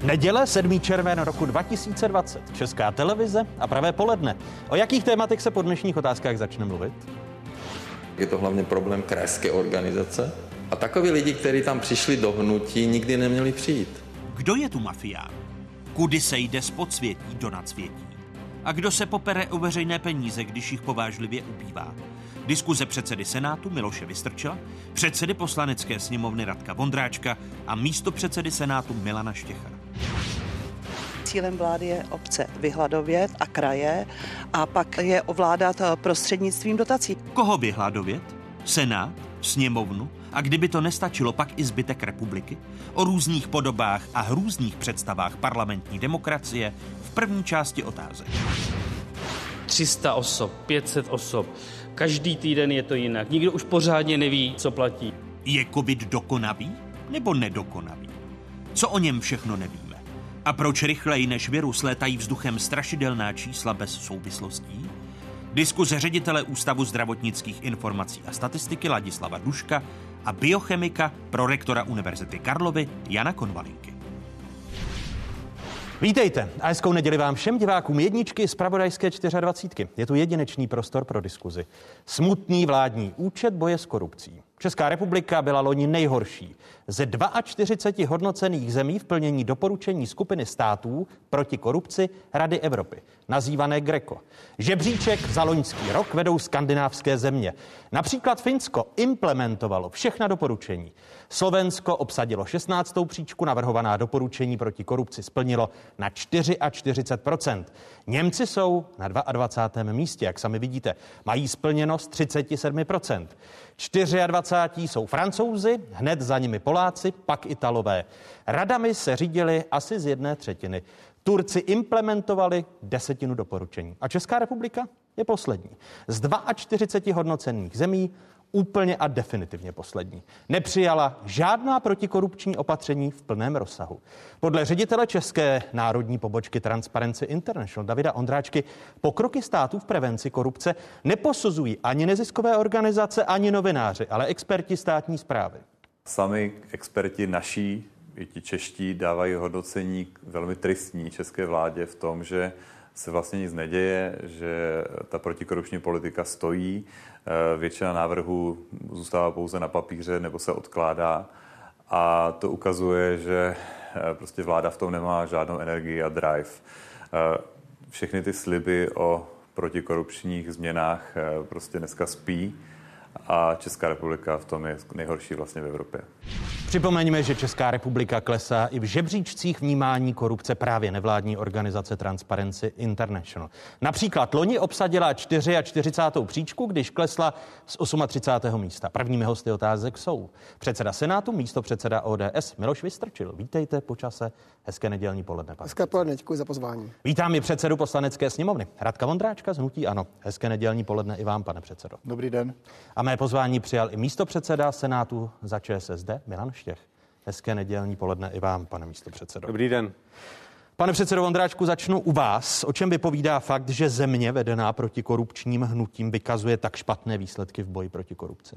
Neděle 7. červen roku 2020. Česká televize a Pravé poledne. O jakých tématech se po dnešních otázkách začne mluvit? Je to hlavně problém krajské organizace. A takoví lidi, kteří tam přišli do hnutí, nikdy neměli přijít. Kdo je tu mafián? Kudy se jde z podsvětí do nadsvětí? A kdo se popere o veřejné peníze, když jich povážlivě ubývá? Diskuze předsedy Senátu Miloše Vystrčila, předsedy Poslanecké sněmovny Radka Vondráčka a místopředsedy Senátu Milana Štěchara. Cílem vlády je obce vyhladovět a kraje a pak je ovládat prostřednictvím dotací. Koho vyhladovět? Senát? Sněmovnu? A kdyby to nestačilo, pak i zbytek republiky? O různých podobách a hrůzných představách parlamentní demokracie v první části otázek. 300 osob, 500 osob. Každý týden je to jinak. Nikdo už pořádně neví, co platí. Je covid dokonavý nebo nedokonavý? Co o něm všechno nevíme? A proč rychleji než virus létají vzduchem strašidelná čísla bez souvislostí? Diskuze ředitele Ústavu zdravotnických informací a statistiky Ladislava Duška a biochemika pro rektora Univerzity Karlovy Jana Konvalinky. Vítejte. A hezkou neděli vám všem divákům jedničky z zpravodajské 24. Je tu jedinečný prostor pro diskuzi. Smutný vládní účet boje s korupcí. Česká republika byla loni nejhorší ze 42 hodnocených zemí v plnění doporučení skupiny států proti korupci Rady Evropy, nazývané GRECO. Žebříček za loňský rok vedou skandinávské země. Například Finsko implementovalo všechna doporučení. Slovensko obsadilo 16. příčku, navrhovaná doporučení proti korupci splnilo na 44%. Němci jsou na 22. místě, jak sami vidíte. Mají splněno z 37%. 24 jsou Francouzi, hned za nimi Poláci, pak Italové. Radami se řídili asi z 1/3. Turci implementovali 10 doporučení. A Česká republika je poslední. Z 42 hodnocených zemí úplně a definitivně poslední. Nepřijala žádná protikorupční opatření v plném rozsahu. Podle ředitele české národní pobočky Transparency International Davida Ondráčky pokroky států v prevenci korupce neposuzují ani neziskové organizace, ani novináři, ale experti státní správy. Sami experti naší, i ti čeští, dávají hodnocení velmi tristní české vládě v tom, že se vlastně nic neděje, že ta protikorupční politika stojí, většina návrhů zůstává pouze na papíře nebo se odkládá a to ukazuje, že prostě vláda v tom nemá žádnou energii a drive. Všechny ty sliby o protikorupčních změnách prostě dneska spí a Česká republika v tom je nejhorší vlastně v Evropě. Připomeňme, že Česká republika klesá i v žebříčcích vnímání korupce právě nevládní organizace Transparency International. Například loni obsadila 44. příčku, když klesla z 38. místa. Prvními hosty otázek jsou předseda Senátu, místopředseda ODS Miloš Vystrčil. Vítejte po čase. Hezké nedělní poledne. Hezké poledne, děkuji za pozvání. Vítám i předsedu Poslanecké sněmovny Radka Vondráčka z hnutí ANO. Hezké nedělní poledne i vám, pane předsedo. Dobrý den. A mé pozvání přijal i místopředseda Senátu za ČSSD Milan Štěch. Hezké nedělní poledne i vám, pane místopředsedo. Dobrý den. Pane předsedo Vondráčku, začnu u vás. O čem vypovídá fakt, že země vedená protikorupčním hnutím vykazuje tak špatné výsledky v boji proti korupci?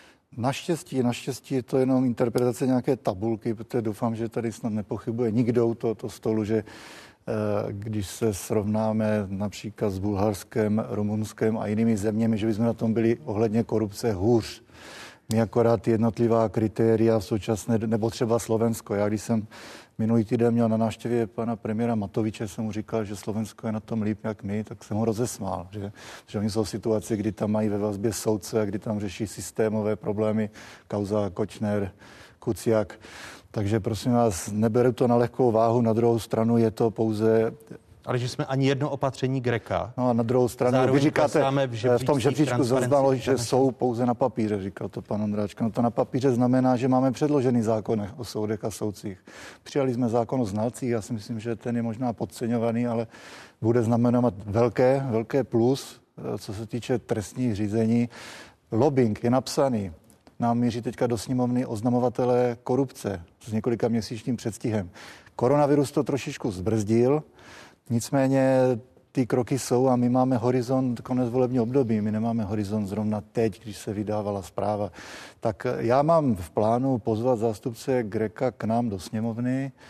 Naštěstí je to jenom interpretace nějaké tabulky, protože doufám, že tady snad nepochybuje nikdo u tohoto stolu, že když se srovnáme například s Bulharskem, Rumunskem a jinými zeměmi, že bychom na tom byli ohledně korupce hůř. My akorát jednotlivá kritéria v současné, nebo třeba Slovensko. Já když jsem minulý týden měl na návštěvě pana premiéra Matoviče, jsem mu říkal, že Slovensko je na tom líp jak my, tak jsem ho rozesmál, že oni jsou v situaci, kdy tam mají ve vazbě soudce a kdy tam řeší systémové problémy, kauza Kočner, Kuciak. Takže prosím vás, neberu to na lehkou váhu, na druhou stranu je to pouze... Ale že jsme ani jedno opatření Greka. No a na druhou stranu, vy říkáte, v tom žebříčku zaznalo, že jsou pouze na papíře, říkal to pan Ondráčka. No to na papíře znamená, že máme předložený zákon o soudech a soudcích. Přijali jsme zákon o znalcích, já si myslím, že ten je možná podceňovaný, ale bude znamenat velké plus, co se týče trestních řízení. Lobbying je napsaný. Nám míří teďka do sněmovny oznamovatelé korupce s několika měsíčním předstihem. Koronavirus to trošičku zbrzdil, nicméně ty kroky jsou a my máme horizont konec volebního období, my nemáme horizont zrovna teď, když se vydávala zpráva. Tak já mám v plánu pozvat zástupce GRECA k nám do sněmovny,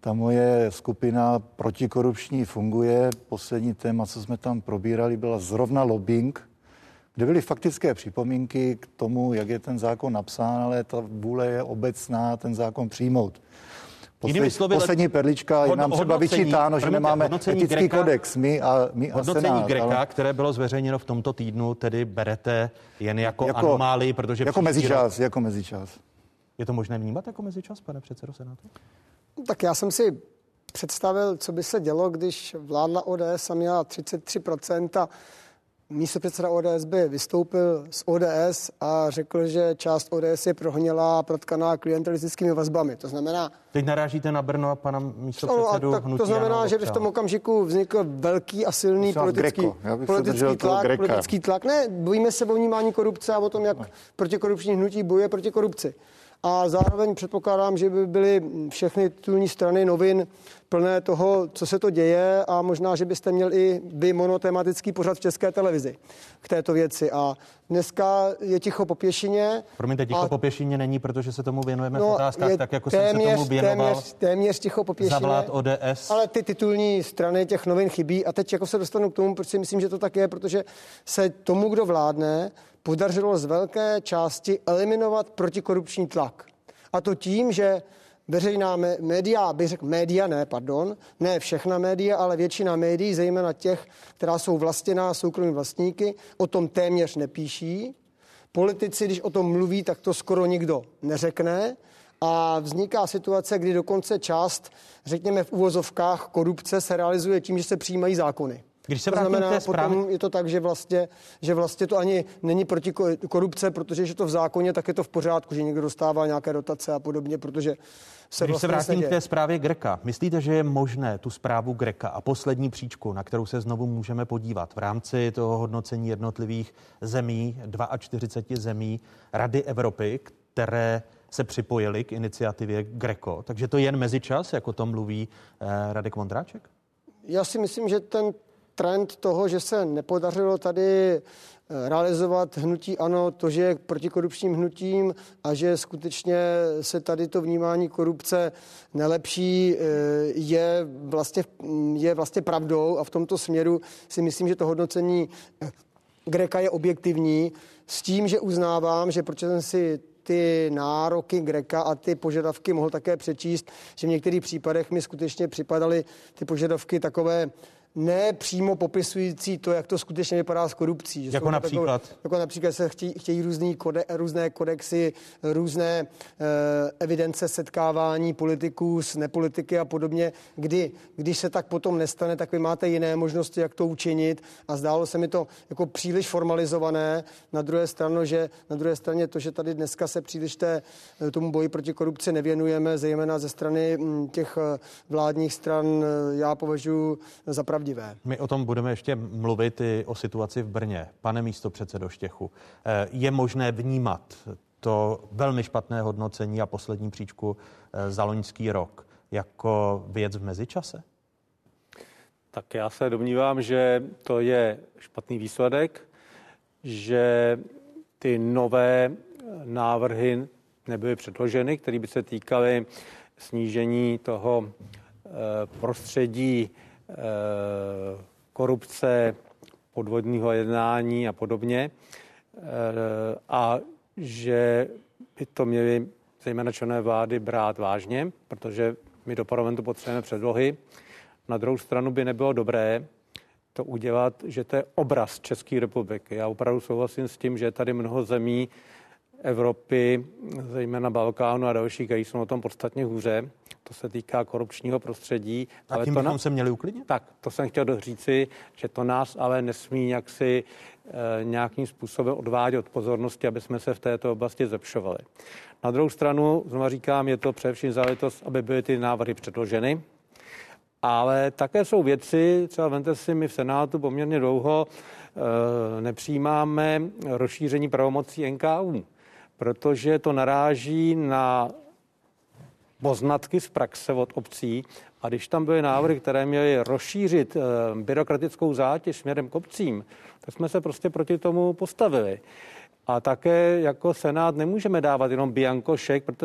Ta moje skupina protikorupční funguje. Poslední téma, co jsme tam probírali, byla zrovna lobbying, kde byly faktické připomínky k tomu, jak je ten zákon napsán, ale ta vůle je obecná ten zákon přijmout. Poslední perlička je nám třeba vyčítáno, že nemáme etický kodex. My a hodnocení Senát, Greka, které bylo zveřejněno v tomto týdnu, tedy berete jen jako anomálii, protože jako mezičas. Je to možné vnímat jako mezičas, pane předsedo Senátu? Tak já jsem si představil, co by se dělo, když vládla ODS a měla 33% a místopředseda ODS by vystoupil z ODS a řekl, že část ODS je prohnělá a protkaná klientelistickými vazbami. To znamená... Teď narážíte na Brno a pana místopředsedu hnutí. To znamená, že by v tom okamžiku vznikl velký a silný politický tlak. Ne, bojíme se o vnímání korupce a o tom, jak protikorupční hnutí bojuje proti korupci. A zároveň předpokládám, že by byly všechny titulní strany novin plné toho, co se to děje a možná, že byste měl i vy monotematický pořad v České televizi k této věci. A dneska je ticho po pěšině. Promiňte, ticho po pěšině není, protože se tomu věnujeme v otázkách, tak jako jsem se tomu věnoval téměř ticho po pěšině. Za vlád ODS. Ale ty titulní strany těch novin chybí a teď jako se dostanu k tomu, proč si myslím, že to tak je, protože se tomu, kdo vládne, podařilo z velké části eliminovat protikorupční tlak. A to tím, že veřejná média, bych řekl ne všechna média, ale většina médií, zejména těch, která jsou vlastněná soukromými vlastníky, o tom téměř nepíší. Politici, když o tom mluví, tak to skoro nikdo neřekne. A vzniká situace, kdy dokonce část, řekněme v uvozovkách, korupce se realizuje tím, že se přijímají zákony. Když se vrátím k té zprávě... Potom je to tak, že vlastně to ani není proti korupce, protože když je to v zákoně, tak je to v pořádku, že někdo dostává nějaké dotace a podobně, protože Když se vrátím k té zprávě Greka, myslíte, že je možné tu zprávu Greka a poslední příčku, na kterou se znovu můžeme podívat v rámci toho hodnocení jednotlivých zemí, 42 zemí Rady Evropy, které se připojily k iniciativě Greco, takže to jen mezičas, jako to mluví Radek Vondráček? Já si myslím, že ten trend toho, že se nepodařilo tady realizovat hnutí ANO, to, že je protikorupčním hnutím a že skutečně se tady to vnímání korupce nelepší, je vlastně pravdou a v tomto směru si myslím, že to hodnocení Greka je objektivní s tím, že uznávám, že protože jsem si ty nároky Greka a ty požadavky mohl také přečíst, že v některých případech mi skutečně připadaly ty požadavky takové nepřímo popisující to, jak to skutečně vypadá s korupcí. Jako například? Jako například se chtějí různé kodexy, různé evidence setkávání politiků s nepolitiky a podobně, když se tak potom nestane, tak vy máte jiné možnosti, jak to učinit a zdálo se mi to jako příliš formalizované. Na druhé straně to, že tady dneska se příliš tomu boji proti korupci nevěnujeme, zejména ze strany těch vládních stran, já považuji za pravdivé. My o tom budeme ještě mluvit i o situaci v Brně. Pane místopředsedo Štěchu, je možné vnímat to velmi špatné hodnocení a poslední příčku za loňský rok jako věc v mezičase? Tak já se domnívám, že to je špatný výsledek, že ty nové návrhy nebyly předloženy, které by se týkaly snížení toho prostředí korupce, podvodného jednání a podobně. A že by to měli zejména členové vlády brát vážně, protože my do parlamentu potřebujeme předlohy. Na druhou stranu by nebylo dobré to udělat, že to je obraz České republiky. Já opravdu souhlasím s tím, že je tady mnoho zemí Evropy, zejména Balkánu a dalších, které jsou na tom podstatně hůře. To se týká korupčního prostředí. A tím bychom se měli uklidnit? Tak, to jsem chtěl říci, že to nás ale nesmí nějakým způsobem odvádět od pozornosti, aby jsme se v této oblasti zlepšovali. Na druhou stranu, znovu říkám, je to především záležitost, aby byly ty návrhy předloženy. Ale také jsou věci, třeba vemte si, my v Senátu poměrně dlouho nepřijímáme rozšíření pravomocí NKÚ, protože to naráží na poznatky z praxe od obcí a když tam byly návrhy, které měly rozšířit byrokratickou zátěž směrem k obcím, tak jsme se prostě proti tomu postavili. A také jako Senát nemůžeme dávat jenom bianko šek, protože se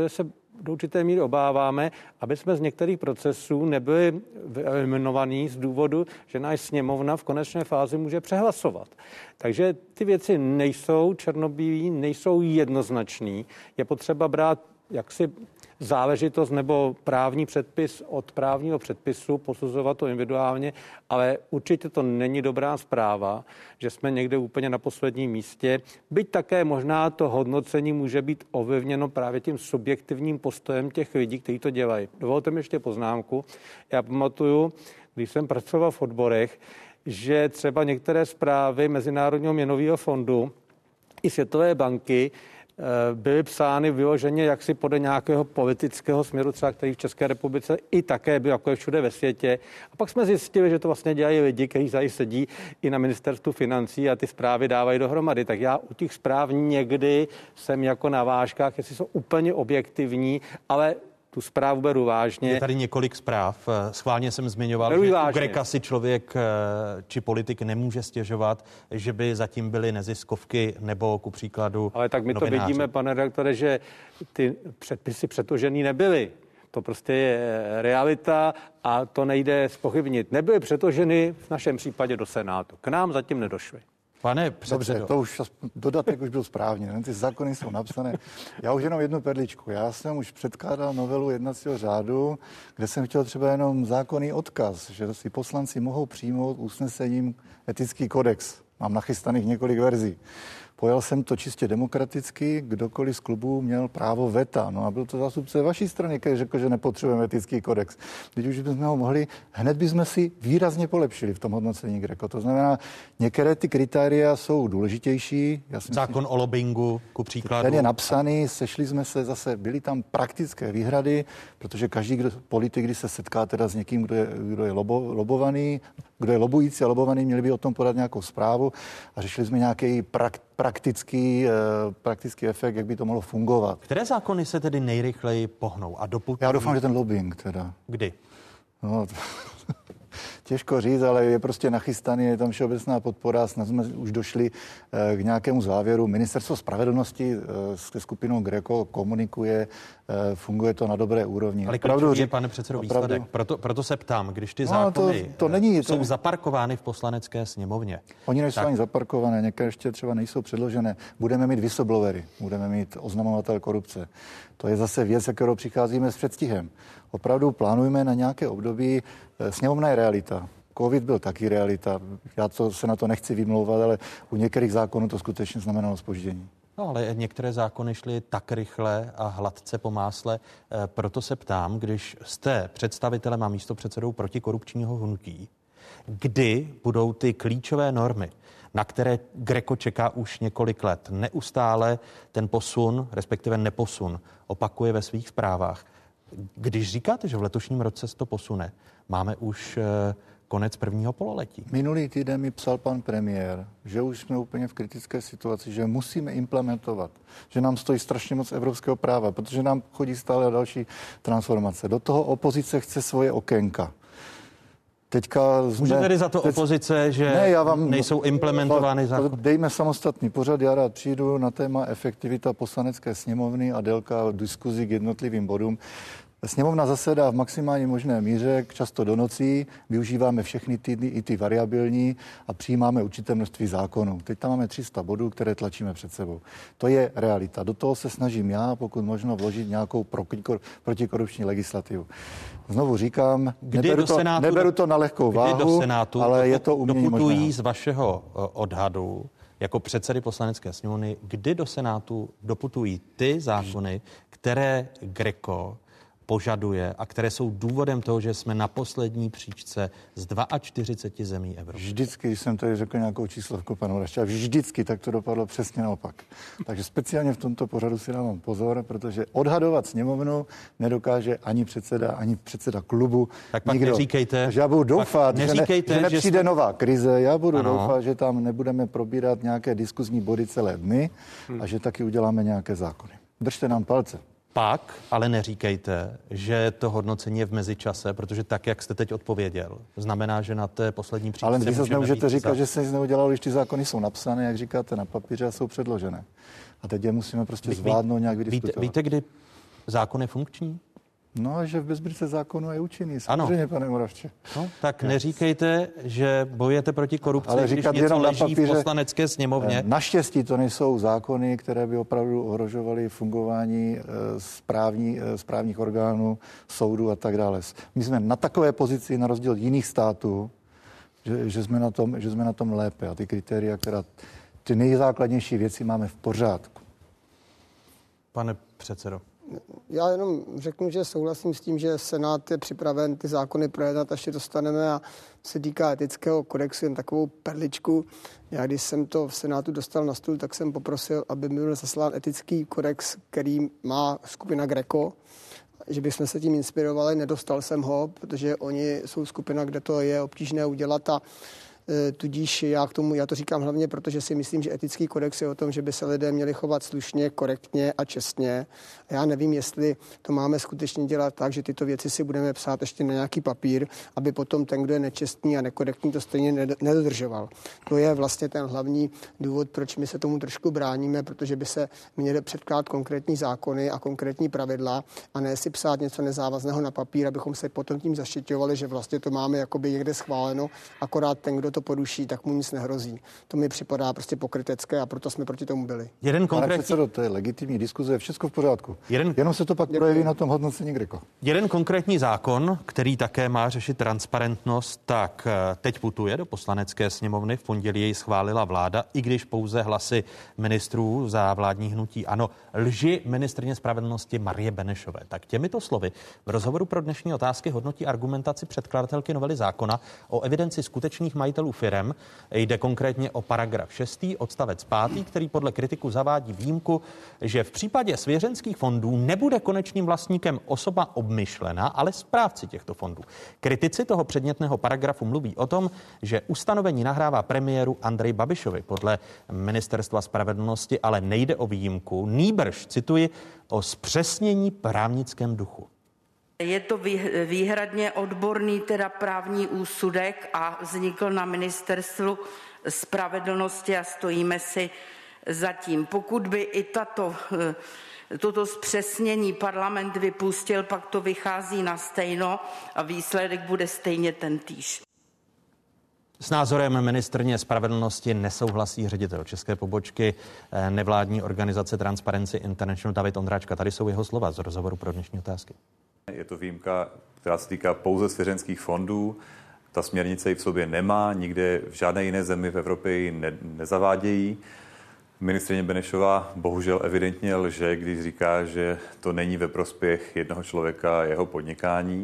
do určité míry obáváme, aby jsme z některých procesů nebyli eliminovaní z důvodu, že náš sněmovna v konečné fázi může přehlasovat. Takže ty věci nejsou černobílý, nejsou jednoznačný. Je potřeba brát jaksi záležitost nebo právní předpis od právního předpisu, posuzovat to individuálně, ale určitě to není dobrá zpráva, že jsme někde úplně na posledním místě. Byť také možná to hodnocení může být ovlivněno právě tím subjektivním postojem těch lidí, kteří to dělají. Dovolte mi ještě poznámku. Já pamatuju, když jsem pracoval v odborech, že třeba některé zprávy Mezinárodního měnového fondu i Světové banky byly psány vyloženě jaksi podle nějakého politického směru, třeba který v České republice i také byl, jako je všude ve světě. A pak jsme zjistili, že to vlastně dělají lidi, kteří tady sedí i na ministerstvu financí a ty zprávy dávají dohromady. Tak já u těch zpráv někdy jsem jako na vážkách, jestli jsou úplně objektivní, ale tu zprávu beru vážně. Je tady několik zpráv. Schválně jsem zmiňoval, že u Greka si člověk či politik nemůže stěžovat, že by zatím byly neziskovky nebo ku příkladu ale tak my novináři. To vidíme, pane redaktore, že ty předpisy přetožený nebyly. To prostě je realita a to nejde zpochybnit. Nebyly přetoženy v našem případě do Senátu. K nám zatím nedošly. Pane předsedo. Dobře, to už dodatek už byl správně, ty zákony jsou napsané. Já už jenom jednu perličku. Já jsem už předkládal novelu jednacího řádu, kde jsem chtěl třeba jenom zákonný odkaz, že si poslanci mohou přijmout usnesením etický kodex. Mám nachystaných několik verzí. Pojal jsem to čistě demokraticky, kdokoliv z klubů měl právo veta. No a byl to zástupce vaší strany, který řekl, že nepotřebujeme etický kodex. Teď už bychom ho mohli, hned bychom si výrazně polepšili v tom hodnocení Greco. To znamená, některé ty kritéria jsou důležitější. Zákon o lobbingu, ku příkladu. Ten je napsaný, sešli jsme se zase, byly tam praktické výhrady, protože každý politik, když se setká teda s někým, kdo je lobovaný, kdo je lobující a lobovaný, měli by o tom podat nějakou zprávu a řešili jsme nějaký praktický efekt, jak by to mohlo fungovat. Které zákony se tedy nejrychleji pohnou a doputují? Já doufám, že ten lobbying teda. Kdy? No, těžko říct, ale je prostě nachystaný, je tam všeobecná podpora, snad jsme už došli k nějakému závěru. Ministerstvo spravedlnosti s skupinou Greco komunikuje, funguje to na dobré úrovni. Ale klíčový je, pane předsedo, výsledek. Proto se ptám, když ty zákony jsou zaparkovány v poslanecké sněmovně. Oni nejsou ani zaparkované, některé ještě třeba nejsou předložené. Budeme mít whistleblowery, budeme mít oznamovatel korupce. To je zase věc, kterou přicházíme s předstihem. Opravdu plánujeme na nějaké období. Sněmovna je realita. Covid byl taky realita. Já se na to nechci vymlouvat, ale u některých zákonů to skutečně znamenalo zpoždění. No, ale některé zákony šly tak rychle a hladce po másle. Proto se ptám, když jste představitelem a místopředsedou protikorupčního hnutí, kdy budou ty klíčové normy, na které Greco čeká už několik let. Neustále ten posun, respektive neposun, opakuje ve svých zprávách. Když říkáte, že v letošním roce se to posune, máme už konec prvního pololetí. Minulý týden mi psal pan premiér, že už jsme úplně v kritické situaci, že musíme implementovat, že nám stojí strašně moc evropského práva, protože nám chodí stále další transformace. Do toho opozice chce svoje okénka. Může tedy za to opozice, že nejsou implementovány zákony? Dejme samostatný pořad, já rád přijdu na téma efektivita poslanecké sněmovny a délka diskuzí k jednotlivým bodům. Sněmovna zasedá v maximální možné míře, často do nocí, využíváme všechny týdny, i ty variabilní a přijímáme určité množství zákonů. Teď tam máme 300 bodů, které tlačíme před sebou. To je realita. Do toho se snažím já, pokud možno, vložit nějakou protikorupční legislativu. Znovu říkám, neberu to na lehkou váhu, do Senátu, ale je to umění možná. Z vašeho odhadu jako předsedy poslanecké sněmovny, kdy do Senátu doputují ty zákony, které Greco požaduje a které jsou důvodem toho, že jsme na poslední příčce z 42 zemí Evropy. Vždycky, když jsem tady řekl nějakou číslovku panu Rašča, vždycky tak to dopadlo přesně naopak. Takže speciálně v tomto pořadu si dávám pozor, protože odhadovat sněmovnu nedokáže ani předseda klubu. Tak pak nikdo. Neříkejte. Takže já budu doufat, že nepřijde nová krize. Já budu doufat, že tam nebudeme probírat nějaké diskuzní body celé dny a že taky uděláme nějaké zákony. Držte nám palce. Pak ale neříkejte, že to hodnocení je v mezičase, protože tak, jak jste teď odpověděl, znamená, že na té poslední příčce... Ale vy se nemůžete říkat, že se nic neudělalo, když ty zákony jsou napsané, jak říkáte, na papíře a jsou předložené. A teď je musíme prostě zvládnout nějak vydiskutovat. Víte, kdy zákon je funkční? No a že v Sbírce zákonu je účinný, samozřejmě, pane Moravče. No, tak neříkejte, že bojujete proti korupci, ale když něco leží v poslanecké sněmovně. Naštěstí to nejsou zákony, které by opravdu ohrožovaly fungování správních orgánů, soudů a tak dále. My jsme na takové pozici, na rozdíl od jiných států, že jsme na tom lépe a ty kritéria, ty nejzákladnější věci máme v pořádku. Pane předsedo. Já jenom řeknu, že souhlasím s tím, že Senát je připraven ty zákony projednat, až je dostaneme, a se týká etického kodexu, jen takovou perličku. Já když jsem to v Senátu dostal na stůl, tak jsem poprosil, aby mi byl zaslán etický kodex, který má skupina Greco, že bychom se tím inspirovali. Nedostal jsem ho, protože oni jsou skupina, kde to je obtížné udělat, a tudíž já to říkám hlavně, protože si myslím, že etický kodex je o tom, že by se lidé měli chovat slušně, korektně a čestně. A já nevím, jestli to máme skutečně dělat tak, že tyto věci si budeme psát ještě na nějaký papír, aby potom ten, kdo je nečestný a nekorektní, to stejně nedodržoval. To je vlastně ten hlavní důvod, proč my se tomu trošku bráníme, protože by se měly předkládat konkrétní zákony a konkrétní pravidla a ne si psát něco nezávazného na papír, abychom se potom tím zaštiťovali, že vlastně to máme jakoby někde schváleno, akorát ten, kdo to poruší, tak mu nic nehrozí. To mi připadá prostě pokrytecké a proto jsme proti tomu byli. Pane předsedo, to je legitimní diskuze, je všechno v pořádku. Jenom se to pak projeví na tom hodnocení Greco. Jeden konkrétní zákon, který také má řešit transparentnost, tak teď putuje do Poslanecké sněmovny. V pondělí jej schválila vláda, i když pouze hlasy ministrů za vládní hnutí ANO. Lži ministryně spravedlnosti Marie Benešové. Tak těmito slovy v rozhovoru pro dnešní otázky hodnotí argumentaci předkladatelky novely zákona o evidenci skutečných majitelů firem. Jde konkrétně o paragraf 6. odstavec 5., který podle kritiků zavádí výjimku, že v případě svěřenských fondů nebude konečným vlastníkem osoba obmyšlená, ale správci těchto fondů. Kritici toho předmětného paragrafu mluví o tom, že ustanovení nahrává premiéru Andreji Babišovi. Podle Ministerstva spravedlnosti ale nejde o výjimku, nýbrž, cituji, o zpřesnění právnickém duchu. Je to výhradně odborný, teda právní úsudek a vznikl na Ministerstvu spravedlnosti a stojíme si za tím. Pokud by i toto zpřesnění parlament vypustil, pak to vychází na stejno a výsledek bude stejně tentýž. S názorem ministryně spravedlnosti nesouhlasí ředitel české pobočky nevládní organizace Transparency International David Ondráčka. Tady jsou jeho slova z rozhovoru pro dnešní otázky. Je to výjimka, která se týká pouze svěřenských fondů. Ta směrnice ji v sobě nemá, nikde v žádné jiné zemi v Evropě ji nezavádějí. Ministryně Benešová bohužel evidentně lže, když říká, že to není ve prospěch jednoho člověka a jeho podnikání.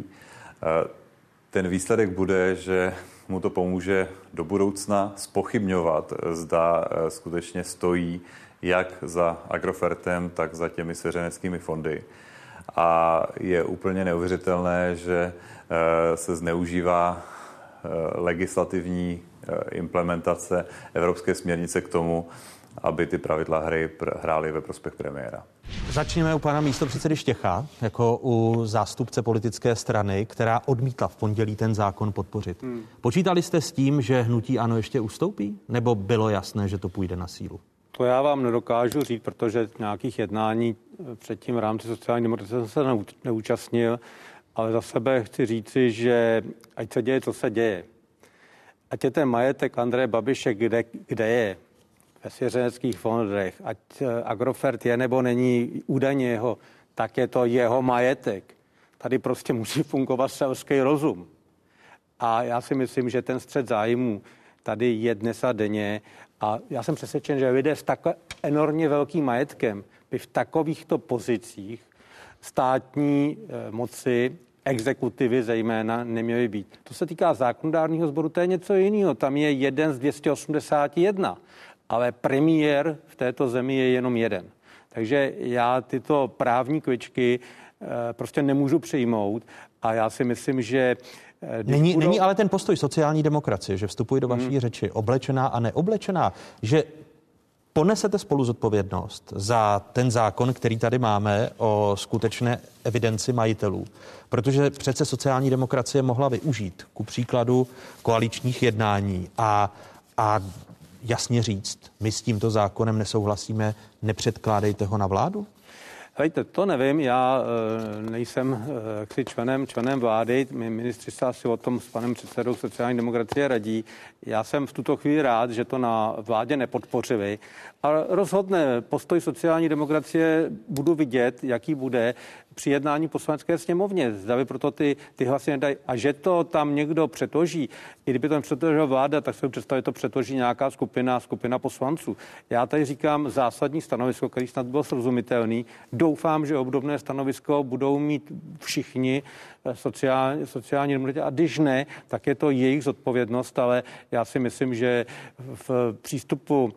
Ten výsledek bude, že mu to pomůže do budoucna zpochybňovat, zda skutečně stojí jak za Agrofertem, tak za těmi svěřeneckými fondy. A je úplně neuvěřitelné, že se zneužívá legislativní implementace evropské směrnice k tomu, aby ty pravidla hry hrály ve prospěch premiéra. Začněme u pana místopředsedy Štěcha, jako u zástupce politické strany, která odmítla v pondělí ten zákon podpořit. Počítali jste s tím, že hnutí ANO ještě ustoupí? Nebo bylo jasné, že to půjde na sílu? To já vám nedokážu říct, protože nějakých jednání předtím v rámci sociální demokracie jsem se neúčastnil, ale za sebe chci říci, že ať se děje, co se děje. Ať je ten majetek Andreje Babiše, kde je, ve svěřeneckých fondech, ať Agrofert je nebo není údajně jeho, tak je to jeho majetek. Tady prostě musí fungovat selský rozum. A já si myslím, že ten střet zájmů tady je dnes a denně. A já jsem přesvědčen, že lidé s tak enormně velkým majetkem by v takovýchto pozicích státní moci, exekutivy zejména, neměly být. To se týká zákonodárného sboru, to je něco jiného. Tam je jeden z 281, ale premiér v této zemi je jenom jeden. Takže já tyto právní kvičky prostě nemůžu přijmout a já si myslím, že Není ale ten postoj sociální demokracie, že vstupují do vaší řeči, oblečená a neoblečená, že ponesete spolu zodpovědnost za ten zákon, který tady máme o skutečné evidenci majitelů, protože přece sociální demokracie mohla využít ku příkladu koaličních jednání a jasně říct, my s tímto zákonem nesouhlasíme, nepředkládejte ho na vládu? Hejte, to nevím, já nejsem členem vlády, my ministři se asi o tom s panem předsedou sociální demokracie radí. Já jsem v tuto chvíli rád, že to na vládě nepodpořili, ale rozhodne postoj sociální demokracie budu vidět, jaký bude při jednání poslanecké sněmovně. Zda by proto ty hlasy nedají. A že to tam někdo přetoží, i kdyby to přetožila vláda, tak se představit, to přetoží nějaká skupina poslanců. Já tady říkám zásadní stanovisko, který snad byl srozumitelný. Doufám, že obdobné stanovisko budou mít všichni sociální demokraté. A když ne, tak je to jejich zodpovědnost, ale já si myslím, že v přístupu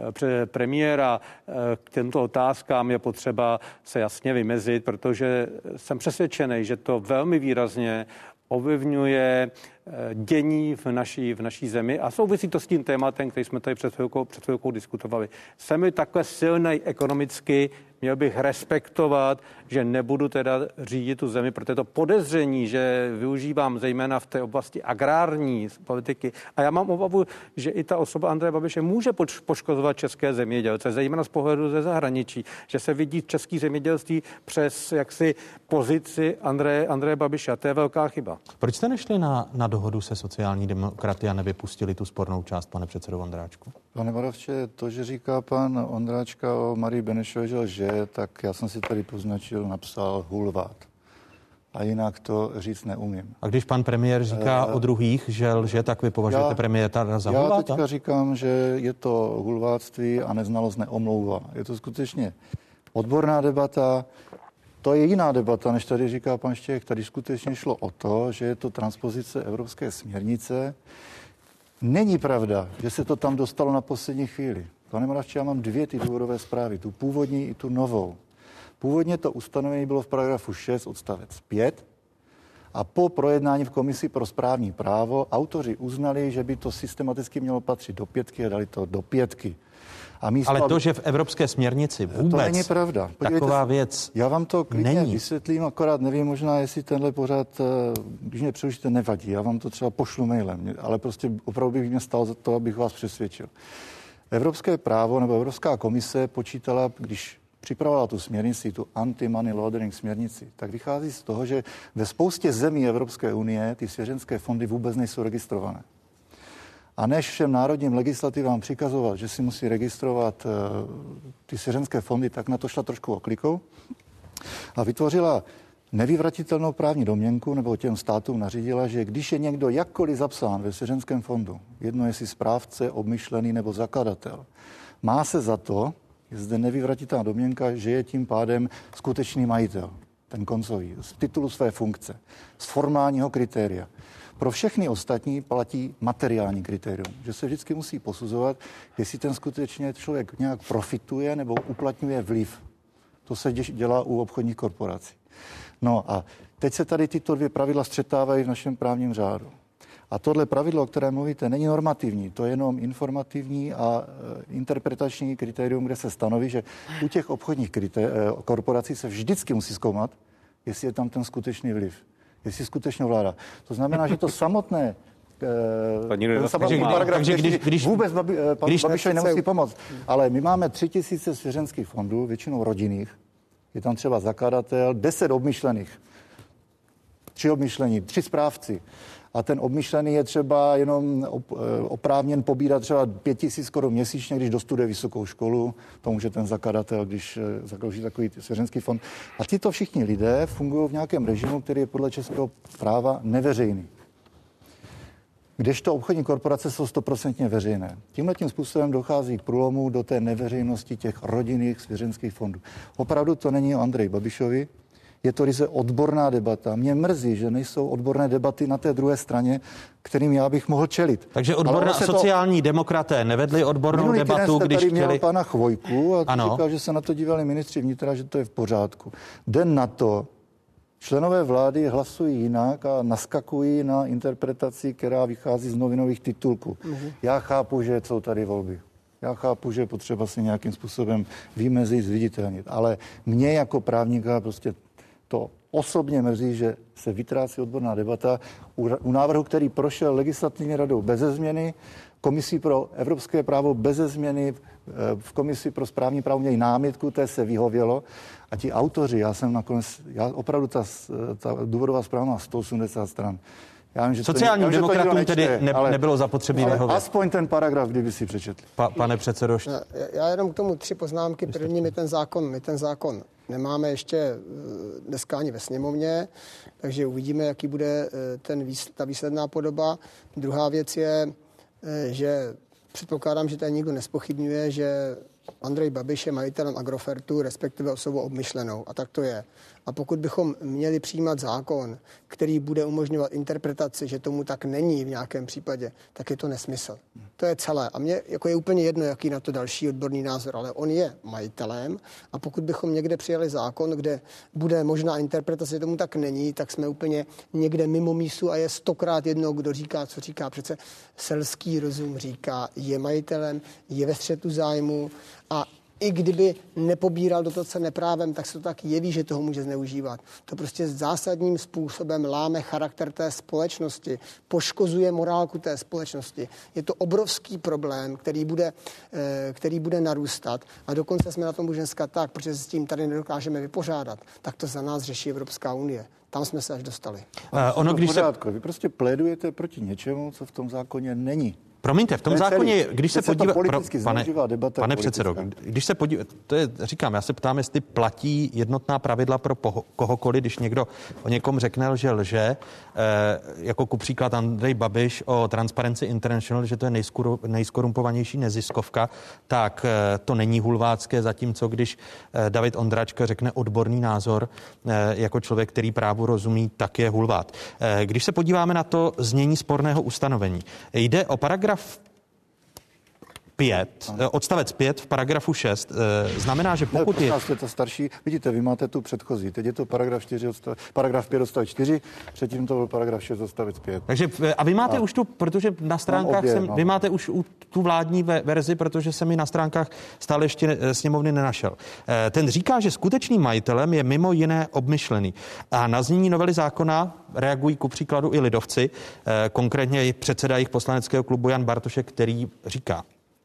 premiéra k těmto otázkám je potřeba se jasně vymezit, protože jsem přesvědčený, že to velmi výrazně ovlivňuje dění v naší zemi a souvisí to s tím tématem, který jsme tady před chvilkou diskutovali. Jsem takhle silnej ekonomicky, měl bych respektovat, že nebudu teda řídit tu zemi, protože to podezření, že využívám zejména v té oblasti agrární politiky. A já mám obavu, že i ta osoba Andreje Babiše může poškozovat české zemědělce, zejména z pohledu ze zahraničí, že se vidí český zemědělství přes jaksi pozici Andreje Babiše. A to je velká chyba. Proč jste nešli na dohodu se sociální demokraty a nevypustili tu spornou část, pane předsedo Vondráčku? Pane Moravče, to, že říká pan Ondráčka o Marii Benešové, že lže, tak já jsem si tady poznačil, napsal hulvát. A jinak to říct neumím. A když pan premiér říká o druhých, že lže, tak vy považujete premiéra za hulváta? Já teďka říkám, že je to hulváctví a neznalost neomlouvá. Je to skutečně odborná debata. To je jiná debata, než tady říká pan Štěch. Tady skutečně šlo o to, že je to transpozice evropské směrnice. Není pravda, že se to tam dostalo na poslední chvíli. Pane Moravče, já mám dvě ty důvodové zprávy, tu původní i tu novou. Původně to ustanovení bylo v paragrafu 6 odstavec 5 a po projednání v komisi pro správní právo autoři uznali, že by to systematicky mělo patřit do 5 a dali to do 5. Ale to, že v evropské směrnici vůbec to není pravda. Taková věc já vám to klidně není. Vysvětlím, akorát nevím možná, jestli tenhle pořád, když mě přerušíte, nevadí. Já vám to třeba pošlu mailem, ale prostě opravdu bych mě stál za to, abych vás přesvědčil. Evropské právo nebo Evropská komise počítala, když připravovala tu směrnici, tu anti-money laundering směrnici, tak vychází z toho, že ve spoustě zemí Evropské unie ty svěřenské fondy vůbec nejsou registrované. A než všem národním legislativám přikazovat, že si musí registrovat ty svěřenské fondy, tak na to šla trošku oklikou a vytvořila nevyvratitelnou právní domněnku, nebo těm státům nařídila, že když je někdo jakkoliv zapsán ve svěřenském fondu, jedno jestli správce, obmyšlený nebo zakladatel, má se za to, je zde nevyvratitelná domněnka, že je tím pádem skutečný majitel, ten koncový, z titulu své funkce, z formálního kritéria. Pro všechny ostatní platí materiální kritérium, že se vždycky musí posuzovat, jestli ten skutečně člověk nějak profituje nebo uplatňuje vliv. To se dělá u obchodních korporací. No a teď se tady tyto dvě pravidla střetávají v našem právním řádu. A tohle pravidlo, o kterém mluvíte, není normativní, to je jenom informativní a interpretační kritérium, kde se stanoví, že u těch obchodních korporací se vždycky musí zkoumat, jestli je tam ten skutečný vliv, jestli skutečně vláda. To znamená, že to samotné takže když vůbec panu Babišovi nemusí pomoct. Ale my máme 3000 svěřenských fondů, většinou rodinných. Je tam třeba zakladatel, 10 obmyšlených, 3 obmyšlení, 3 správci. A ten obmyšlený je třeba jenom oprávněn pobírat třeba 5000 korun měsíčně, když dostuduje vysokou školu, to může ten zakladatel, když zaklouží takový svěřenský fond. A tyto všichni lidé fungují v nějakém režimu, který je podle českého práva neveřejný. Kdežto obchodní korporace jsou 100% veřejné. Tímhletím způsobem dochází k průlomu do té neveřejnosti těch rodinných svěřenských fondů. Opravdu to není o Andreji Babišovi, je to ryze odborná debata. Mě mrzí, že nejsou odborné debaty na té druhé straně, kterým já bych mohl čelit. Takže sociální demokraté nevedli odbornou debatu, když tady měl pana Chvojku a říkal, že se na to dívali ministři vnitra, že to je v pořádku. Den na to členové vlády hlasují jinak a naskakují na interpretaci, která vychází z novinových titulků. Já chápu, že jsou tady volby. Já chápu, že je potřeba si nějakým způsobem vymezit, zviditelnit. Ale mě jako právníka prostě to osobně mrzí, že se vytrácí odborná debata u návrhu, který prošel legislativní radou beze změny, komisí pro evropské právo beze změny, v komisi pro správní právo měli námitku, té se vyhovělo a ti autoři, já opravdu ta důvodová zpráva má 180 stran. Já vím, že sociálním demokratům tedy nebylo zapotřebí vyhovět. Aspoň ten paragraf, kdyby si přečetli. Pane předsedo. Já jenom k tomu 3 poznámky. První, my ten zákon nemáme ještě dneska ani ve sněmovně, takže uvidíme, jaký bude ta výsledná podoba. Druhá věc je, že předpokládám, že tady nikdo nespochybňuje, že Andrej Babiš je majitelem Agrofertu, respektive osobou obmyšlenou. A tak to je. A pokud bychom měli přijímat zákon, který bude umožňovat interpretaci, že tomu tak není v nějakém případě, tak je to nesmysl. To je celé. A mně je úplně jedno, jaký na to další odborný názor, ale on je majitelem a pokud bychom někde přijali zákon, kde bude možná interpretace, že tomu tak není, tak jsme úplně někde mimo mísu a je 100krát jedno, kdo říká, co říká. Přece selský rozum říká, je majitelem, je ve střetu zájmu a i kdyby nepobíral dotace neprávem, tak se to tak jeví, že toho může zneužívat. To prostě zásadním způsobem láme charakter té společnosti, poškozuje morálku té společnosti. Je to obrovský problém, který bude narůstat a dokonce jsme na tom už dneska tak, protože s tím tady nedokážeme vypořádat, tak to za nás řeší Evropská unie. Tam jsme se až dostali. Vy prostě plédujete proti něčemu, co v tom zákoně není. Promiňte, v tom zákoně, když se podíváte, pane předsedo, když se podíváte, říkám, já se ptám, jestli platí jednotná pravidla pro kohokoliv, když někdo o někom řekne, že lže, jako ku příklad Andrej Babiš o Transparency International, že to je nejskorumpovanější neziskovka, tak to není hulvácké, zatímco když David Ondráčka řekne odborný názor jako člověk, který právu rozumí, tak je hulvát. Když se podíváme na to znění sporného ustanovení, jde o paragraf 5, odstavec 5 v paragrafu 6 znamená, že pokud je to starší, vidíte, vy máte tu předchozí, teď je to paragraf 5 odstavec 4, předtím to byl paragraf 6 odstavec 5. Takže a vy máte už tu, protože na stránkách vy máte už tu vládní verzi, protože jsem ji na stránkách stále ještě sněmovny nenašel. Ten říká, že skutečným majitelem je mimo jiné obmyšlený. A na znění novely zákona reagují ku příkladu i lidovci, konkrétně i předseda jejich poslaneckého klubu Jan Bartošek, který říká: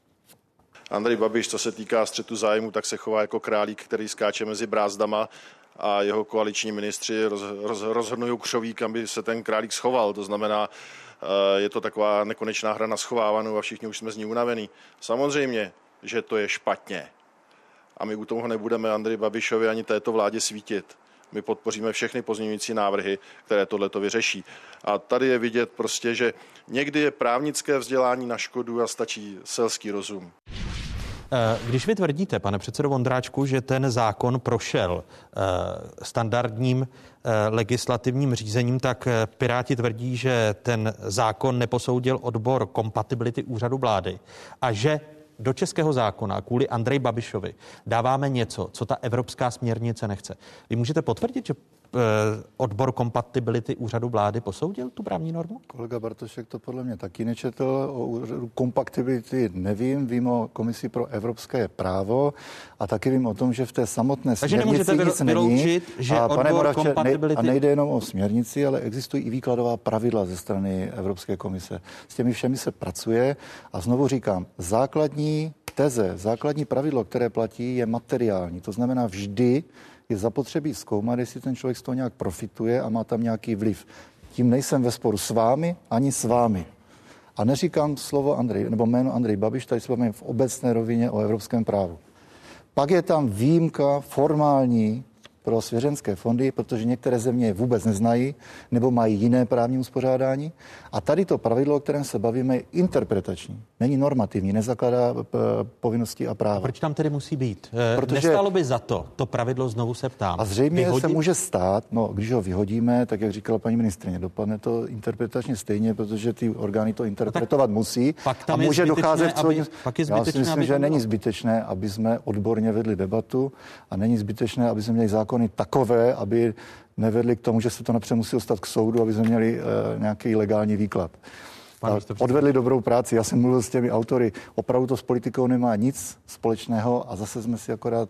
Andrej Babiš, co se týká střetu zájmu, tak se chová jako králík, který skáče mezi brázdama a jeho koaliční ministři rozhodnují křoví, kam by se ten králík schoval. To znamená, je to taková nekonečná hra na schovávanou a všichni už jsme z ní unavení. Samozřejmě, že to je špatně. A my u toho nebudeme Andrej Babišovi ani této vládě svítit. My podpoříme všechny pozměňující návrhy, které tohleto vyřeší. A tady je vidět prostě, že někdy je právnické vzdělání na škodu a stačí selský rozum. Když vy tvrdíte, pane předsedo Vondráčku, že ten zákon prošel standardním legislativním řízením, tak Piráti tvrdí, že ten zákon neposoudil odbor kompatibility úřadu vlády a že do českého zákona kvůli Andreji Babišovi dáváme něco, co ta evropská směrnice nechce. Vy můžete potvrdit, že odbor kompatibility úřadu vlády posoudil tu právní normu? Kolega Bartošek to podle mě taky nečetl. O úřadu kompatibility nevím. Vím o Komisi pro evropské právo a taky vím o tom, že v té samotné směrnici nic není. Že odbor kompatibility... A nejde jenom o směrnici, ale existují i výkladová pravidla ze strany Evropské komise. S těmi všemi se pracuje a znovu říkám, základní teze, základní pravidlo, které platí, je materiální. To znamená vždy je zapotřebí zkoumat, jestli ten člověk z toho nějak profituje a má tam nějaký vliv. Tím nejsem ve sporu s vámi, ani s vámi. A neříkám slovo Andrej, nebo jméno Andrej Babiš, tady se bavíme v obecné rovině o evropském právu. Pak je tam výjimka formální pro svěřenské fondy, protože některé země je vůbec neznají nebo mají jiné právní uspořádání. A tady to pravidlo, o kterém se bavíme, je interpretační. Není normativní, nezakládá povinnosti a práva. A proč tam tedy musí být? Protože nestálo by za to pravidlo, znovu se ptám. A zřejmě se může stát, když ho vyhodíme, tak jak říkala paní ministryně, dopadne to interpretačně stejně, protože ty orgány to interpretovat musí. A může docházet Já si myslím, že není zbytečné, aby jsme odborně vedli debatu a není zbytečné, aby jsme měli zákony takové, aby nevedli k tomu, že se to napřed musí dostat k soudu, aby jsme měli nějaký legální výklad. Odvedli dobrou práci. Já jsem mluvil s těmi autory. Opravdu to s politikou nemá nic společného a zase jsme si akorát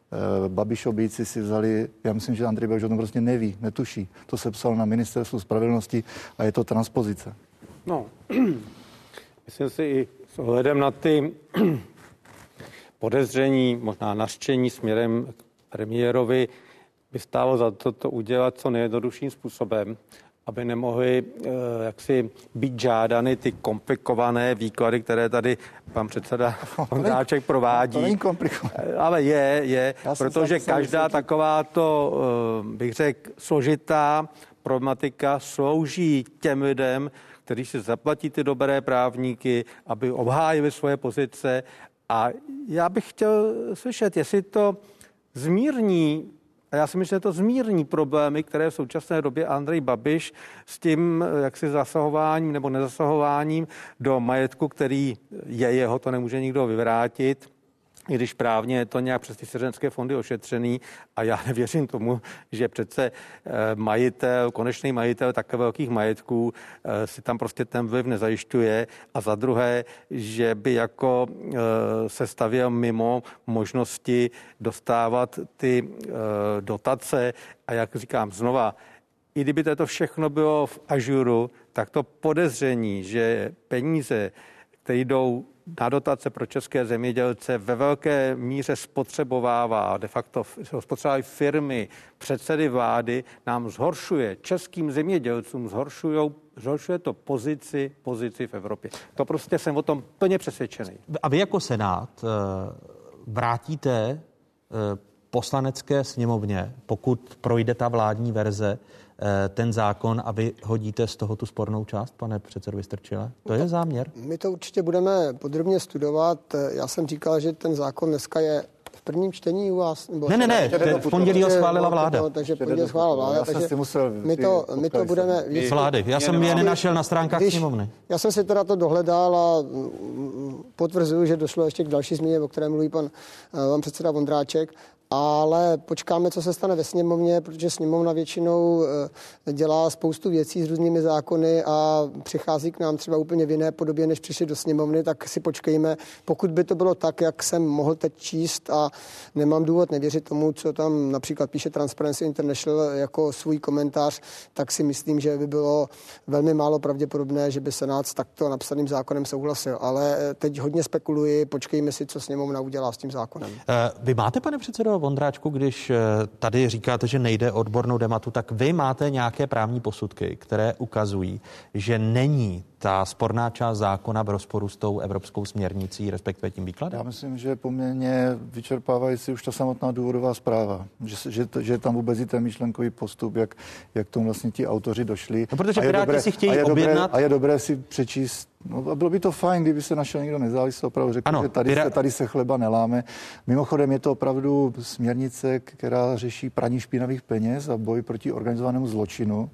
Babišobíci si vzali, já myslím, že Andrej Babiš o tom prostě neví, netuší. To se psal na Ministerstvu spravedlnosti a je to transpozice. No, myslím si i s ohledem na ty podezření, možná nařčení směrem k premiérovi, by stálo za to udělat co nejjednodušším způsobem, aby nemohly jaksi být žádany ty komplikované výklady, které tady pan předseda Vondráček provádí. To není komplikované. Ale je, protože každá takováto, bych řekl, složitá problematika slouží těm lidem, kteří si zaplatí ty dobré právníky, aby obhájili svoje pozice. A já bych chtěl slyšet, jestli to zmírní, a já si myslím, že to zmírní problémy, které v současné době Andrej Babiš s tím jaksi zasahováním nebo nezasahováním do majetku, který je jeho, to nemůže nikdo vyvrátit, i když právně je to nějak přes ty svěřenské fondy ošetřený a já nevěřím tomu, že přece konečný majitel takové velkých majetků si tam prostě ten vliv nezajišťuje a za druhé, že by jako se stavěl mimo možnosti dostávat ty dotace a jak říkám znova, i kdyby to všechno bylo v ažuru, tak to podezření, že peníze, které jdou na dotace pro české zemědělce ve velké míře spotřebovává, de facto spotřebovávají firmy, předsedy vlády, nám zhoršuje českým zemědělcům, zhoršuje to pozici v Evropě. To prostě jsem o tom plně přesvědčený. A vy jako Senát vrátíte poslanecké sněmovně, pokud projde ta vládní verze, ten zákon a vy hodíte z toho tu spornou část, pane předsedo Vystrčile? To je záměr? My to určitě budeme podrobně studovat. Já jsem říkal, že ten zákon dneska je v prvním čtení u vás. Ne, v pondělí ho schválila vláda. Takže pondělí schválila vláda. Takže my to budeme... Z vlády. Já jsem je nenašel na stránkách sněmovny. Já jsem si teda to dohledal a potvrzuji, že došlo ještě k další změně, o které mluví pan předseda Vondráček. Ale počkáme, co se stane ve sněmovně, protože sněmovna většinou dělá spoustu věcí s různými zákony a přichází k nám třeba úplně v jiné podobě, než přišli do sněmovny, tak si počkejme. Pokud by to bylo tak, jak jsem mohl teď číst a nemám důvod nevěřit tomu, co tam například píše Transparency International jako svůj komentář, tak si myslím, že by bylo velmi málo pravděpodobné, že by Senát s takto napsaným zákonem souhlasil. Ale teď hodně spekuluji, počkejme si, co sněmovna udělá s tím zákonem. Vy máte, pane předsedo Vondráčku, když tady říkáte, že nejde o odbornou debatu, tak vy máte nějaké právní posudky, které ukazují, že není ta sporná část zákona v rozporu s tou evropskou směrnicí, respektive tím výkladem? Já myslím, že je poměrně vyčerpávající už ta samotná důvodová zpráva, že tam vůbec i ten myšlenkový postup, jak tomu vlastně ti autoři došli. No, protože Piráti si chtějí objednat. A je dobré si přečíst. No, bylo by to fajn, kdyby se našel někdo nezávislý, opravdu řekl, ano, že tady se chleba neláme. Mimochodem je to opravdu směrnice, která řeší praní špinavých peněz a boj proti organizovanému zločinu.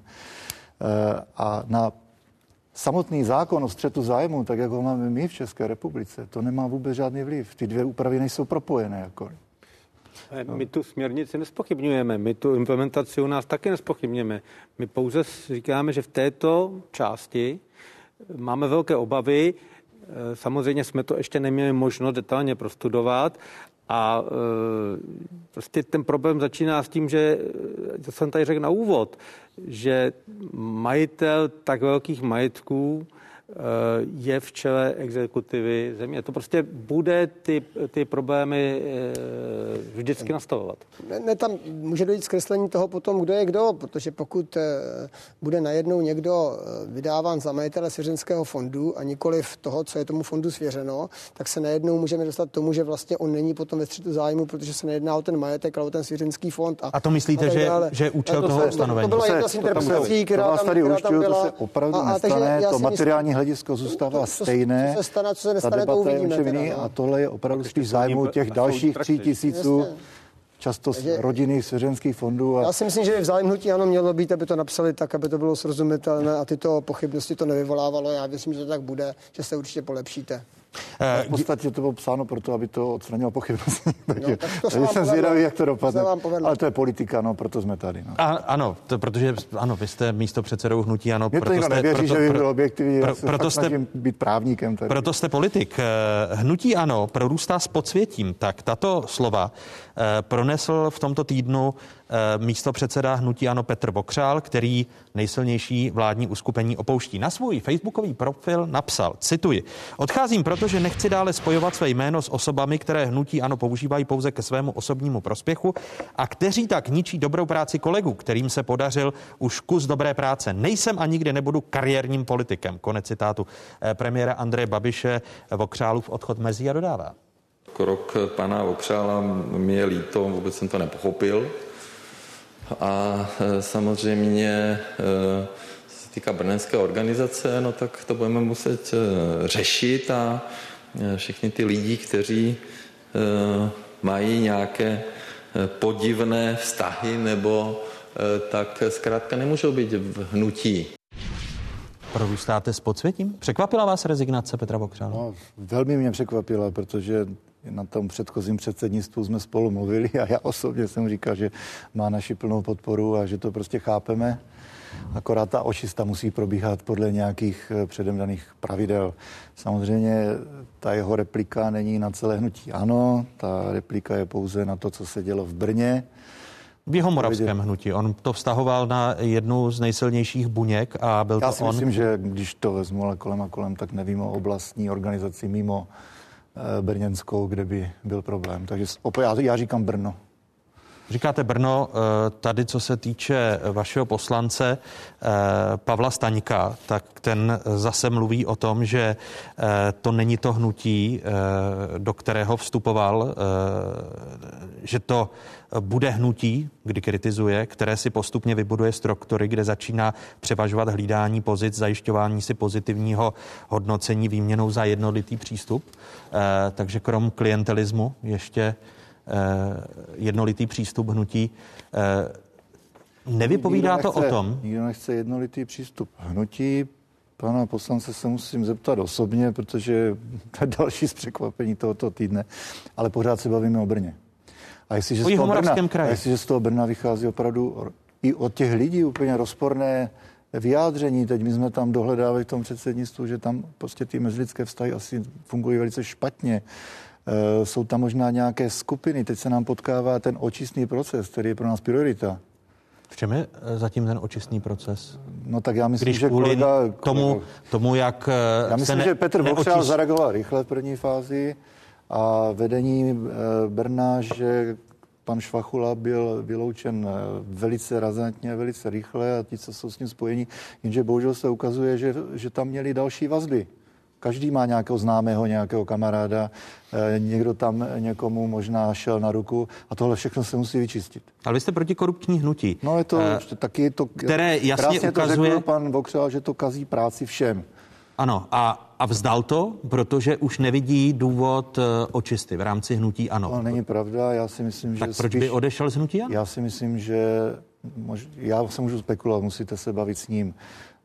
A na samotný zákon o střetu zájmu, tak jak ho máme my v České republice, to nemá vůbec žádný vliv. Ty dvě úpravy nejsou propojené. Jako. My tu směrnici nespochybňujeme, my tu implementaci u nás taky nespochybňujeme. My pouze říkáme, že v této části máme velké obavy. Samozřejmě jsme to ještě neměli možnost detailně prostudovat a prostě ten problém začíná s tím, že to jsem tady řekl na úvod, že majitel tak velkých majetků je v čele exekutivy země. To prostě bude ty problémy vždycky nastavovat. Ne, tam může dojít zkreslení toho potom, kdo je kdo, protože pokud bude najednou někdo vydáván za majitele svěřenského fondu a nikoliv toho, co je tomu fondu svěřeno, tak se najednou můžeme dostat tomu, že vlastně on není potom ve střetu zájmu, protože se nejedná o ten majetek, ale o ten svěřenský fond. A to myslíte, že účel toho ustanovení? To byla jedna z interpretací, která tam byla. To se opravdu nestane, to materiální hledisko zůstává stejné. Co se nestane, to uvidíme. A tohle je opravdu spíš zájmu těch dalších 3 000 často rodinných svěřenských fondů. Já si myslím, že v zájmu hnutí ANO mělo být, aby to napsali tak, aby to bylo srozumitelné a tyto pochybnosti to nevyvolávalo. Já myslím, že to tak bude, že se určitě polepšíte. V podstatě to bylo psáno proto, aby to odstranilo pochybnosti. Takže jsem zvědavý, jak to dopadne. Ale to je politika, no, proto jsme tady. No. Ano, protože vy jste místopředsedou hnutí ANO. Mě to nikdo nevěří, že by byl objektivní. Proto jste být právníkem. Tady. Proto jste politik. Hnutí ANO prorůstá s podsvětím. Tak tato slova pronesl v tomto týdnu místopředseda hnutí ANO Petr Vokřál, který nejsilnější vládní uskupení opouští. Na svůj facebookový profil napsal, cituji, odcházím, protože nechci dále spojovat své jméno s osobami, které hnutí ANO používají pouze ke svému osobnímu prospěchu a kteří tak ničí dobrou práci kolegů, kterým se podařil už kus dobré práce. Nejsem a nikdy nebudu kariérním politikem. Konec citátu premiéra Andreje Babiše. Vokřálův odchod mezí a dodává. Krok pana Vokřála mi je líto, vůbec jsem to nepochopil. A samozřejmě se týká brněnské organizace, no tak to budeme muset řešit a všichni ty lidi, kteří mají nějaké podivné vztahy nebo tak zkrátka nemůžou být v hnutí. Prorůstáte s podsvětím? Překvapila vás rezignace Petra Vokřála? No, velmi mě překvapila, protože na tom předchozím předsednictvu jsme spolu mluvili a já osobně jsem říkal, že má naši plnou podporu a že to prostě chápeme. Akorát ta očista musí probíhat podle nějakých předem daných pravidel. Samozřejmě ta jeho replika není na celé hnutí ANO, ta replika je pouze na to, co se dělo v Brně. V jeho moravském hnutí. On to vztahoval na jednu z nejsilnějších buněk a byl já to si on. Myslím, že když to vezmu ale kolem a kolem, tak nevím o oblastní organizaci mimo brněnskou, kde by byl problém. Takže já říkám Brno. Říkáte Brno, tady co se týče vašeho poslance Pavla Staňka, tak ten zase mluví o tom, že to není to hnutí, do kterého vstupoval, že to bude hnutí, kdy kritizuje, které si postupně vybuduje struktury, kde začíná převažovat hlídání pozic, zajišťování si pozitivního hodnocení výměnou za jednolitý přístup. Takže krom klientelismu ještě jednolitý přístup hnutí. Nevypovídá to o tom? Nikdo nechce jednolitý přístup hnutí. Pana poslance se musím zeptat osobně, protože to je další z překvapení tohoto týdne. Ale pořád se bavíme o Brně. A jestliže z toho Brna vychází opravdu i od těch lidí úplně rozporné vyjádření, teď my jsme tam dohledávali v tom předsednictvu, že tam prostě ty mezilidské vztahy asi fungují velice špatně. Jsou tam možná nějaké skupiny, teď se nám potkává ten očistný proces, který je pro nás priorita. V čem je zatím ten očistný proces? No tak já myslím, když že tomu, jak já myslím, že Petr Vokřál zareagoval rychle v první fázi a vedení Brna, že pan Švachula byl vyloučen velice razantně, velice rychle a ti, co jsou s ním spojení, jenže bohužel se ukazuje, že tam měli další vazby. Každý má nějakého známého, nějakého kamaráda, někdo tam někomu možná šel na ruku a tohle všechno se musí vyčistit. Ale vy jste protikorupční hnutí. No je to taky to, které jasně ukazuje... To řekl pan Vokřál, že to kazí práci všem. Ano, a vzdal to, protože už nevidí důvod očisty v rámci hnutí ANO. To není pravda, já si myslím, tak že... Tak proč by odešel z hnutí ANO? Já si myslím, že... Já se můžu spekulovat, musíte se bavit s ním.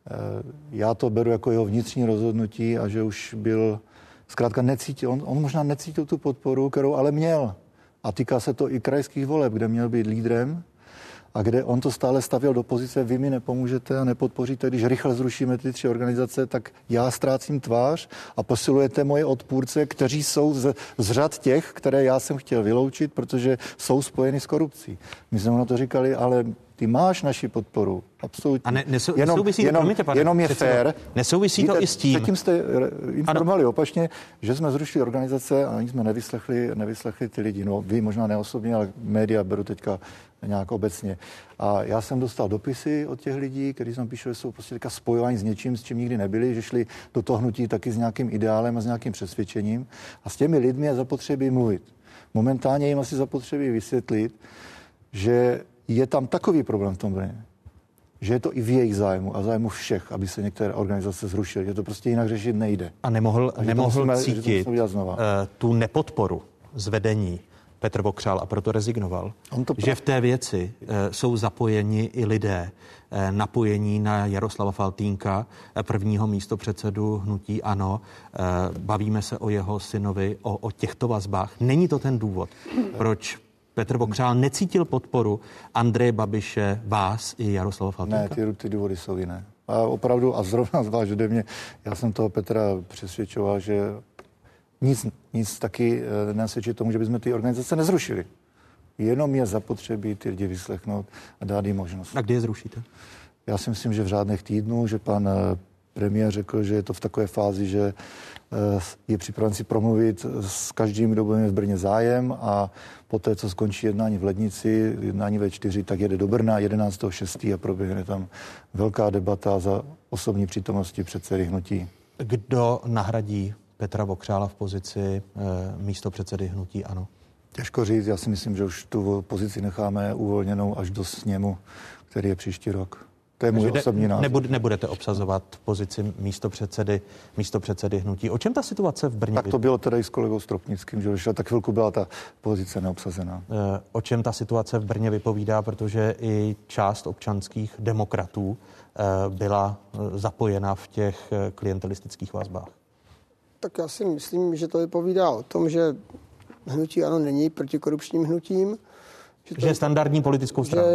Já to beru jako jeho vnitřní rozhodnutí a že už byl, zkrátka necítil, on možná necítil tu podporu, kterou ale měl. A týká se to i krajských voleb, kde měl být lídrem a kde on to stále stavěl do pozice, vy mi nepomůžete a nepodpoříte, když rychle zrušíme ty 3 organizace, tak já ztrácím tvář a posilujete moje odpůrce, kteří jsou z řad těch, které já jsem chtěl vyloučit, protože jsou spojeny s korupcí. My jsme na to říkali, ale ty máš naši podporu, absolutně. A jenom je fér. Nesouvisí to i s tím. Zatím jste informovali opačně, že jsme zrušili organizace a ani jsme nevyslechli ty lidi. No, vy možná neosobně, ale média beru teďka nějak obecně. A já jsem dostal dopisy od těch lidí, kteří jsem píšel, že jsou prostě teďka spojováni s něčím, s čím nikdy nebyli, že šli do toho hnutí taky s nějakým ideálem a s nějakým přesvědčením. A s těmi lidmi je zapotřebí mluvit. Momentálně jim asi zapotřebí vysvětlit, že je tam takový problém v tom Brně, že je to i v jejich zájmu a zájmu všech, aby se některé organizace zrušily, že to prostě jinak řešit nejde. A nemohl cítit tu nepodporu z vedení Petr Vokřál a proto rezignoval, že v té věci jsou zapojeni i lidé napojení na Jaroslava Faltýnka, prvního místopředsedu hnutí ANO. Bavíme se o jeho synovi, o těchto vazbách. Není to ten důvod, proč Petr Vokřál necítil podporu Andreje Babiše, vás i Jaroslava Faltýnka? Ne, ty důvody jsou jiné. A opravdu, a zrovna zvlášť ode mě, já jsem toho Petra přesvědčoval, že nic taky nesvědčí tomu, že bychom ty organizace nezrušili. Jenom je zapotřebí ty lidi vyslechnout a dát jim možnost. A kdy je zrušíte? Já si myslím, že v řádných týdnů, že pan premiér řekl, že je to v takové fázi, že je připraven si promluvit s každým, kdo bude mít v Brně zájem, a poté, co skončí jednání v Lednici, jednání V4, tak jede do Brna 11.6. a proběhne tam velká debata za osobní přítomnosti předsedy hnutí. Kdo nahradí Petra Vokřála v pozici místopředsedy hnutí ANO? Těžko říct, já si myslím, že už tu pozici necháme uvolněnou až do sněmu, který je příští rok. To je můj osobní názor. Nebudete obsazovat pozici místopředsedy hnutí. O čem ta situace v Brně? Tak to bylo teda i s kolegou Stropnickým, že tak chvilku byla ta pozice neobsazená. O čem ta situace v Brně vypovídá, protože i část občanských demokratů byla zapojena v těch klientelistických vazbách? Tak já si myslím, že to vypovídá o tom, že hnutí ANO není protikorupčním hnutím. Že je standardní politickou stranou.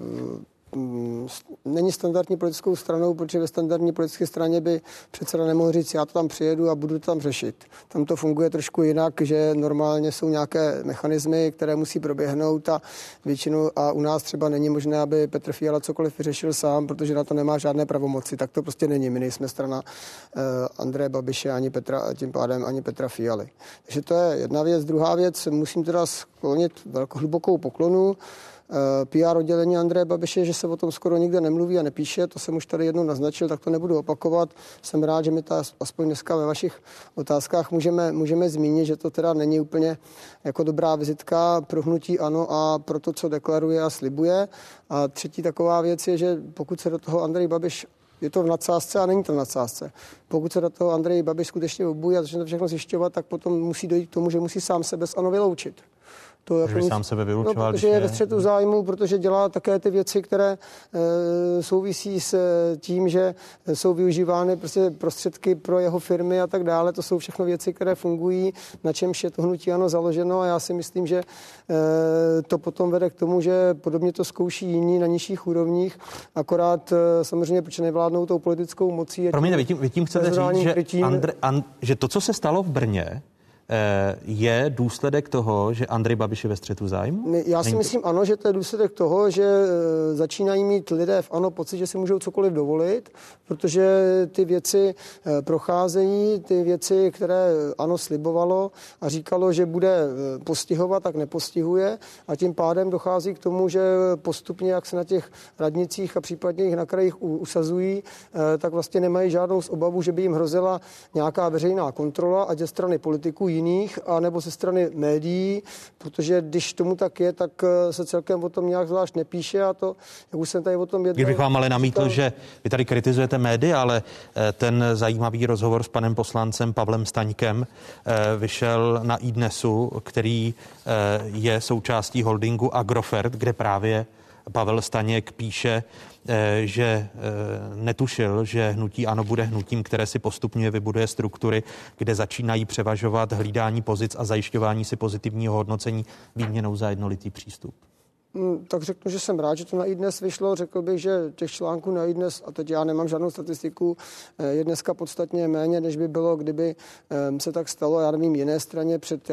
Není standardní politickou stranou, protože ve standardní politické straně by předseda nemohl říct, já to tam přijedu a budu to tam řešit. Tam to funguje trošku jinak, že normálně jsou nějaké mechanismy, které musí proběhnout a většinou a u nás třeba není možné, aby Petr Fiala cokoliv vyřešil sám, protože na to nemá žádné pravomoci. Tak to prostě není. My nejsme strana Andreje Babiše ani Petra, tím pádem ani Petra Fialy. Takže to je jedna věc. Druhá věc, musím teda sklonit hlubokou poklonu PR oddělení Andreje Babiše, že se o tom skoro nikde nemluví a nepíše, to jsem už tady jednou naznačil, tak to nebudu opakovat. Jsem rád, že mi to aspoň dneska ve vašich otázkách můžeme zmínit, že to teda není úplně jako dobrá vizitka pro hnutí ANO a pro to, co deklaruje a slibuje. A třetí taková věc je, že pokud se do toho Andrej Babiš, je to v nadsázce a není to v nadsázce. Pokud se do toho Andrej Babiš skutečně obují a začne to všechno zjišťovat, tak potom musí dojít k tomu, že musí sám sebe z ANO vyloučit. Že sám sebe vylučoval, protože je ve střetu zájmu, protože dělá také ty věci, které souvisí s tím, že jsou využívány prostě prostředky pro jeho firmy a tak dále. To jsou všechno věci, které fungují, na čemž je to hnutí ANO založeno a já si myslím, že to potom vede k tomu, že podobně to zkouší jiní na nižších úrovních, akorát samozřejmě, protože nevládnou tou politickou mocí. Promiňte, vy tím chcete říct, že to, co se stalo v Brně, je důsledek toho, že Andrej Babiš je ve střetu zájmu? Já si myslím, ano, že to je důsledek toho, že začínají mít lidé v ANO pocit, že si můžou cokoliv dovolit, protože ty věci procházejí, ty věci, které ANO slibovalo a říkalo, že bude postihovat, tak nepostihuje a tím pádem dochází k tomu, že postupně, jak se na těch radnicích a případně jich na krajích usazují, tak vlastně nemají žádnou obavu, že by jim hrozila nějaká veřejná kontrola, ať ze strany politiků jiných, anebo ze strany médií, protože když tomu tak je, tak se celkem o tom nějak zvlášť nepíše a to, jak už jsem tady o tom jednal. Kdybych vám ale namítl, že vy tady kritizujete média, ale ten zajímavý rozhovor s panem poslancem Pavlem Staňkem vyšel na iDnesu, který je součástí holdingu Agrofert, kde právě Pavel Staněk píše, že netušil, že hnutí ANO bude hnutím, které si postupně vybuduje struktury, kde začínají převažovat hlídání pozic a zajišťování si pozitivního hodnocení výměnou za jednolitý přístup. Tak řeknu, že jsem rád, že to na iDnes vyšlo. Řekl bych, že těch článků na iDnes, a teď já nemám žádnou statistiku, je dneska podstatně méně, než by bylo, kdyby se tak stalo, já nevím, jiné straně před,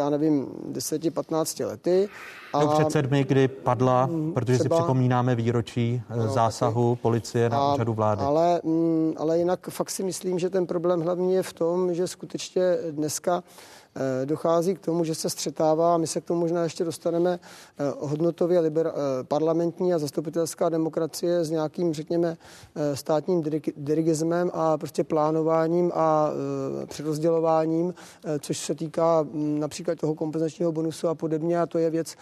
10-15 lety. No před 7, kdy padla, protože si připomínáme výročí zásahu policie na úřadu vlády. Ale jinak fakt si myslím, že ten problém hlavní je v tom, že skutečně dneska dochází k tomu, že se střetává, my se k tomu možná ještě dostaneme, hodnotově parlamentní a zastupitelská demokracie s nějakým, řekněme, státním dirigismem a prostě plánováním a přerozdělováním, což se týká například toho kompenzačního bonusu a podobně, a to je věc,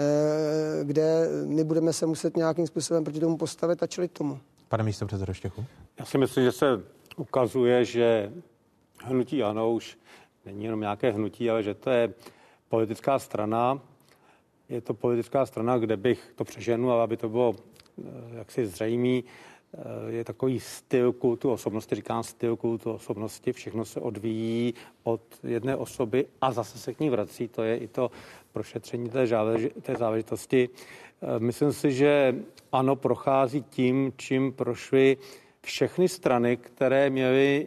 kde my budeme se muset nějakým způsobem proti tomu postavit a čelit tomu. Pane místopředsedo Štěchu. Já si myslím, že se ukazuje, že hnutí ANO už není jenom nějaké hnutí, ale že to je politická strana. Je to politická strana, kde bych to přeženul, ale aby to bylo jaksi zřejmý, je takový styl kultu osobnosti, říkám styl kultu osobnosti, všechno se odvíjí od jedné osoby a zase se k ní vrací, to je i to prošetření té záležitosti. Myslím si, že ANO prochází tím, čím prošly všechny strany, které měly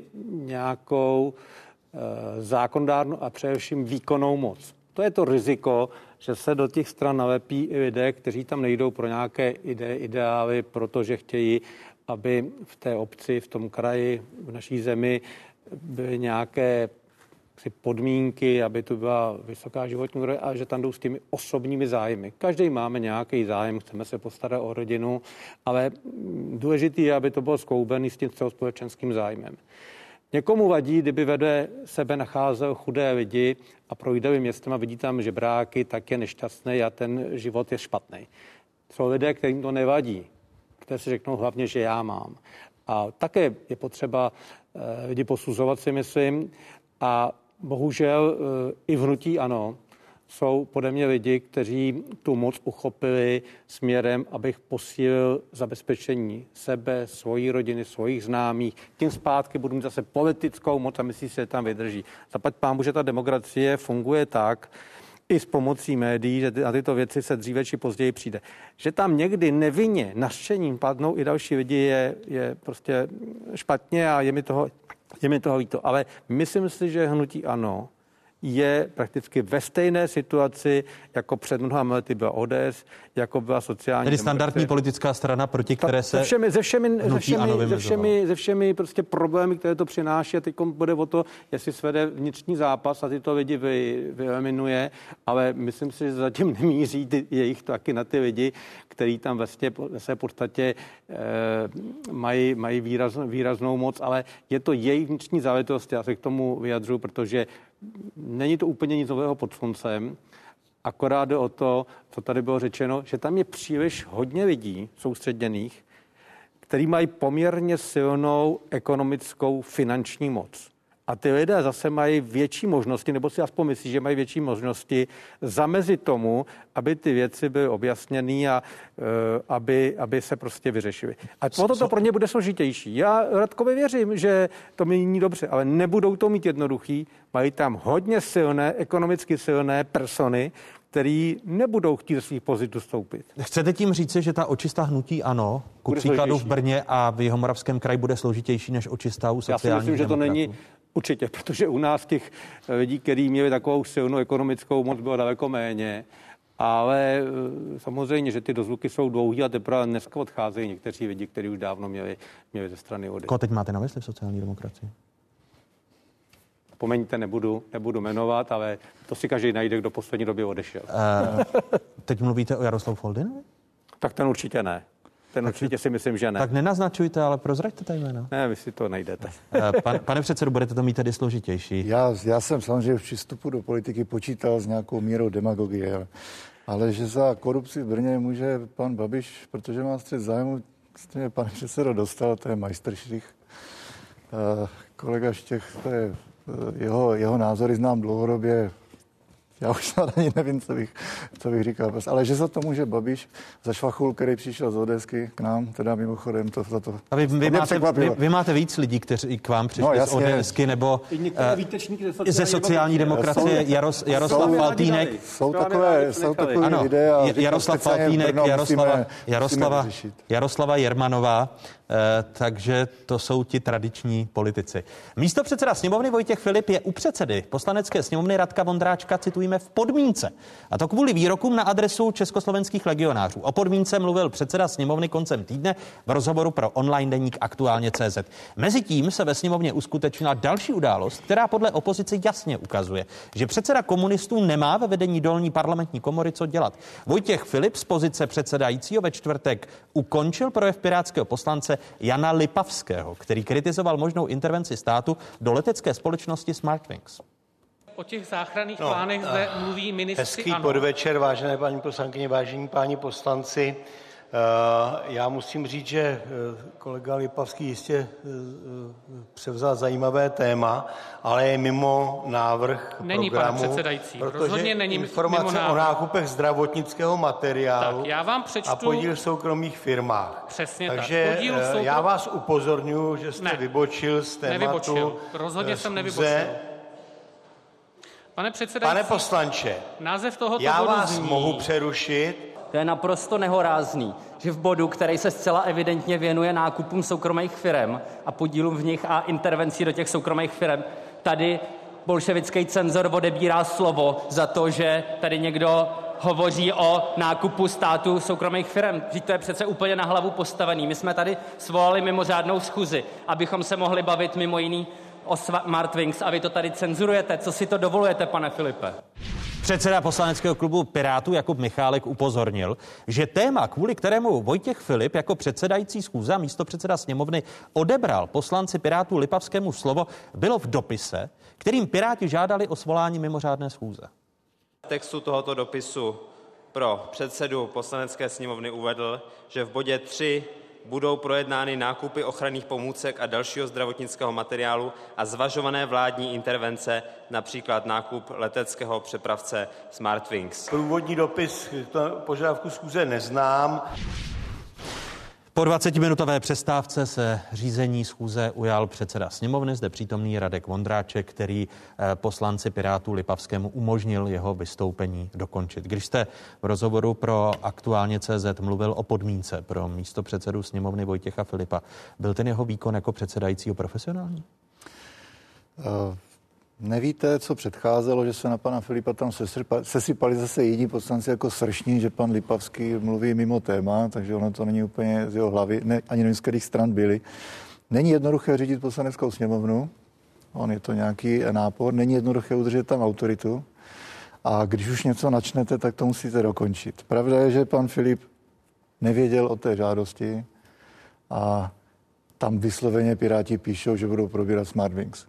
nějakou zákonodárnou a především výkonnou moc. To je to riziko, že se do těch stran nalepí i lidé, kteří tam nejdou pro nějaké ideály, protože chtějí, aby v té obci, v tom kraji, v naší zemi byly nějaké podmínky, aby tu byla vysoká životní úroveň a že tam jdou s těmi osobními zájmy. Každý máme nějaký zájem, chceme se postarat o rodinu, ale důležité je, aby to bylo skloubené s tím celospolečenským zájmem. Někomu vadí, kdyby vedle sebe nacházel chudé lidi a projde městem a vidí tam žebráky, tak je nešťastný a ten život je špatný. Jsou lidé, kterým to nevadí, které si řeknou hlavně, že já mám. A také je potřeba lidi posuzovat, si myslím, a bohužel i v hnutí ANO jsou podle mě lidi, kteří tu moc uchopili směrem, abych posílil zabezpečení sebe, svojí rodiny, svých známých. Tím zpátky budu mít zase politickou moc a myslí si, že tam vydrží. Zaplať pánbůh, že ta demokracie funguje tak, i s pomocí médií, že na tyto věci se dříve či později přijde. Že tam někdy nevinně nařčením padnou i další lidi je prostě špatně a je mi toho líto. Ale myslím si, že hnutí ANO je prakticky ve stejné situaci, jako před mnoha lety byla ODS, jako byla sociální tedy demokracie. Standardní politická strana, proti které se ze všemi prostě problémy, které to přináší. A teď bude o to, jestli svede vnitřní zápas a tyto lidi vyeliminuje, ale myslím si, že zatím nemíří jejich taky na ty lidi, který tam ve své podstatě mají výraznou moc, ale je to její vnitřní záležitost. Já se k tomu vyjadřuji, protože není to úplně nic nového pod sluncem, akorát jde o to, co tady bylo řečeno, že tam je příliš hodně lidí soustředěných, kteří mají poměrně silnou ekonomickou finanční moc. A ty lidé zase mají větší možnosti, nebo si aspoň myslí, že mají větší možnosti zamezit tomu, aby ty věci byly objasněny a aby se prostě vyřešily. A to pro ně bude složitější. Já Radkovi věřím, že to míní dobře, ale nebudou to mít jednoduchý. Mají tam hodně silné, ekonomicky silné persony, který nebudou chtít ze svých pozic ustoupit. Chcete tím říci, že ta očista hnutí ANO, ku příkladu v Brně a v Jihomoravském kraji, bude složitější než očista u sociálních demokratů? Já si myslím, že to není určitě, protože u nás těch lidí, kteří měli takovou silnou ekonomickou moc, bylo daleko méně. Ale samozřejmě, že ty dozvuky jsou dlouhý a teprve dneska odcházejí někteří lidi, kteří už dávno měli ze strany odejít. Koho teď máte na mysli v sociální demokracii? Pomeňte, nebudu jmenovat, ale to si každý najde, kdo poslední době odešel. Teď mluvíte o Jaroslavu Foldynovi? Tak ten určitě ne. Určitě si myslím, že ne. Tak nenaznačujte, ale prozraďte ta jména. Ne, vy si to najdete. Pane předsedo, budete to mít tedy složitější. Já jsem samozřejmě v přístupu do politiky počítal s nějakou mírou demagogie, ale že za korupci v Brně může pan Babiš, protože má střet zájmu, stejně pane předsedo dostal, to je majstrších. Kolega Štech, to je jeho názory znám dlouhodobě. Já už ani nevím, co bych říkal. Ale že za to může Babiš, za švachul, který přišel z ODSky k nám, teda mimochodem to za to. A vy máte víc lidí, kteří k vám přišli z ODSky nebo ze sociální demokracie, Jaroslav Faltýnek. Jsou takové lidé. A Jaroslav Faltýnek, Jaroslava Jermanová. Takže to jsou ti tradiční politici. Místopředseda sněmovny Vojtěch Filip je u předsedy Poslanecké sněmovny Radka Vondráčka, citujeme, v podmínce. A to kvůli výrokům na adresu československých legionářů. O podmínce mluvil předseda sněmovny koncem týdne v rozhovoru pro online deník Aktuálně.cz. Mezitím se ve sněmovně uskutečnila další událost, která podle opozice jasně ukazuje, že předseda komunistů nemá ve vedení dolní parlamentní komory co dělat. Vojtěch Filip z pozice předsedajícího ve čtvrtek ukončil projev pirátského poslance Jana Lipavského, který kritizoval možnou intervenci státu do letecké společnosti Smartwings. O těch záchranných plánech zde mluví ministři. Hezký podvečer, vážené paní poslankyně, vážení páni poslanci. Já musím říct, že kolega Lipavský jistě převzal zajímavé téma, ale je mimo návrh není, programu. Pane předsedající, rozhodně není informace mimo o nákupech zdravotnického materiálu tak, já vám přečtu, a podíl v soukromých firmách. Přesně takže tak. Já vás upozorňuji, že jste vybočil z tématu. Nevybočil. Rozhodně jsem nevybočil. Pane předsedající, pane poslanče, název tohoto já bodu vás zní, mohu přerušit. To je naprosto nehorázný, že v bodu, který se zcela evidentně věnuje nákupům soukromých firem a podílům v nich a intervencí do těch soukromých firem, tady bolševický cenzor odebírá slovo za to, že tady někdo hovoří o nákupu státu soukromých firm. To je přece úplně na hlavu postavený. My jsme tady svolali mimořádnou schůzi, abychom se mohli bavit mimo jiný o Smartwings a vy to tady cenzurujete. Co si to dovolujete, pane Filipe? Předseda poslaneckého klubu Pirátů Jakub Michálek upozornil, že téma, kvůli kterému Vojtěch Filip jako předsedající schůze a místopředseda sněmovny odebral poslanci Pirátů Lipavskému slovo, bylo v dopise, kterým Piráti žádali o svolání mimořádné schůze. V textu tohoto dopisu pro předsedu poslanecké sněmovny uvedl, že v bodě 3 budou projednány nákupy ochranných pomůcek a dalšího zdravotnického materiálu a zvažované vládní intervence, například nákup leteckého přepravce Smartwings. Průvodní dopis požadavku schůze neznám. Po 20-minutové přestávce se řízení schůze ujal předseda sněmovny, zde přítomný Radek Vondráček, který poslanci Pirátů Lipavskému umožnil jeho vystoupení dokončit. Když jste v rozhovoru pro Aktuálně.cz mluvil o podmínce pro místopředsedu sněmovny Vojtěcha Filipa, byl ten jeho výkon jako předsedajícího profesionální? Nevíte, co předcházelo, že se na pana Filipa tam sesypali zase jiní poslanci jako sršní, že pan Lipavský mluví mimo téma, takže ono to není úplně z jeho hlavy, ani nevím, z kterých stran byli. Není jednoduché řídit poslaneckou sněmovnu, je to nějaký nápor, není jednoduché udržet tam autoritu a když už něco načnete, tak to musíte dokončit. Pravda je, že pan Filip nevěděl o té žádosti a tam vysloveně Piráti píšou, že budou probírat Smartwings.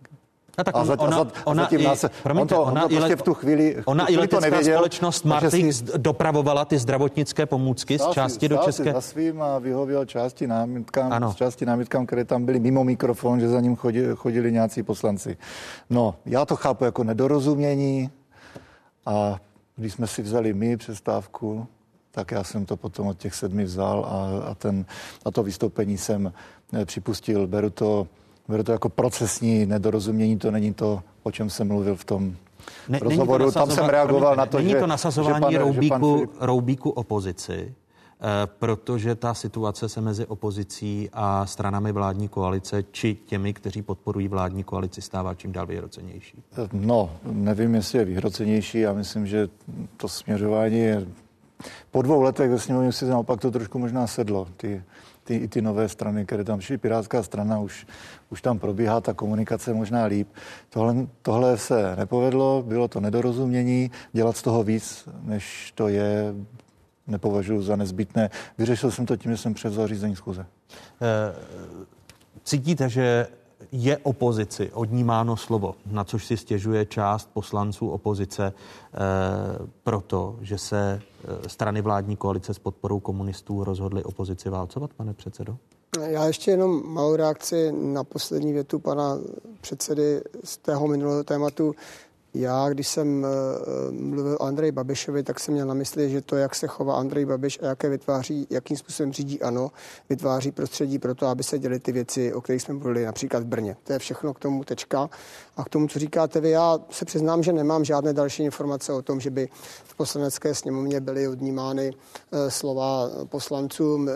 V tu chvíli i letecká společnost Smartwings dopravovala ty zdravotnické pomůcky z části do České. Za svým a vyhověl části námitkám, které tam byly mimo mikrofon, že za ním chodili nějací poslanci. No, já to chápu jako nedorozumění a když jsme si vzali my přestávku, tak já jsem to potom od těch 7 vzal a to vystoupení jsem připustil. Beru to jako procesní nedorozumění, to není to, o čem jsem mluvil v tom rozhovoru. Tam jsem reagoval na to, není to nasazování roubíku opozici, protože ta situace se mezi opozicí a stranami vládní koalice či těmi, kteří podporují vládní koalici, stává čím dál vyhrocenější. No, nevím, jestli je vyhrocenější. Já myslím, že to směřování je po 2 letech ve sněmovně si naopak to trošku možná sedlo. Ty nové strany, které tam šly, Pirátská strana, už tam probíhá ta komunikace možná líp. Tohle se nepovedlo, bylo to nedorozumění, dělat z toho víc, než to je, nepovažuji za nezbytné. Vyřešil jsem to tím, že jsem převzal řízení schůze. Cítíte, že je opozici odnímáno slovo, na což si stěžuje část poslanců opozice, proto, že se strany vládní koalice s podporou komunistů rozhodly opozici válcovat, pane předsedo? Já ještě jenom malou reakci na poslední větu pana předsedy z tého minulého tématu. Já, když jsem mluvil o Andreji Babišovi, tak jsem měl na mysli, že to, jak se chová Andrej Babiš a jakým způsobem řídí ANO, vytváří prostředí pro to, aby se děly ty věci, o kterých jsme mluvili například v Brně. To je všechno k tomu tečka. A k tomu, co říkáte vy, já se přiznám, že nemám žádné další informace o tom, že by v poslanecké sněmovně byly odnímány slova poslancům.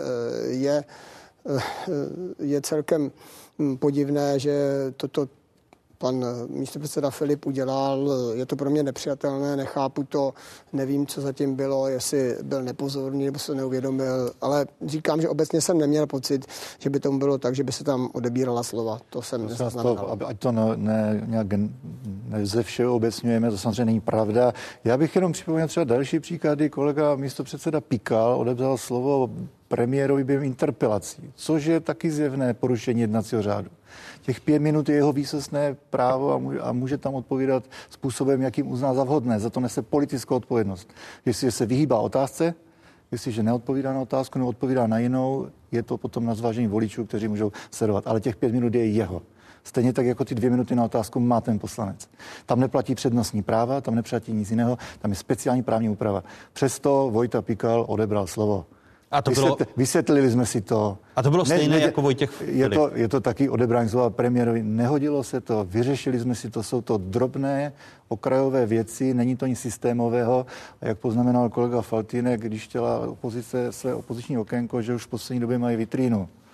Je celkem podivné, že toto pan místopředseda Filip udělal. Je to pro mě nepřijatelné, nechápu to, nevím, co zatím bylo, jestli byl nepozorný nebo se neuvědomil, ale říkám, že obecně jsem neměl pocit, že by tomu bylo tak, že by se tam odebírala slova. To jsem nezaznamenal. Ať to nějak ze všeho obecňujeme, to samozřejmě není pravda. Já bych jenom připomněl třeba další příklady. Kolega místopředseda Pikal odebral slovo premiérovi během interpelací, což je taky zjevné porušení jednacího řádu. Těch 5 minut je jeho výsostné právo a může tam odpovídat způsobem, jakým uzná za vhodné. Za to nese politickou odpovědnost. Jestliže se vyhýbá otázce, jestliže neodpovídá na otázku, nebo odpovídá na jinou, je to potom na zvážení voličů, kteří můžou sledovat. Ale těch 5 minut je jeho. Stejně tak, jako ty 2 minuty na otázku má ten poslanec. Tam neplatí přednostní práva, tam neplatí nic jiného, tam je speciální právní úprava. Přesto Vojta Pikal odebral slovo. A to bylo... Vysvětlili jsme si to. A to bylo stejné jako Vojtěch Filip. Je to taky odebrání slova premiérovi. Nehodilo se to, vyřešili jsme si to, jsou to drobné okrajové věci, není to nic systémového. A jak poznamenal kolega Faltýnek, když chtěla opozice své opoziční okénko, že už v poslední době mají vitrínu.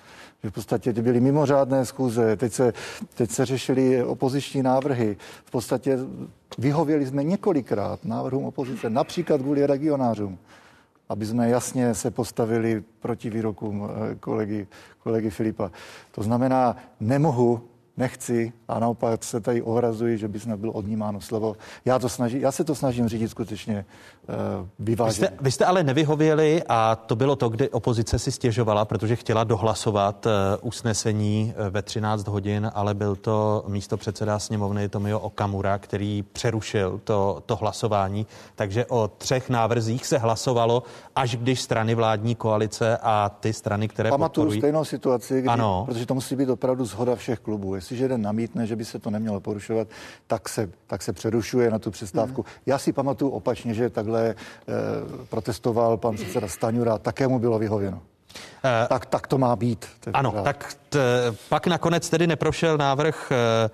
V podstatě byly mimořádné schůze, teď se řešily opoziční návrhy. V podstatě vyhověli jsme několikrát návrhům opozice, například kvůli regionářům, aby jsme jasně se postavili proti výrokům kolegy Filipa. To znamená, nechci a naopak se tady ohrazuji, že by snad bylo odnímáno slovo. Já se to snažím řídit skutečně vyváženě. Vy jste ale nevyhověli a to bylo to, kdy opozice si stěžovala, protože chtěla dohlasovat usnesení ve 13 hodin, ale byl to místopředseda sněmovny Tomio Okamura, který přerušil to hlasování. Takže o 3 návrzích se hlasovalo, až když strany vládní koalice a ty strany, které pamatuju podporují... stejnou situaci, protože to musí být opravdu shoda všech klubů. Jestliže jeden namítne, že by se to nemělo porušovat, tak se přerušuje na tu přestávku. Já si pamatuju opačně, že takhle protestoval pan předseda Stanjura, také mu bylo vyhověno. Tak to má být. Ano, pak nakonec tedy neprošel návrh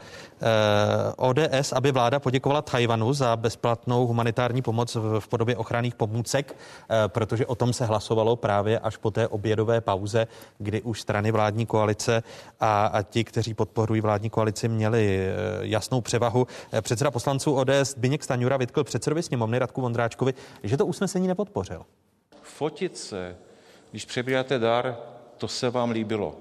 ODS, aby vláda poděkovala Tchaj-wanu za bezplatnou humanitární pomoc v podobě ochranných pomůcek, protože o tom se hlasovalo právě až po té obědové pauze, kdy už strany vládní koalice a ti, kteří podporují vládní koalici, měli jasnou převahu. Předseda poslanců ODS Zbyněk Stanjura vytkl předsedovi sněmovny Radku Vondráčkovi, že to usnesení nepodpořil. Fotit se, když přebíráte dar, to se vám líbilo.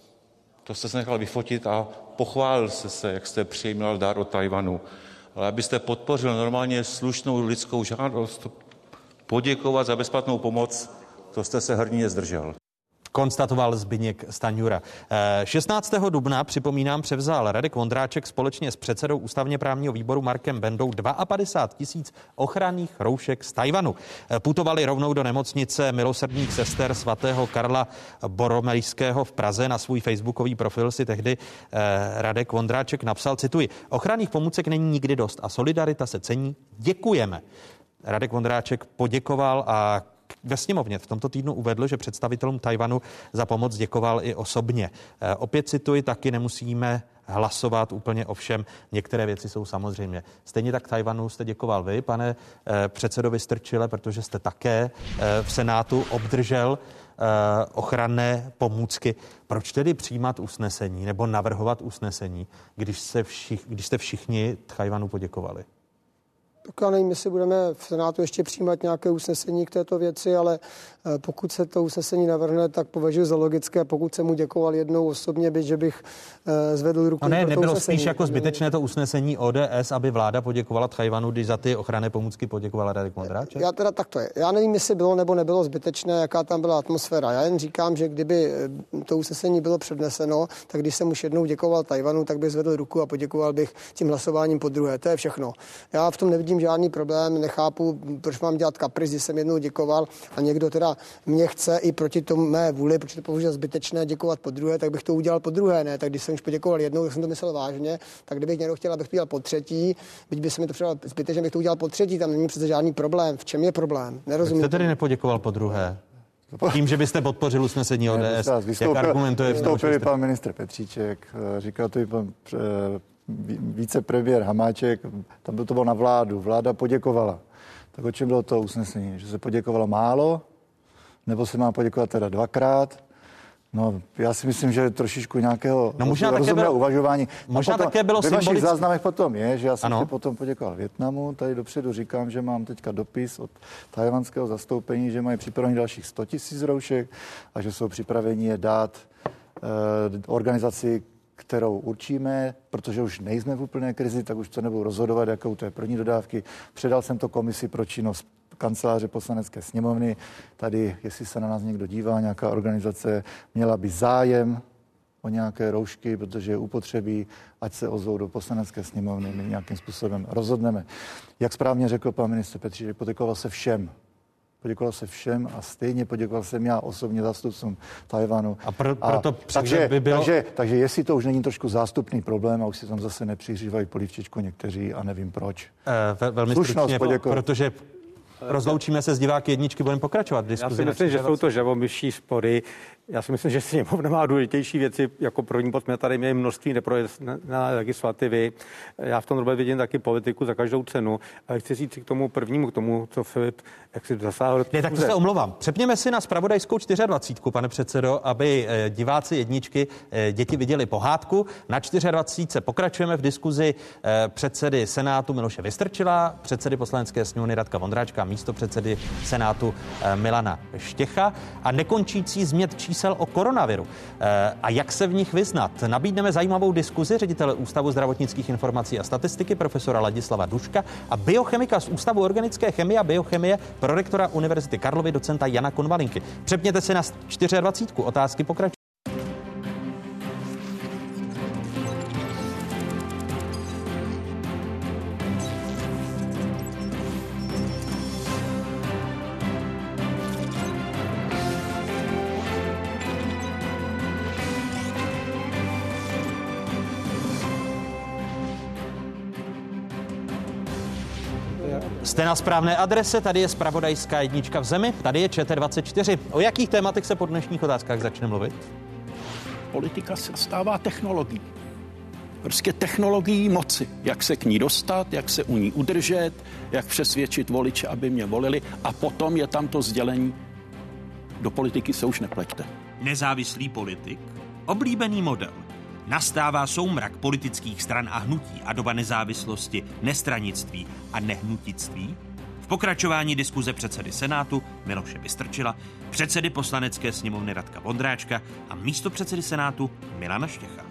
To jste se nechal vyfotit a pochválil jste se, jak jste přijímal dar od Tchaj-wanu. Ale abyste podpořil normálně slušnou lidskou žádost, poděkovat za bezplatnou pomoc, to jste se hrdinně zdržel. Konstatoval Zbyněk Stanjura. 16. dubna, připomínám, převzal Radek Vondráček společně s předsedou ústavně právního výboru Markem Bendou 52 000 ochranných roušek z Tchaj-wanu. Putovali rovnou do nemocnice milosrdných sester svatého Karla Boromejského v Praze. Na svůj facebookový profil si tehdy Radek Vondráček napsal, cituji, ochranných pomůcek není nikdy dost a solidarita se cení. Děkujeme. Radek Vondráček poděkoval a ve sněmovně v tomto týdnu uvedl, že představitelům Tchaj-wanu za pomoc děkoval i osobně. Opět cituji, taky nemusíme hlasovat úplně o všem. Některé věci jsou samozřejmě. Stejně tak Tchaj-wanu jste děkoval vy, pane předsedo Vystrčile, protože jste také v Senátu obdržel ochranné pomůcky. Proč tedy přijímat usnesení nebo navrhovat usnesení, když jste všichni Tchaj-wanu poděkovali? Tak já nevím, jestli budeme v Senátu ještě přijímat nějaké usnesení k této věci, ale pokud se to usnesení navrhne, tak považuji za logické, pokud jsem mu děkoval jednou osobně, byť, že bych zvedl ruku. No ne, nebylo spíš jako zbytečné to usnesení ODS, aby vláda poděkovala Tchaj-wanu, když za ty ochranné pomůcky poděkovala Radek Vondráček? Já teda tak to je. Já nevím, jestli bylo nebo nebylo zbytečné, jaká tam byla atmosféra. Já jen říkám, že kdyby to usnesení bylo předneseno, tak když jsem už jednou děkoval Tchaj-wanu, tak bych zvedl ruku a poděkoval bych tím hlasováním podruhé. To je všechno. Já v tom nevidím žádný problém, nechápu, proč mám dělat kapriz, když jsem jednou děkoval a někdo teda mě chce i proti tomu mé vůli, protože to považuji zbytečné děkovat podruhé, tak bych to udělal podruhé, ne? Tak když jsem už poděkoval jednou, tak jsem to myslel vážně, tak kdybych někdo chtěl, abych to udělal potřetí, byť by se mi to přidalo zbytečně, abych to udělal potřetí, tam není přece žádný problém. V čem je problém? Nerozumím. Jste tedy nepoděkoval podruhé? Tím, že byste podpořil usnesení ODS, jak argumentuje vystoupil pan ministr Petříček, říkal to i pan vicepremiér Hamáček, tam to bylo na vládu, vláda poděkovala. Tak o čem bylo to usnesení? Že se poděkovalo málo, nebo se má poděkovat teda 2krát? No, já si myslím, že trošičku nějakého rozumného uvažování. Možná také bylo symbolické. Ve vašich záznamech potom je, že já jsem si potom poděkoval Vietnamu. Tady dopředu říkám, že mám teďka dopis od tchajwanského zastoupení, že mají připravený dalších 100 000 roušek a že jsou připraveni je dát organizaci, kterou určíme, protože už nejsme v úplné krizi, tak už to nebudou rozhodovat, jakou to je první dodávky. Předal jsem to komisi pro činnost kanceláře Poslanecké sněmovny. Tady, jestli se na nás někdo dívá, nějaká organizace měla by zájem o nějaké roušky, protože je upotřebí, ať se ozvou do Poslanecké sněmovny, my nějakým způsobem rozhodneme. Jak správně řekl pan ministr Petříček, poděkoval se všem. Poděkoval se všem a stejně poděkoval jsem já osobně zástupcům Tchaj-wanu. Takže jestli to už není trošku zástupný problém a už si tam zase nepřihřívají polivčičku někteří a nevím proč. Velmi stručně, protože rozloučíme se s diváky jedničky, budeme pokračovat v diskuzi. Já si myslím, že jsou to žabomyší spory. Já si myslím, že sněmovna má důležitější věci, jako první bod jsme tady měli množství neprojednané legislativy. Já v tom době vidím taky politiku za každou cenu. Ale chci říct k tomu prvnímu, k tomu, co Filip, jak si zasáhl. Ne, tak to se omlouvám. Přepněme si na zpravodajskou 24, pane předsedo, aby diváci jedničky, děti viděli pohádku. Na 24 pokračujeme v diskuzi předsedy Senátu Miloše Vystrčila, předsedy Poslanecké sněmovny Radka Vondráčka, místopředsedy Senátu Milana Štěcha a nekončící změt čísel o koronaviru. A jak se v nich vyznat? Nabídneme zajímavou diskuzi ředitele Ústavu zdravotnických informací a statistiky profesora Ladislava Duška a biochemika z Ústavu organické chemie a biochemie prorektora Univerzity Karlovy docenta Jana Konvalinky. Přepněte si na 24. Otázky pokračují. Jste na správné adrese, tady je zpravodajská jednička v zemi, tady je ČT24. O jakých tématech se po dnešních otázkách začne mluvit? Politika se stává technologií. Prostě technologií moci. Jak se k ní dostat, jak se u ní udržet, jak přesvědčit voliče, aby mě volili a potom je tam to sdělení. Do politiky se už nepleťte. Nezávislý politik? Oblíbený model. Nastává soumrak politických stran a hnutí a doba nezávislosti, nestranictví a nehnutictví? V pokračování diskuze předsedy Senátu Miloše Vystrčila, předsedy Poslanecké sněmovny Radka Vondráčka a místopředsedy Senátu Milana Štěcha.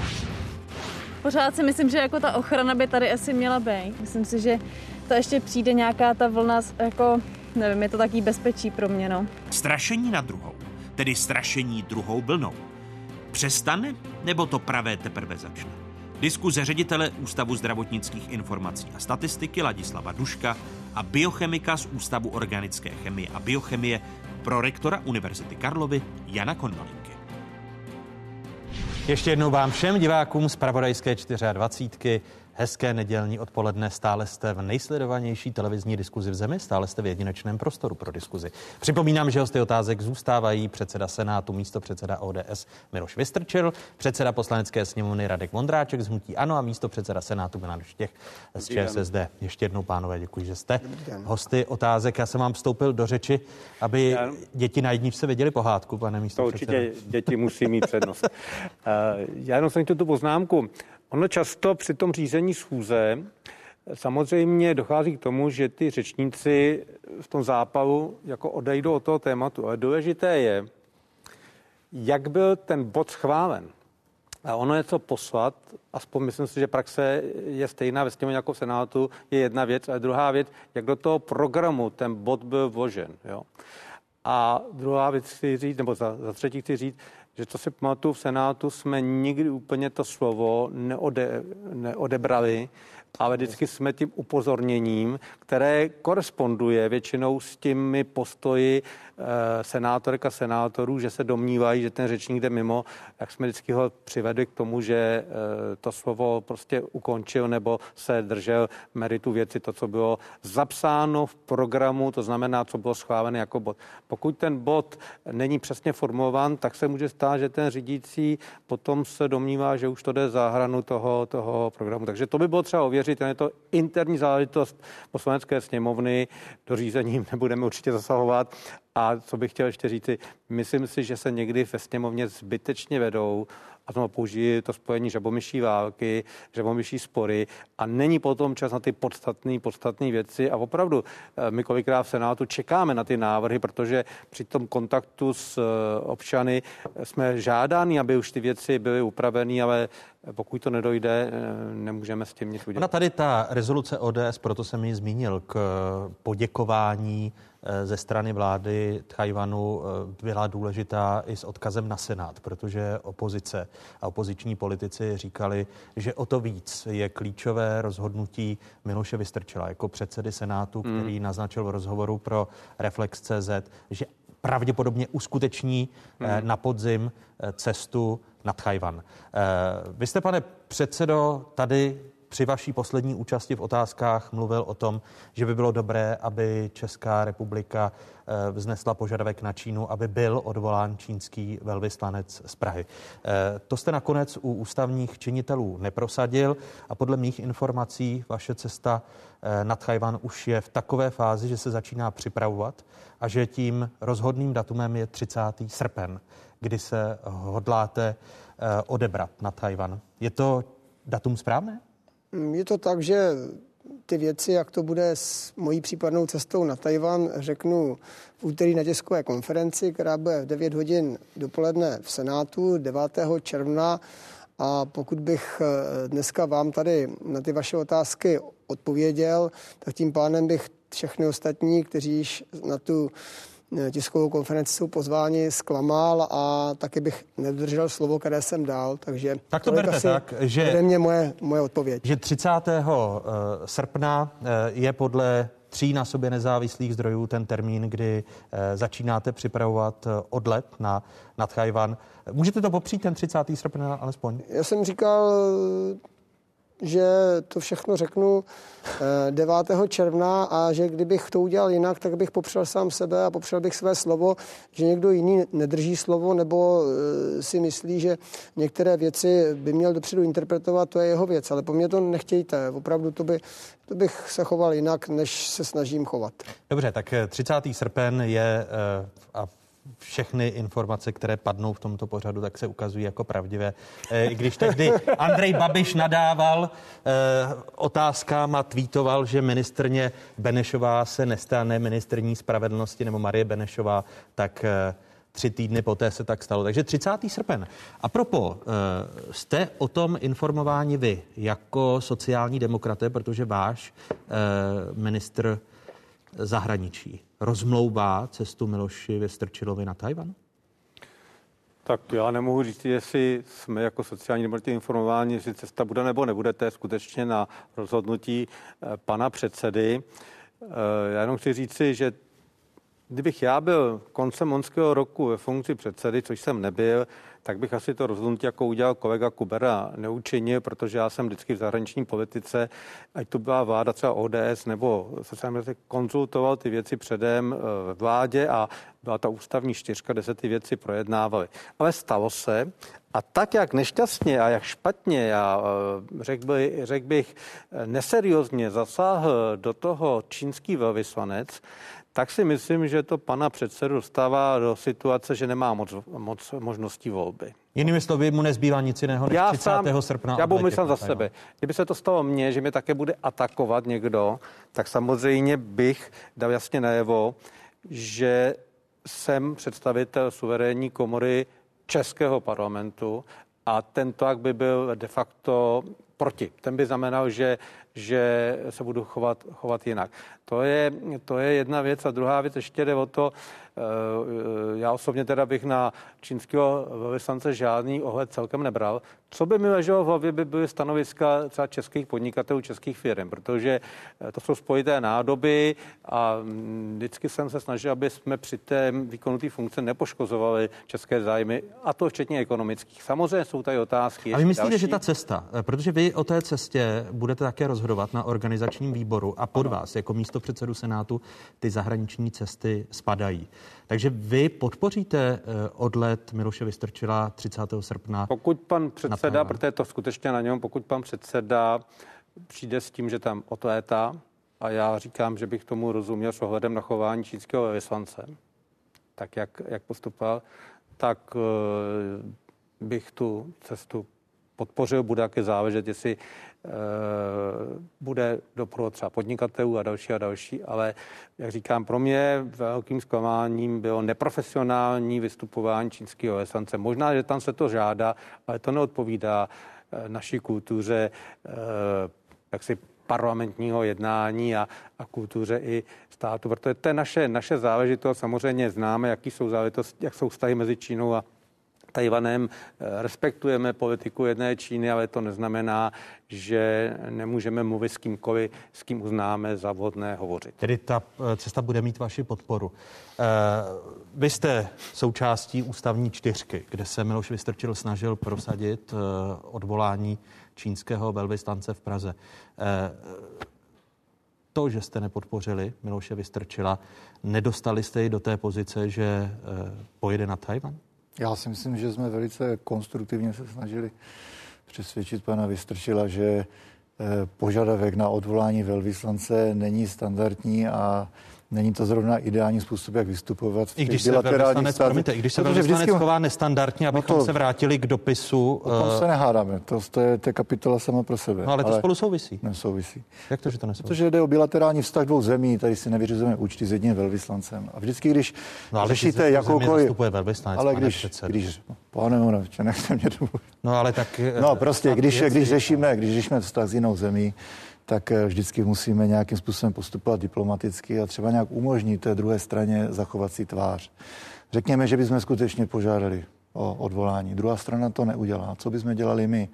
Pořád si myslím, že jako ta ochrana by tady asi měla být. Myslím si, že to ještě přijde nějaká ta vlna, jako, nevím, je to taký bezpečí pro mě, no. Strašení na druhou, tedy strašení druhou vlnou. Přestane, nebo to pravé teprve začne? Diskuze ředitele Ústavu zdravotnických informací a statistiky Ladislava Duška a biochemika z Ústavu organické chemie a biochemie prorektora Univerzity Karlovy Jana Konvalinky. Ještě jednou vám všem divákům z zpravodajské 24. Hezké nedělní odpoledne, stále jste v nejsledovanější televizní diskuzi v zemi, stále jste v jedinečném prostoru pro diskuzi. Připomínám, že hosty otázek zůstávají předseda Senátu, místopředseda ODS Miloš Vystrčil, předseda Poslanecké sněmovny Radek Vondráček z hnutí ANO a místopředseda Senátu Milan Štěch z ČSSD. Ještě jednou, pánové, děkuji, že jste hosty otázek. Já jsem vám vstoupil do řeči, aby děti na jedničce viděli pohádku, pane místopředsedo. To určitě děti musí mít přednost. Já jenom jsem tu poznámku. Ono často při tom řízení schůze samozřejmě dochází k tomu, že ty řečníci v tom zápalu jako odejdou od toho tématu. Ale důležité je, jak byl ten bod schválen. A ono je co poslat, aspoň myslím si, že praxe je stejná ve sněmovně jako v Senátu, je jedna věc. A druhá věc, jak do toho programu ten bod byl vložen. Jo. A druhá věc chci říct, nebo za třetí chci říct, že to si pamatuju, v Senátu jsme nikdy úplně to slovo neodebrali, ale vždycky jsme tím upozorněním, které koresponduje většinou s těmi postoji senátorek a senátorů, že se domnívají, že ten řečník jde mimo, jak jsme vždycky ho přivedli k tomu, že to slovo prostě ukončil nebo se držel meritu věci, to, co bylo zapsáno v programu, to znamená, co bylo schválené jako bod. Pokud ten bod není přesně formulován, tak se může stát, že ten řídící potom se domnívá, že už to jde za hranu toho programu. Takže to by bylo třeba ověřit, je to interní záležitost Poslanecké sněmovny, do řízení nebudeme určitě zasahovat. A co bych chtěl ještě říci, myslím si, že se někdy ve sněmovně zbytečně vedou, a znovu použijí to spojení žabomyší války, žabomyší spory a není potom čas na ty podstatné věci a opravdu my kolikrát v Senátu čekáme na ty návrhy, protože při tom kontaktu s občany jsme žádáni, aby už ty věci byly upraveny, ale pokud to nedojde, nemůžeme s tím nic udělat. Ona tady ta rezoluce ODS, proto jsem ji zmínil, k poděkování ze strany vlády Tchaj-wanu byla důležitá i s odkazem na Senát, protože opozice a opoziční politici říkali, že o to víc je klíčové rozhodnutí Miloše Vystrčila jako předsedy Senátu, který naznačil v rozhovoru pro Reflex.cz, že pravděpodobně uskuteční na podzim cestu na Tchaj-wan. Vy jste, pane předsedo, tady při vaší poslední účasti v Otázkách mluvil o tom, že by bylo dobré, aby Česká republika vznesla požadavek na Čínu, aby byl odvolán čínský velvyslanec z Prahy. To jste nakonec u ústavních činitelů neprosadil a podle mých informací vaše cesta na Tchaj-wan už je v takové fázi, že se začíná připravovat a že tím rozhodným datumem je 30. srpen, kdy se hodláte odebrat na Tchaj-wan. Je to datum správné? Je to tak, že ty věci, jak to bude s mojí případnou cestou na Tchaj-wan, řeknu v úterý na tiskové konferenci, která bude v 9 hodin dopoledne v Senátu 9. června. A pokud bych dneska vám tady na ty vaše otázky odpověděl, tak tím pádem bych všechny ostatní, kteří již na tu tiskovou konferenci jsou pozváni, zklamal a taky bych nedržel slovo, které jsem dal, takže tak to berte tak, že bude mě moje odpověď. Že 30. srpna je podle 3 na sobě nezávislých zdrojů ten termín, kdy začínáte připravovat odlet na Tchaj-wan. Můžete to popřít, ten 30. srpna alespoň? Já jsem říkal, že to všechno řeknu 9. června a že kdybych to udělal jinak, tak bych popřel sám sebe a popřel bych své slovo, že někdo jiný nedrží slovo nebo si myslí, že některé věci by měl dopředu interpretovat, to je jeho věc, ale po mně to nechtějte. Opravdu to bych se choval jinak, než se snažím chovat. Dobře, tak 30. srpen je a všechny informace, které padnou v tomto pořadu, tak se ukazují jako pravdivé. I když tehdy Andrej Babiš nadával otázkám a tweetoval, že ministryně Benešová se nestane ministryní spravedlnosti nebo Marie Benešová, tak 3 týdny poté se tak stalo. Takže 30. srpen. A propos, jste o tom informováni vy jako sociální demokraté, protože váš ministr zahraničí rozmlouvá cestu Miloši Vystrčilovi na Tchaj-wan? Tak já nemohu říct, jestli jsme jako sociální demokrati informováni, jestli cesta bude nebo nebude, to je skutečně na rozhodnutí pana předsedy. Já jenom chci říci, že kdybych já byl koncem loňského roku ve funkci předsedy, což jsem nebyl, tak bych asi to rozhodnutí, jako udělal kolega Kubera, neučinil, protože já jsem vždycky v zahraniční politice, ať to byla vláda třeba ODS nebo sociální konzultoval ty věci předem ve vládě a byla ta ústavní 4, kde se ty věci projednávaly. Ale stalo se a tak, jak nešťastně a jak špatně, já řekl bych neseriózně zasáhl do toho čínský velvyslanec, tak si myslím, že to pana předsedu dostává do situace, že nemá moc možností volby. Jinými slovy, mu nezbývá nic jiného než 30. srpna. Já budu myslet za sebe. Kdyby se to stalo mně, že mě také bude atakovat někdo, tak samozřejmě bych dal jasně najevo, že jsem představitel suverénní komory Českého parlamentu a tento akt by byl de facto proti. Ten by znamenal, že se budu chovat jinak. To je jedna věc a druhá věc ještě jde o to, já osobně teda bych na čínského velvyslance žádný ohled celkem nebral. Co by mi leželo v hlavě, by byly stanoviska třeba českých podnikatelů, českých firm, protože to jsou spojité nádoby a vždycky jsem se snažil, aby jsme při té výkonu té funkce nepoškozovali české zájmy, a to včetně ekonomických. Samozřejmě jsou tady otázky. A vy myslíte, že ta cesta, protože vy o té cestě budete také rozhodovat na organizačním výboru a pod vás jako místopředsedu Senátu ty zahraniční cesty spadají. Takže vy podpoříte odlet Miloše Vystrčila 30. srpna? Pokud pan předseda, protože to skutečně na něm, pokud pan předseda přijde s tím, že tam odlétá, a já říkám, že bych tomu rozuměl s ohledem na chování čínského velvyslance, tak jak postupoval, tak bych tu cestu podpořil, bude také záležet, jestli bude doprovod třeba podnikatelů a další, ale jak říkám, pro mě velkým zklamáním bylo neprofesionální vystupování čínského velvyslance. Možná, že tam se to žádá, ale to neodpovídá naší kultuře jaksi parlamentního jednání a kultuře i státu, protože to je naše záležitost. Samozřejmě známe, jak jsou vztahy mezi Čínou a Tajvanem. Respektujeme politiku jedné Číny, ale to neznamená, že nemůžeme mluvit s kým uznáme za vhodné hovořit. Tedy ta cesta bude mít vaši podporu. Vy jste součástí ústavní čtyřky, kde se Miloš Vystrčil snažil prosadit odvolání čínského velvyslance v Praze. To, že jste nepodpořili Miloše Vystrčila, nedostali jste ji do té pozice, že pojede na Tajvan? Já si myslím, že jsme velice konstruktivně se snažili přesvědčit pana Vystrčila, že požadavek na odvolání velvyslance není standardní a není to zrovna ideální způsob, jak vystupovat v těch bilaterálních státech. I když se velvyslanec chová nestandardně, abychom se vrátili k dopisu. O tom se nehádáme, to je kapitola sama pro sebe. No, ale to spolu souvisí. Nesouvisí. Jak to, že to nesouvisí? Protože jde o bilaterální vztah dvou zemí, tady si nevyřizujeme účty s jedním velvyslancem. A vždycky, když řešíte jakoukoliv... Ale když pane Moravče, nechte mě domluvit. No ale tak... No prostě, když řešíme vztah s jinou zemí, tak vždycky musíme nějakým způsobem postupovat diplomaticky a třeba nějak umožnit té druhé straně zachovat si tvář. Řekněme, že bychom skutečně požádali o odvolání. Druhá strana to neudělá. Co bychom dělali my?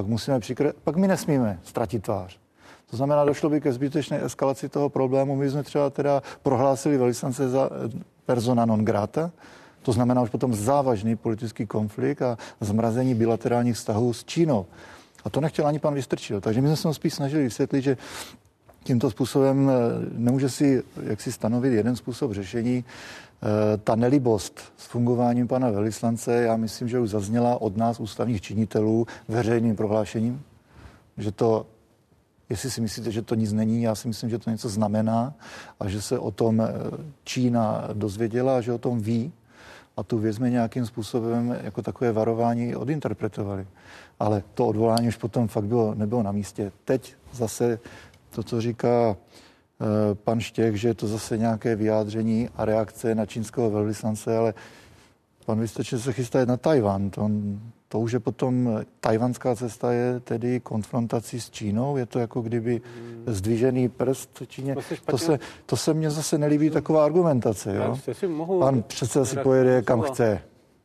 Pak my nesmíme ztratit tvář. To znamená, došlo by ke zbytečné eskalaci toho problému. My jsme třeba prohlásili velvyslance za persona non grata. To znamená už potom závažný politický konflikt a zmrazení bilaterálních vztahů s Čínou. A to nechtěl ani pan Vystrčil. Takže my jsme se mu spíš snažili vysvětlit, že tímto způsobem nemůže si jaksi stanovit jeden způsob řešení. Ta nelibost s fungováním pana velvyslance, já myslím, že už zazněla od nás ústavních činitelů veřejným prohlášením, že to, jestli si myslíte, že to nic není, já si myslím, že to něco znamená a že se o tom Čína dozvěděla a že o tom ví. A tu věc jsme nějakým způsobem jako takové varování odinterpretovali. Ale to odvolání už potom fakt nebylo na místě. Teď zase to, co říká pan Štěch, že je to zase nějaké vyjádření a reakce na čínského velvyslance, ale pan Vystrčil se chystá na Tajvan. To už je potom, tajvanská cesta je tedy konfrontací s Čínou, je to jako kdyby zdvižený prst Číně. To se mně zase nelíbí taková argumentace. Jo? Pan předseda si pojede kam chce.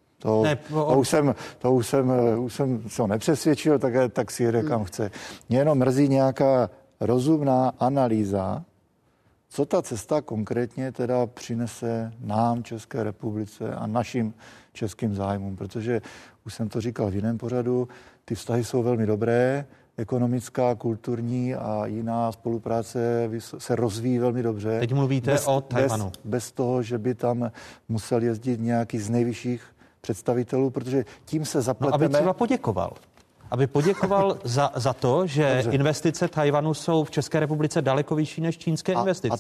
To už jsem se ho nepřesvědčil, tak si jede kam chce. Mě jenom mrzí nějaká rozumná analýza, co ta cesta konkrétně teda přinese nám, České republice a našim českým zájmům, protože už jsem to říkal v jiném pořadu, ty vztahy jsou velmi dobré, ekonomická, kulturní a jiná spolupráce se rozvíjí velmi dobře. Teď mluvíte o Tajvanu. Bez toho, že by tam musel jezdit nějaký z nejvyšších představitelů, protože tím se zapleteme... No, aby třeba poděkoval. Aby poděkoval za to, že Dobře. Investice Tajvanu jsou v České republice daleko vyšší než čínské investice.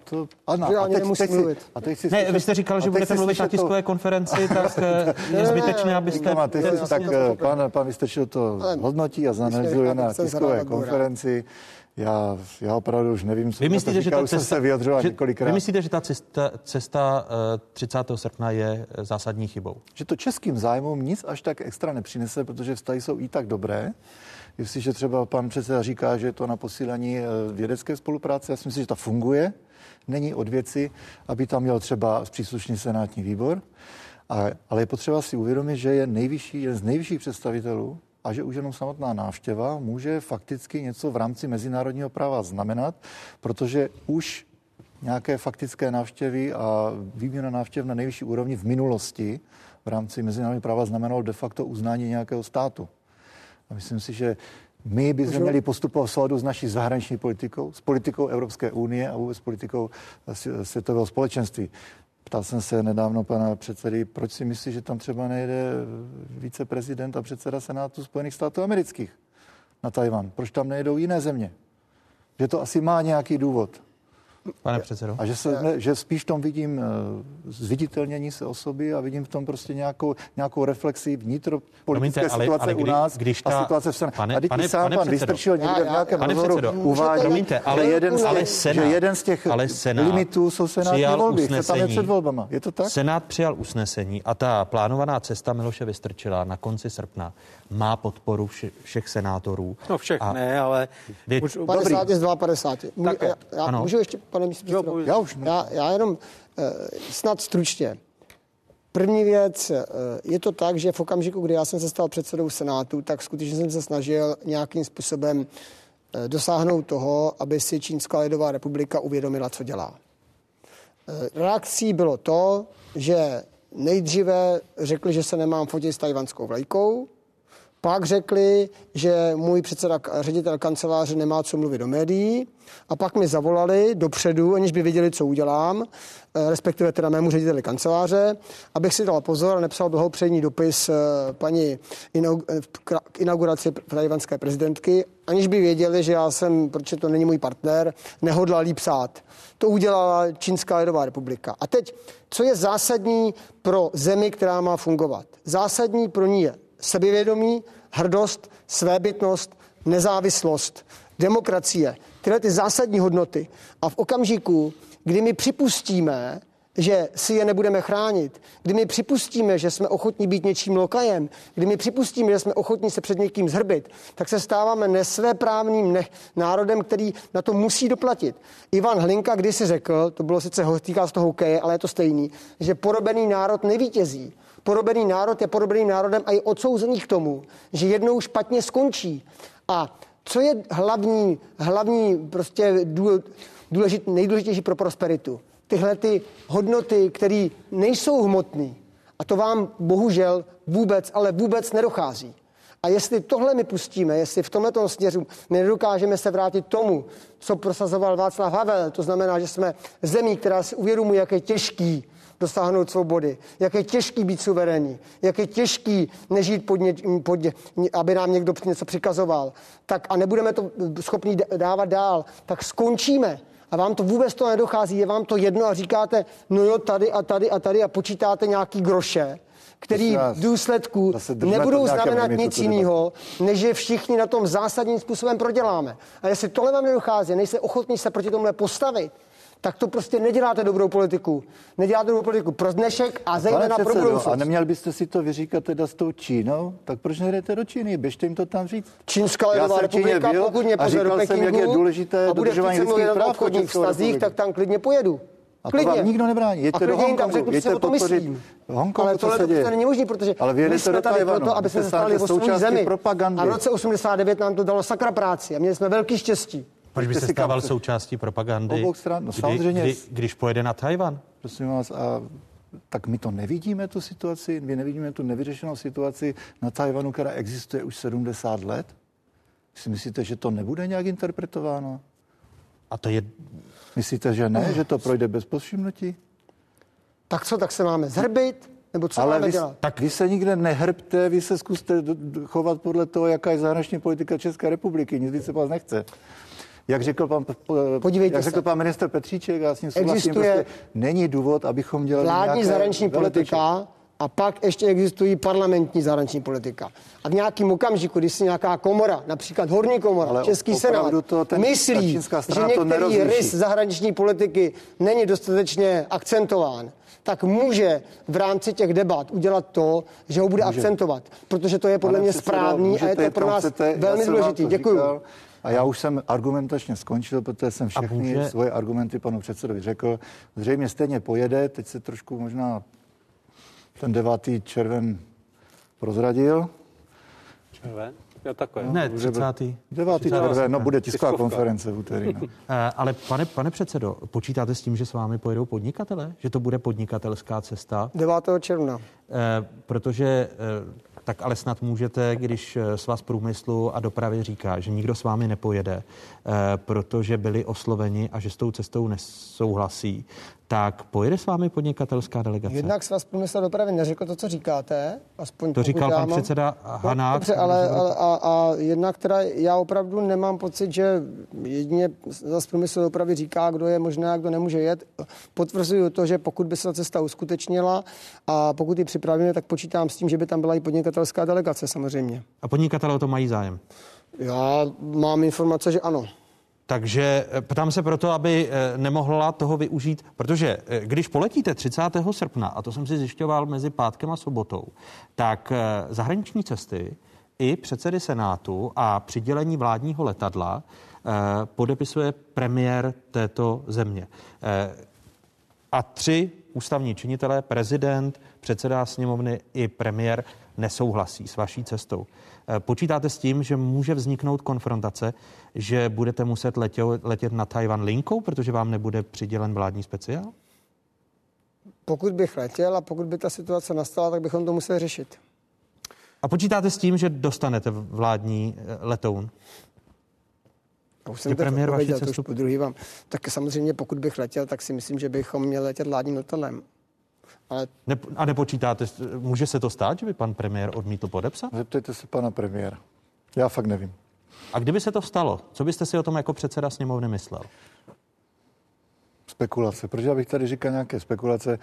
Vy jste říkal, že budete mluvit na tiskové konferenci, tak je zbytečné, abyste... Pan Vystrčil to hodnotí a zanalizuje na tiskové konferenci. Já opravdu už nevím, co se vyjadřoval několikrát. Vy myslíte, že ta cesta 30. srpna je zásadní chybou? Že to českým zájmům nic až tak extra nepřinese, protože vztahy jsou i tak dobré. Jestliže třeba pan předseda říká, že je to na posílení vědecké spolupráce, já si myslím, že ta funguje. Není od věci, aby tam měl třeba příslušný senátní výbor, ale je potřeba si uvědomit, že je jeden z nejvyšších představitelů a že už jenom samotná návštěva může fakticky něco v rámci mezinárodního práva znamenat, protože už nějaké faktické návštěvy a výměna návštěv na nejvyšší úrovni v minulosti v rámci mezinárodního práva znamenalo de facto uznání nějakého státu. A myslím si, že my bychom měli postupovat v souladu s naší zahraniční politikou, s politikou Evropské unie a vůbec politikou světového společenství. Ptal jsem se nedávno pana předsedy, proč si myslí, že tam třeba nejede viceprezident a předseda Senátu Spojených států amerických na Tajvan. Proč tam nejedou jiné země? Že to asi má nějaký důvod. Pane předsedo. A že spíš v tom vidím zviditelnění se osoby a vidím v tom prostě nějakou reflexi vnitropolitické situace u nás a situace v Senátu. A teď sám pan Vystrčil někde v nějakém rozhovoru uvádí, že jeden z těch limitů jsou senátní volby. Chce tam je před volbama. Je to tak? Senát přijal usnesení a ta plánovaná cesta Miloše Vystrčila na konci srpna má podporu všech senátorů. No všech ne, ale... 50 z 52. Já můžu ještě, pane místopředsedo? Já jenom snad stručně. První věc, je to tak, že v okamžiku, kdy já jsem se stal předsedou Senátu, tak skutečně jsem se snažil nějakým způsobem dosáhnout toho, aby si Čínská lidová republika uvědomila, co dělá. Reakcí bylo to, že nejdříve řekli, že se nemám fotit s tajvanskou vlajkou, pak řekli, že můj ředitel kanceláře nemá co mluvit do médií a pak mi zavolali dopředu, aniž by věděli, co udělám, respektive teda mému řediteli kanceláře, abych si dal pozor a nepsal blahopřejný dopis paní k inauguraci tajvanské prezidentky, aniž by věděli, že já jsem, protože to není můj partner, nehodlal jí psát. To udělala Čínská lidová republika. A teď, co je zásadní pro zemi, která má fungovat? Zásadní pro ní je sebevědomí, hrdost, svébytnost, nezávislost, demokracie. Tyhle ty zásadní hodnoty. A v okamžiku, kdy my připustíme, že si je nebudeme chránit, kdy my připustíme, že jsme ochotní být něčím lokajem, kdy my připustíme, že jsme ochotní se před někým zhrbit, tak se stáváme nesvéprávným národem, který na to musí doplatit. Ivan Hlinka kdysi řekl, to bylo sice týká z toho hokeje, ale je to stejný, že porobený národ nevítězí. Porobený národ je porobeným národem a je odsouzený k tomu, že jednou špatně skončí. A co je hlavní prostě nejdůležitější pro prosperitu? Tyhle ty hodnoty, které nejsou hmotné. A to vám bohužel vůbec nedochází. A jestli tohle my pustíme, jestli v tomto směru my nedokážeme se vrátit tomu, co prosazoval Václav Havel, to znamená, že jsme zemí, která si uvědomuje, jak je těžký dosáhnout svobody, jak je těžký být suverénní, jak je těžký nežít aby nám někdo něco přikazoval, tak a nebudeme to schopni dávat dál, tak skončíme. A vám to vůbec to nedochází, je vám to jedno a říkáte, no jo, tady a tady a tady a počítáte nějaký groše, který v důsledku nebudou znamenat nic jiného, než že všichni na tom zásadním způsobem proděláme. A jestli tohle vám nedochází, nejste ochotní se proti tomuhle postavit, tak to prostě neděláte dobrou politiku. Neděláte dobrou politiku pro dnešek a zejména pro budoucnost. A neměl byste si to vyříkat teda s tou Čínou? Tak proč nejdete do Číny? Běžte jim to tam říct. Čínská lidová republika, pokud mě pozve do Pekingu a bude chtít se mluvit o obchodních vztazích, tak tam klidně pojedu. A to vám nikdo nebrání. Jeďte do Hongkongu, jeďte podpořit Hongkongu, ale tohle to není možný, protože my jsme tady proto, aby jsme se stali o svou zemi. A v roce 89 nám to dalo sakra práci a měli jsme velký štěstí. Proč by se stával součástí propagandy, když pojede na Tajvan? Prosím vás, a tak my to nevidíme, tu situaci, my nevidíme tu nevyřešenou situaci na Tajvanu, která existuje už 70 let? Si myslíte, že to nebude nějak interpretováno? A to je... Myslíte, že ne, že to projde bez povšimnutí? Tak co, tak se máme zhrbit? Nebo co máme dělat? Tak vy se nikde nehrbte, vy se zkuste chovat podle toho, jaká je zahraniční politika České republiky. Nic víc se vás nechce. Jak řekl pan ministr Petříček, já s ním souhlasím, prostě není důvod, abychom dělali vládní zahraniční politika a pak ještě existují parlamentní zahraniční politika. A v nějakém okamžiku, když si nějaká komora, například horní komora, ale Český senát, myslí, že některý rys zahraniční politiky není dostatečně akcentován, tak může v rámci těch debat udělat to, že ho bude akcentovat. Protože to je podle mě správný a je to pro nás velmi důležitý. Děkuju. A já už jsem argumentačně skončil, protože jsem všechny svoje argumenty panu předsedovi řekl. Zřejmě stejně pojede, teď se trošku možná ten 9. červen prozradil. Červen? Jo, takové. Ne, 30. 9. červen, no bude tisková konference v úterý. No. Ale pane předsedo, počítáte s tím, že s vámi pojedou podnikatelé? Že to bude podnikatelská cesta? 9. června. Protože tak ale snad můžete, když Svaz průmyslu a dopravy říká, že nikdo s vámi nepojede, protože byli osloveni a že s tou cestou nesouhlasí, tak pojede s vámi podnikatelská delegace? Jednak Svaz průmyslu a dopravy neřekl to, co říkáte. Aspoň to říkal pan předseda Hanák. Dobře, ale jednak teda já opravdu nemám pocit, že jedině Svaz průmyslu a dopravy říká, kdo je možné a kdo nemůže jet. Potvrzuju to, že pokud by se ta cesta uskutečnila a pokud ji připravíme, tak počítám s tím, že by tam byla i podnikatelská delegace samozřejmě. A podnikatelé o to mají zájem? Já mám informace, že ano. Takže ptám se proto, aby nemohla toho využít, protože když poletíte 30. srpna, a to jsem si zjišťoval mezi pátkem a sobotou, tak zahraniční cesty i předsedy Senátu a přidělení vládního letadla podepisuje premiér této země. A 3 ústavní činitelé, prezident, předseda sněmovny i premiér nesouhlasí s vaší cestou. Počítáte s tím, že může vzniknout konfrontace, že budete muset letět na Tchaj-wan linkou, protože vám nebude přidělen vládní speciál? Pokud bych letěl a pokud by ta situace nastala, tak bychom to museli řešit. A počítáte s tím, že dostanete vládní letoun? A už jsem to odpověděl, to už po druhý vám. Tak samozřejmě, pokud bych letěl, tak si myslím, že bychom měli letět vládním letadlem. Ale... A nepočítáte, může se to stát, že by pan premiér odmítl podepsat? Zeptejte se pana premiéra. Já fakt nevím. A kdyby se to stalo, co byste si o tom jako předseda sněmovny myslel? Spekulace. Protože abych tady říkal nějaké spekulace,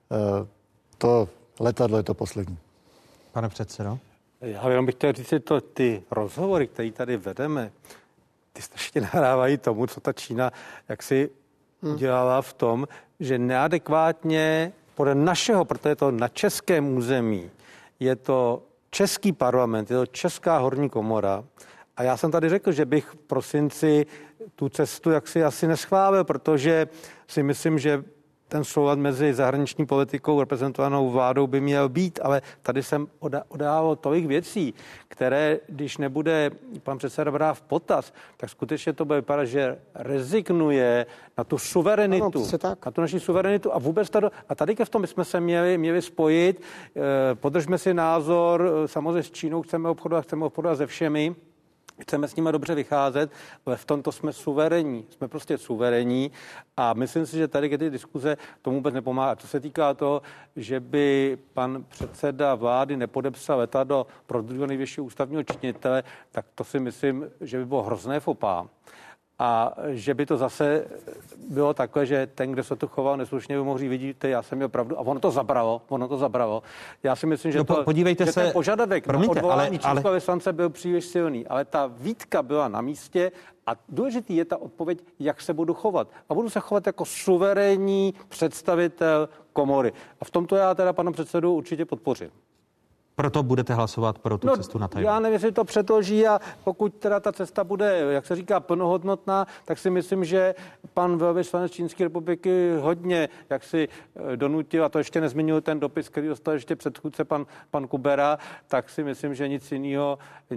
to letadlo je to poslední. Pane předsedo? Já jenom bych chtěl říct, že ty rozhovory, které tady vedeme, ty strašně nahrávají tomu, co ta Čína jaksi udělala v tom, že neadekvátně podle našeho, protože je to na českém území, je to český parlament, je to česká horní komora. A já jsem tady řekl, že bych v prosinci tu cestu jaksi asi neschválil, protože si myslím, že ten soulad mezi zahraniční politikou reprezentovanou vládou by měl být, ale tady jsem odával tolik věcí, které, když nebude pan předseda brát v potaz, tak skutečně to bude vypadat, že rezignuje na tu suverenitu, na tu naši suverenitu a vůbec a tady v tom bychom se měli spojit, podržme si názor, samozřejmě s Čínou chceme obchodovat se všemi, chceme s nimi dobře vycházet, ale v tomto jsme suverénní. Jsme prostě suverénní a myslím si, že tady ty diskuze tomu vůbec nepomáhá. Co se týká toho, že by pan předseda vlády nepodepsal letadlo pro druhého nejvyššího ústavního činitele, tak to si myslím, že by bylo hrozné fopá. A že by to zase bylo takové, že ten, kdo se to choval neslušně, by mohl říct, vidíte, já jsem měl pravdu. A ono to zabralo. Já si myslím, že, ten požadavek na odvolání českého vyslance byl příliš silný, ale ta výtka byla na místě a důležitý je ta odpověď, jak se budu chovat. A budu se chovat jako suverénní představitel komory. A v tomto já teda pana předsedu určitě podpořím. Proto budete hlasovat pro tu cestu na Tchaj-wan? Já nevím, jestli to předloží a pokud teda ta cesta bude, jak se říká, plnohodnotná, tak si myslím, že pan velvyslanec Čínské republiky hodně jak si donutil, a to ještě nezmínil ten dopis, který dostal ještě předchůdce pan Kubera, tak si myslím, že nic jiného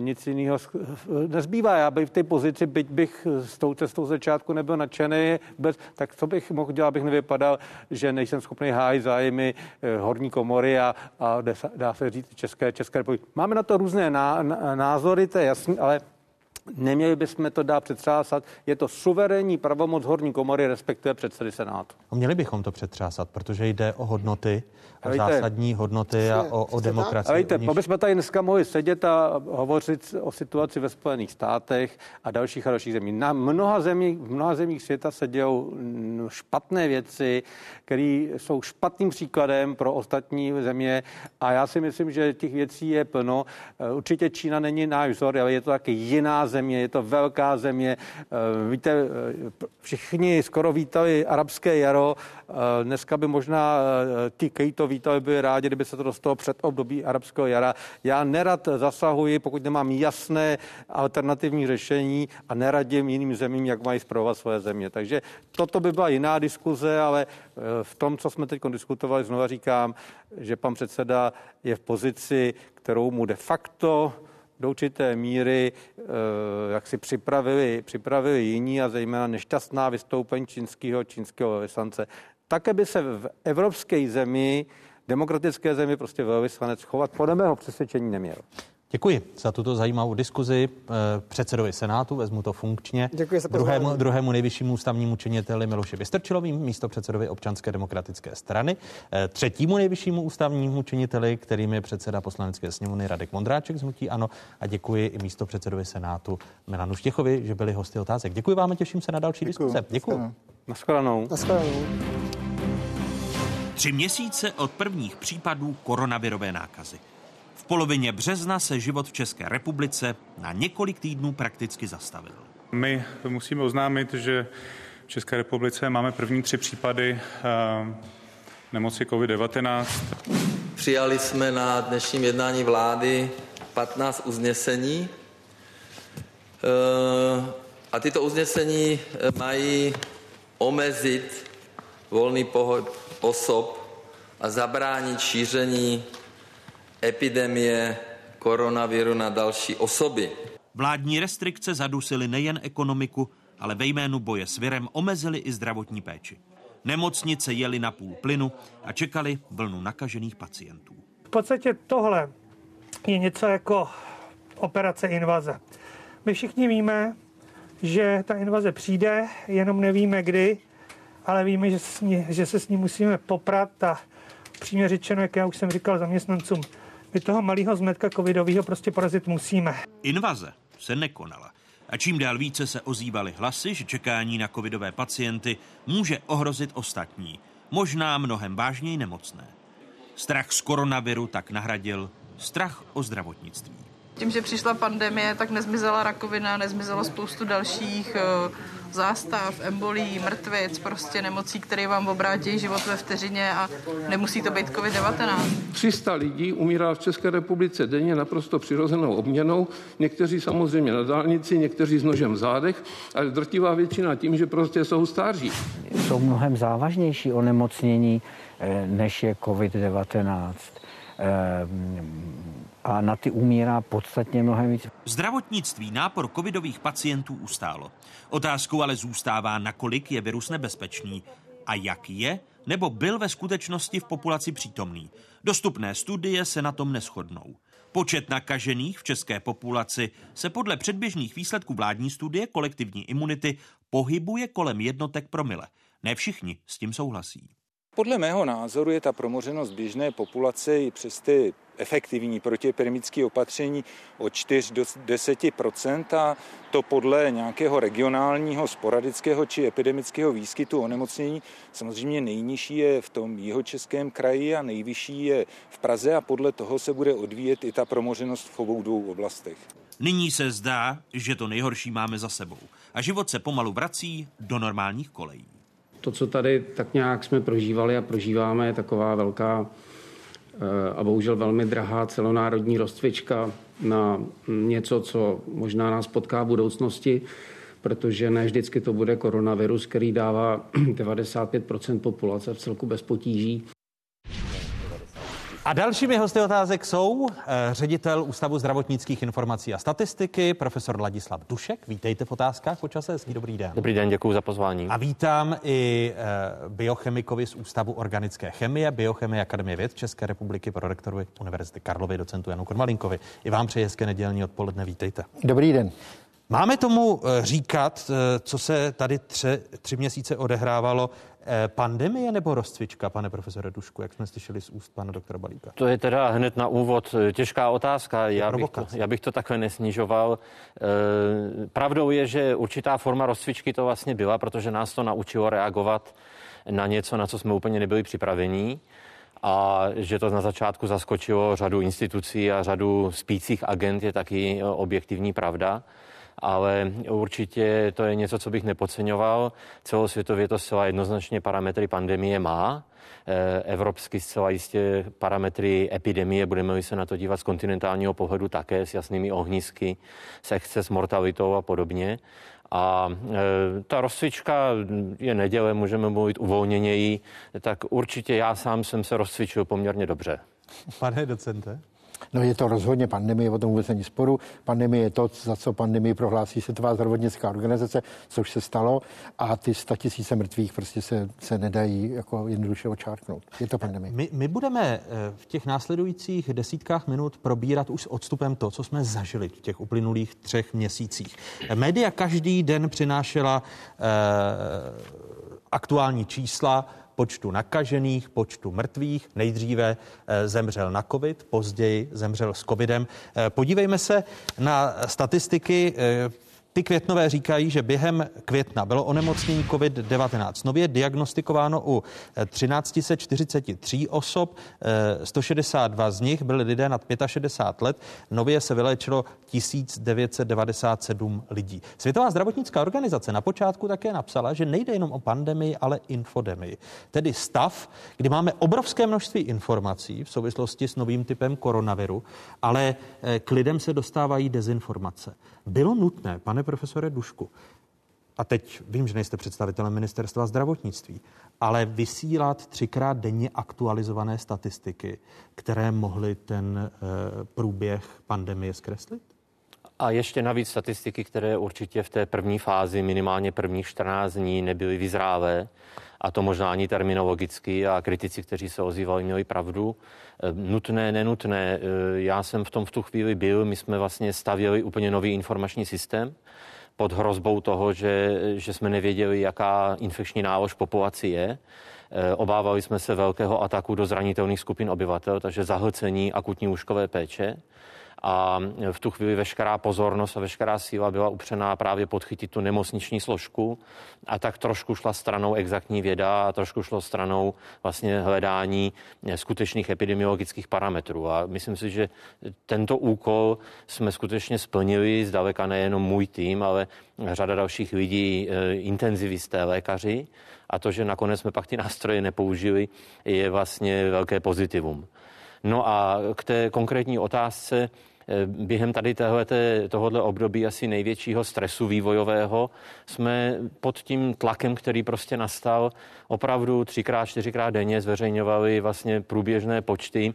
nezbývá. Já bych v té pozici, byť bych s tou cestou začátku nebyl nadšený, tak co bych mohl dělat, abych nevypadal, že nejsem schopný hájit zájmy horní komory a dá se říct České republiky. Máme na to různé názory, to je jasný, ale neměli bychom to dát přetřásat. Je to suverénní pravomoc horní komory, respektive předsedy Senátu. Měli bychom to přetřásat, protože jde o hodnoty, o zásadní hodnoty a o demokracii. Víte, bychom tady dneska mohli sedět a hovořit o situaci ve Spojených státech a dalších zemí. V mnoha zemích světa se dějou špatné věci, které jsou špatným příkladem pro ostatní země a já si myslím, že těch věcí je plno. Určitě Čína není náš vzor, ale je to taky jiná země, je to velká země. Víte, všichni skoro vítali arabské jaro, dneska by možná ti, kteří to vítali, byli rádi, kdyby se to dostalo před období arabského jara. Já nerad zasahuji, pokud nemám jasné alternativní řešení a neradím jiným zemím, jak mají spravovat svoje země. Takže toto by byla jiná diskuze, ale v tom, co jsme teď diskutovali, znova říkám, že pan předseda je v pozici, kterou mu de facto do určité míry, jak si připravili jiní a zejména nešťastná vystoupení čínského velvyslance. Také by se v evropské zemi, demokratické zemi, prostě velvyslanec chovat podle mého přesvědčení neměl. Děkuji za tuto zajímavou diskuzi předsedovi Senátu, vezmu to funkčně. Děkuji za druhému nejvyššímu ústavnímu činiteli Miloši Vystrčilovi, místopředsedovi Občanské demokratické strany, třetímu nejvyššímu ústavnímu činiteli, kterým je předseda Poslanecké sněmovny Radek Vondráček z hnutí ANO, a děkuji i místopředsedovi Senátu Milanu Štěchovi, že byli hosty Otázek. Děkuji vám a těším se na další diskuze. Děkuji. Naschledanou. 3 měsíce od prvních případů koronavirové nákazy. V polovině března se život v České republice na několik týdnů prakticky zastavil. My musíme oznámit, že v České republice máme první 3 případy nemoci COVID-19. Přijali jsme na dnešním jednání vlády 15 usnesení a tyto usnesení mají omezit volný pohyb osob a zabránit šíření epidemie koronaviru na další osoby. Vládní restrikce zadusily nejen ekonomiku, ale ve jménu boje s virem omezily i zdravotní péči. Nemocnice jely na půl plynu a čekali vlnu nakažených pacientů. V podstatě tohle je něco jako operace invaze. My všichni víme, že ta invaze přijde, jenom nevíme kdy, ale víme, že se s ní musíme poprat a přímě řečeno, jak já už jsem říkal zaměstnancům, my toho malého zmetka covidového prostě porazit musíme. Invaze se nekonala a čím dál více se ozývaly hlasy, že čekání na covidové pacienty může ohrozit ostatní, možná mnohem vážněji nemocné. Strach z koronaviru tak nahradil strach o zdravotnictví. Tím, že přišla pandemie, tak nezmizela rakovina, nezmizelo spoustu dalších zástav, embolí, mrtvic, prostě nemocí, které vám obrátí život ve vteřině a nemusí to být COVID-19. 300 lidí umírá v České republice denně naprosto přirozenou obměnou, někteří samozřejmě na dálnici, někteří s nožem v zádech, ale drtivá většina tím, že prostě jsou stáří. Jsou mnohem závažnější onemocnění, než je COVID-19. A na ty umírá podstatně mnohem víc. Zdravotnictví nápor covidových pacientů ustálo. Otázkou ale zůstává, nakolik je virus nebezpečný a jak je nebo byl ve skutečnosti v populaci přítomný. Dostupné studie se na tom neshodnou. Počet nakažených v české populaci se podle předběžných výsledků vládní studie kolektivní imunity pohybuje kolem jednotek promile. Ne všichni s tím souhlasí. Podle mého názoru je ta promořenost běžné populace i přes ty efektivní protiepidemické opatření od 4 do 10% a to podle nějakého regionálního, sporadického či epidemického výskytu onemocnění. Samozřejmě nejnižší je v tom jihočeském kraji a nejvyšší je v Praze a podle toho se bude odvíjet i ta promořenost v obou dvou oblastech. Nyní se zdá, že to nejhorší máme za sebou a život se pomalu vrací do normálních kolejí. To, co tady tak nějak jsme prožívali a prožíváme, je taková velká a bohužel velmi drahá celonárodní rozcvička na něco, co možná nás potká v budoucnosti, protože ne vždycky to bude koronavirus, který dává 95% populace v celku bez potíží. A dalšími hosty otázek jsou ředitel Ústavu zdravotnických informací a statistiky, profesor Ladislav Dušek. Vítejte v otázkách po čase. Dobrý den. Dobrý den, děkuji za pozvání. A vítám i biochemikovi z Ústavu organické chemie, Biochemie Akademie věd České republiky, prorektorovi Univerzity Karlovy, docentu Janu Kormalinkovi. I vám přeji hezké nedělní odpoledne. Vítejte. Dobrý den. Máme tomu říkat, co se tady 3 měsíce odehrávalo, pandemie nebo rozcvička, pane profesore Dušku, jak jsme slyšeli z úst pana doktora Balíka? To je teda hned na úvod těžká otázka. Já bych to takhle nesnižoval. Pravdou je, že určitá forma rozcvičky to vlastně byla, protože nás to naučilo reagovat na něco, na co jsme úplně nebyli připravení. A že to na začátku zaskočilo řadu institucí a řadu spících agent je taky objektivní pravda. Ale určitě to je něco, co bych nepodceňoval. Celosvětově to zcela jednoznačně parametry pandemie má. Evropsky zcela jistě parametry epidemie, budeme-li se na to dívat z kontinentálního pohledu také s jasnými ohnisky, s exces mortalitou a podobně. A ta rozcvička je neděle, můžeme mluvit uvolněněji, tak určitě já sám jsem se rozcvičil poměrně dobře. Pane docente? No je to rozhodně pandemie, o tom vůbec není sporu. Pandemie je to, za co pandemii prohlásí Světová zdravotnická organizace, což se stalo a ty 100 000 mrtvých prostě se nedají jako jednoduše očárknout. Je to pandemie. My budeme v těch následujících desítkách minut probírat už s odstupem to, co jsme zažili v těch uplynulých 3 měsících. Média každý den přinášela aktuální čísla počtu nakažených, počtu mrtvých. Nejdříve zemřel na covid, později zemřel s covidem. Podívejme se na statistiky. Ty květnové říkají, že během května bylo onemocnění COVID-19 nově diagnostikováno u 1343 osob, 162 z nich byli lidé nad 65 let, nově se vyléčilo 1997 lidí. Světová zdravotnická organizace na počátku také napsala, že nejde jenom o pandemii, ale infodemii. Tedy stav, kdy máme obrovské množství informací v souvislosti s novým typem koronaviru, ale k lidem se dostávají dezinformace. Bylo nutné, pane profesore Dušku, a teď vím, že nejste představitelem ministerstva zdravotnictví, ale vysílat 3krát denně aktualizované statistiky, které mohly ten průběh pandemie zkreslit? A ještě navíc statistiky, které určitě v té první fázi, minimálně prvních 14 dní, nebyly vyzrávé, a to možná ani terminologicky, a kritici, kteří se ozývali, měli pravdu. Nutné, nenutné, já jsem v tom v tu chvíli byl, my jsme vlastně stavěli úplně nový informační systém pod hrozbou toho, že jsme nevěděli, jaká infekční nálož populaci je. Obávali jsme se velkého ataku do zranitelných skupin obyvatel, takže zahlcení akutní lůžkové péče. A v tu chvíli veškerá pozornost a veškerá síla byla upřená právě podchytit tu nemocniční složku, a tak trošku šla stranou exaktní věda a trošku šlo stranou vlastně hledání skutečných epidemiologických parametrů. A myslím si, že tento úkol jsme skutečně splnili, zdaleka nejenom můj tým, ale řada dalších lidí, intenzivisté, lékaři. A to, že nakonec jsme pak ty nástroje nepoužili, je vlastně velké pozitivum. No a k té konkrétní otázce, během tady tohohle období asi největšího stresu vývojového jsme pod tím tlakem, který prostě nastal, opravdu 3x, 4x denně zveřejňovali vlastně průběžné počty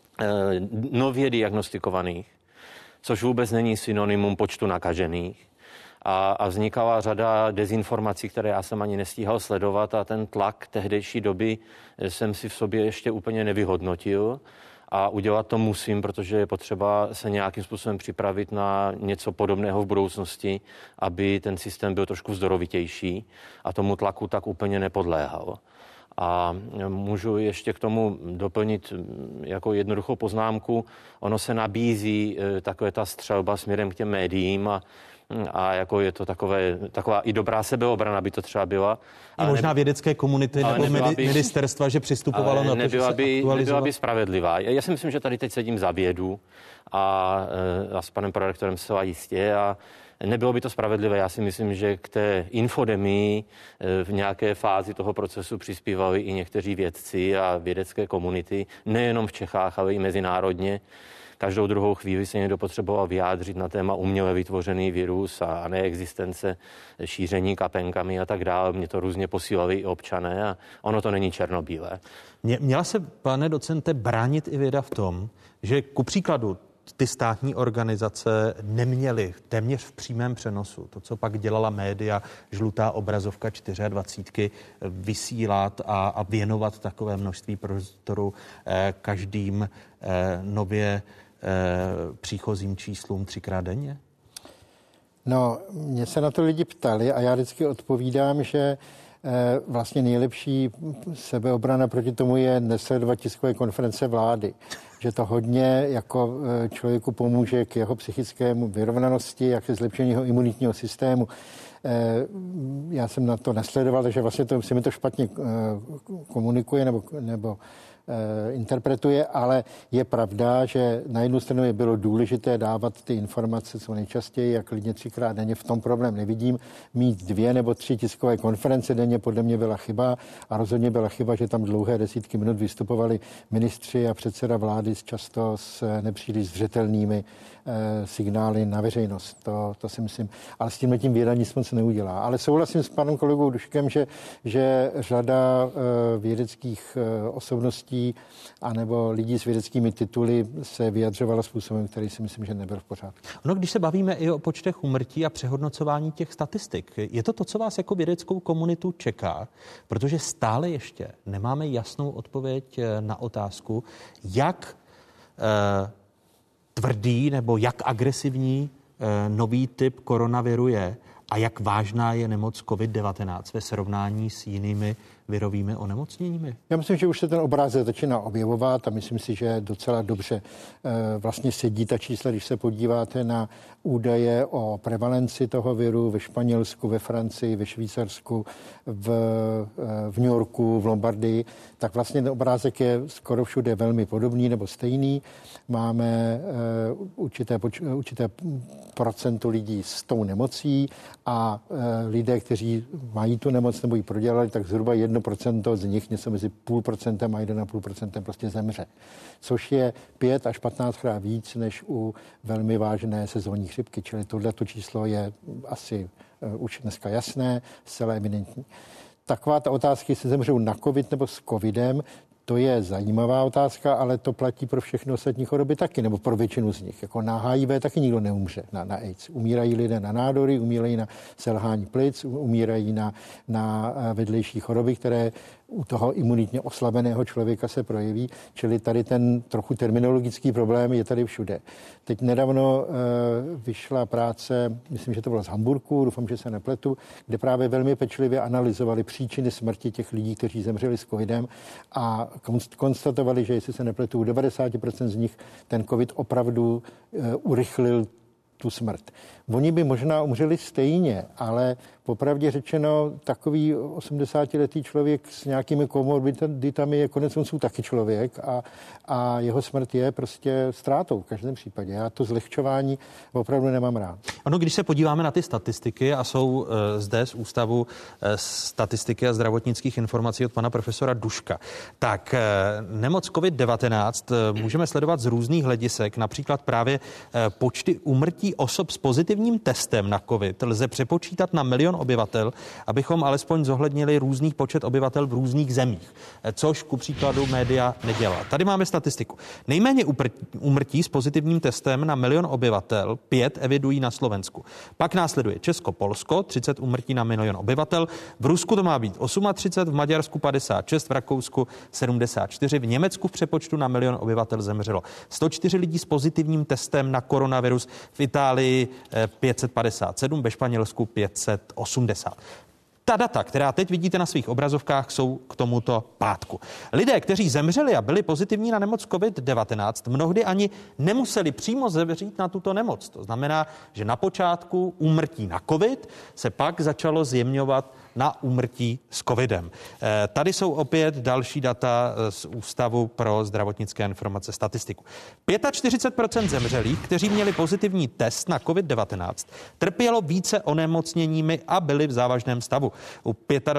nově diagnostikovaných, což vůbec není synonymum počtu nakažených. A vznikala řada dezinformací, které já jsem ani nestíhal sledovat, a ten tlak tehdejší doby jsem si v sobě ještě úplně nevyhodnotil. A udělat to musím, protože je potřeba se nějakým způsobem připravit na něco podobného v budoucnosti, aby ten systém byl trošku zdorovitější a tomu tlaku tak úplně nepodléhal. A můžu ještě k tomu doplnit jako jednoduchou poznámku. Ono se nabízí takové ta střelba směrem k těm médiím a jako je to taková i dobrá sebeobrana by to třeba byla. I možná vědecké komunity nebo ministerstva, že přistupovalo na to, že se nebyla by spravedlivá. Já si myslím, že tady teď sedím za vědu a s panem prorektorem zcela jistě a nebylo by to spravedlivé. Já si myslím, že k té infodemii v nějaké fázi toho procesu přispívali i někteří vědci a vědecké komunity, nejenom v Čechách, ale i mezinárodně. Každou druhou chvíli se někdo potřeboval vyjádřit na téma uměle vytvořený virus a neexistence šíření kapenkami a tak dále. Mě to různě posílali i občané a ono to není černobílé. Měla se, pane docente, bránit i věda v tom, že ku příkladu ty státní organizace neměly téměř v přímém přenosu to, co pak dělala média, žlutá obrazovka 24, vysílat a věnovat takové množství prostoru každým nově příchozím číslům 3x denně? No, mě se na to lidi ptali a já vždycky odpovídám, že vlastně nejlepší sebeobrana proti tomu je nesledovat tiskové konference vlády. Že to hodně jako člověku pomůže k jeho psychickému vyrovnanosti, jak ke zlepšení jeho imunitního systému. Já jsem na to nesledoval, takže vlastně se mi to špatně komunikuje nebo interpretuje, ale je pravda, že na jednu stranu je bylo důležité dávat ty informace co nejčastěji, jak klidně 3x denně, v tom problém nevidím. Mít 2 nebo 3 tiskové konference denně podle mě byla chyba a rozhodně byla chyba, že tam dlouhé desítky minut vystupovali ministři a předseda vlády často s nepříliš zřetelnými signály na veřejnost. To si myslím, ale s tím věda nic moc neudělá. Ale souhlasím s panem kolegou Duškem, že řada vědeckých osobností anebo lidí s vědeckými tituly se vyjadřovala způsobem, který si myslím, že nebyl v pořádku. No, když se bavíme i o počtech úmrtí a přehodnocování těch statistik, je to, co vás jako vědeckou komunitu čeká, protože stále ještě nemáme jasnou odpověď na otázku, jak tvrdý nebo jak agresivní nový typ koronaviru je a jak vážná je nemoc COVID-19 ve srovnání s jinými virovými onemocněními? Já myslím, že už se ten obrázek začíná objevovat a myslím si, že docela dobře vlastně sedí ta čísla, když se podíváte na údaje o prevalenci toho viru ve Španělsku, ve Francii, ve Švýcarsku, v New Yorku, v Lombardii, tak vlastně ten obrázek je skoro všude velmi podobný nebo stejný. Máme určité procento lidí s tou nemocí a lidé, kteří mají tu nemoc nebo ji prodělali, tak zhruba 1% z nich, něco mezi 0,5% a 1,5% prostě zemře. Což je 5 až 15krát víc než u velmi vážné sezónní chřipky. Čili tohleto číslo je asi už dneska jasné, zcela evidentní. Taková ta otázka, jestli zemřou na covid nebo s covidem, to je zajímavá otázka, ale to platí pro všechny ostatní choroby taky, nebo pro většinu z nich. Jako na HIV taky nikdo neumře, na AIDS. Umírají lidé na nádory, umírají na selhání plic, umírají na vedlejší choroby, které u toho imunitně oslabeného člověka se projeví, čili tady ten trochu terminologický problém je tady všude. Teď nedávno vyšla práce, myslím, že to bylo z Hamburku, doufám, že se nepletu, kde právě velmi pečlivě analyzovali příčiny smrti těch lidí, kteří zemřeli s covidem a konstatovali, že jestli se nepletu, u 90% z nich ten covid opravdu urychlil tu smrt. Oni by možná umřeli stejně, ale popravdě řečeno, takový 80letý člověk s nějakými komorbiditami je koneckonců taky člověk a jeho smrt je prostě ztrátou v každém případě. Já to zlehčování opravdu nemám rád. Ano, když se podíváme na ty statistiky a jsou zde z Ústavu statistiky a zdravotnických informací od pana profesora Duška, tak nemoc COVID-19 můžeme sledovat z různých hledisek, například právě počty úmrtí osob s pozitivním testem na COVID lze přepočítat na 1 milion obyvatel, abychom alespoň zohlednili různý počet obyvatel v různých zemích, což ku příkladu média nedělá. Tady máme statistiku. Nejméně úmrtí s pozitivním testem na 1 milion obyvatel 5 evidují na Slovensku. Pak následuje Česko, Polsko, 30 úmrtí na 1 milion obyvatel, v Rusku to má být 38, v Maďarsku 56, v Rakousku 74, v Německu v přepočtu na 1 milion obyvatel zemřelo 104 lidí s pozitivním testem na koronavirus, v Itálii 557, ve Španělsku 580. Ta data, která teď vidíte na svých obrazovkách, jsou k tomuto pátku. Lidé, kteří zemřeli a byli pozitivní na nemoc COVID-19, mnohdy ani nemuseli přímo zemřít na tuto nemoc. To znamená, že na počátku úmrtí na COVID se pak začalo zjemňovat na úmrtí s covidem. Tady jsou opět další data z Ústavu pro zdravotnické informace statistiku. 45% zemřelých, kteří měli pozitivní test na COVID-19, trpělo více onemocněními a byli v závažném stavu. U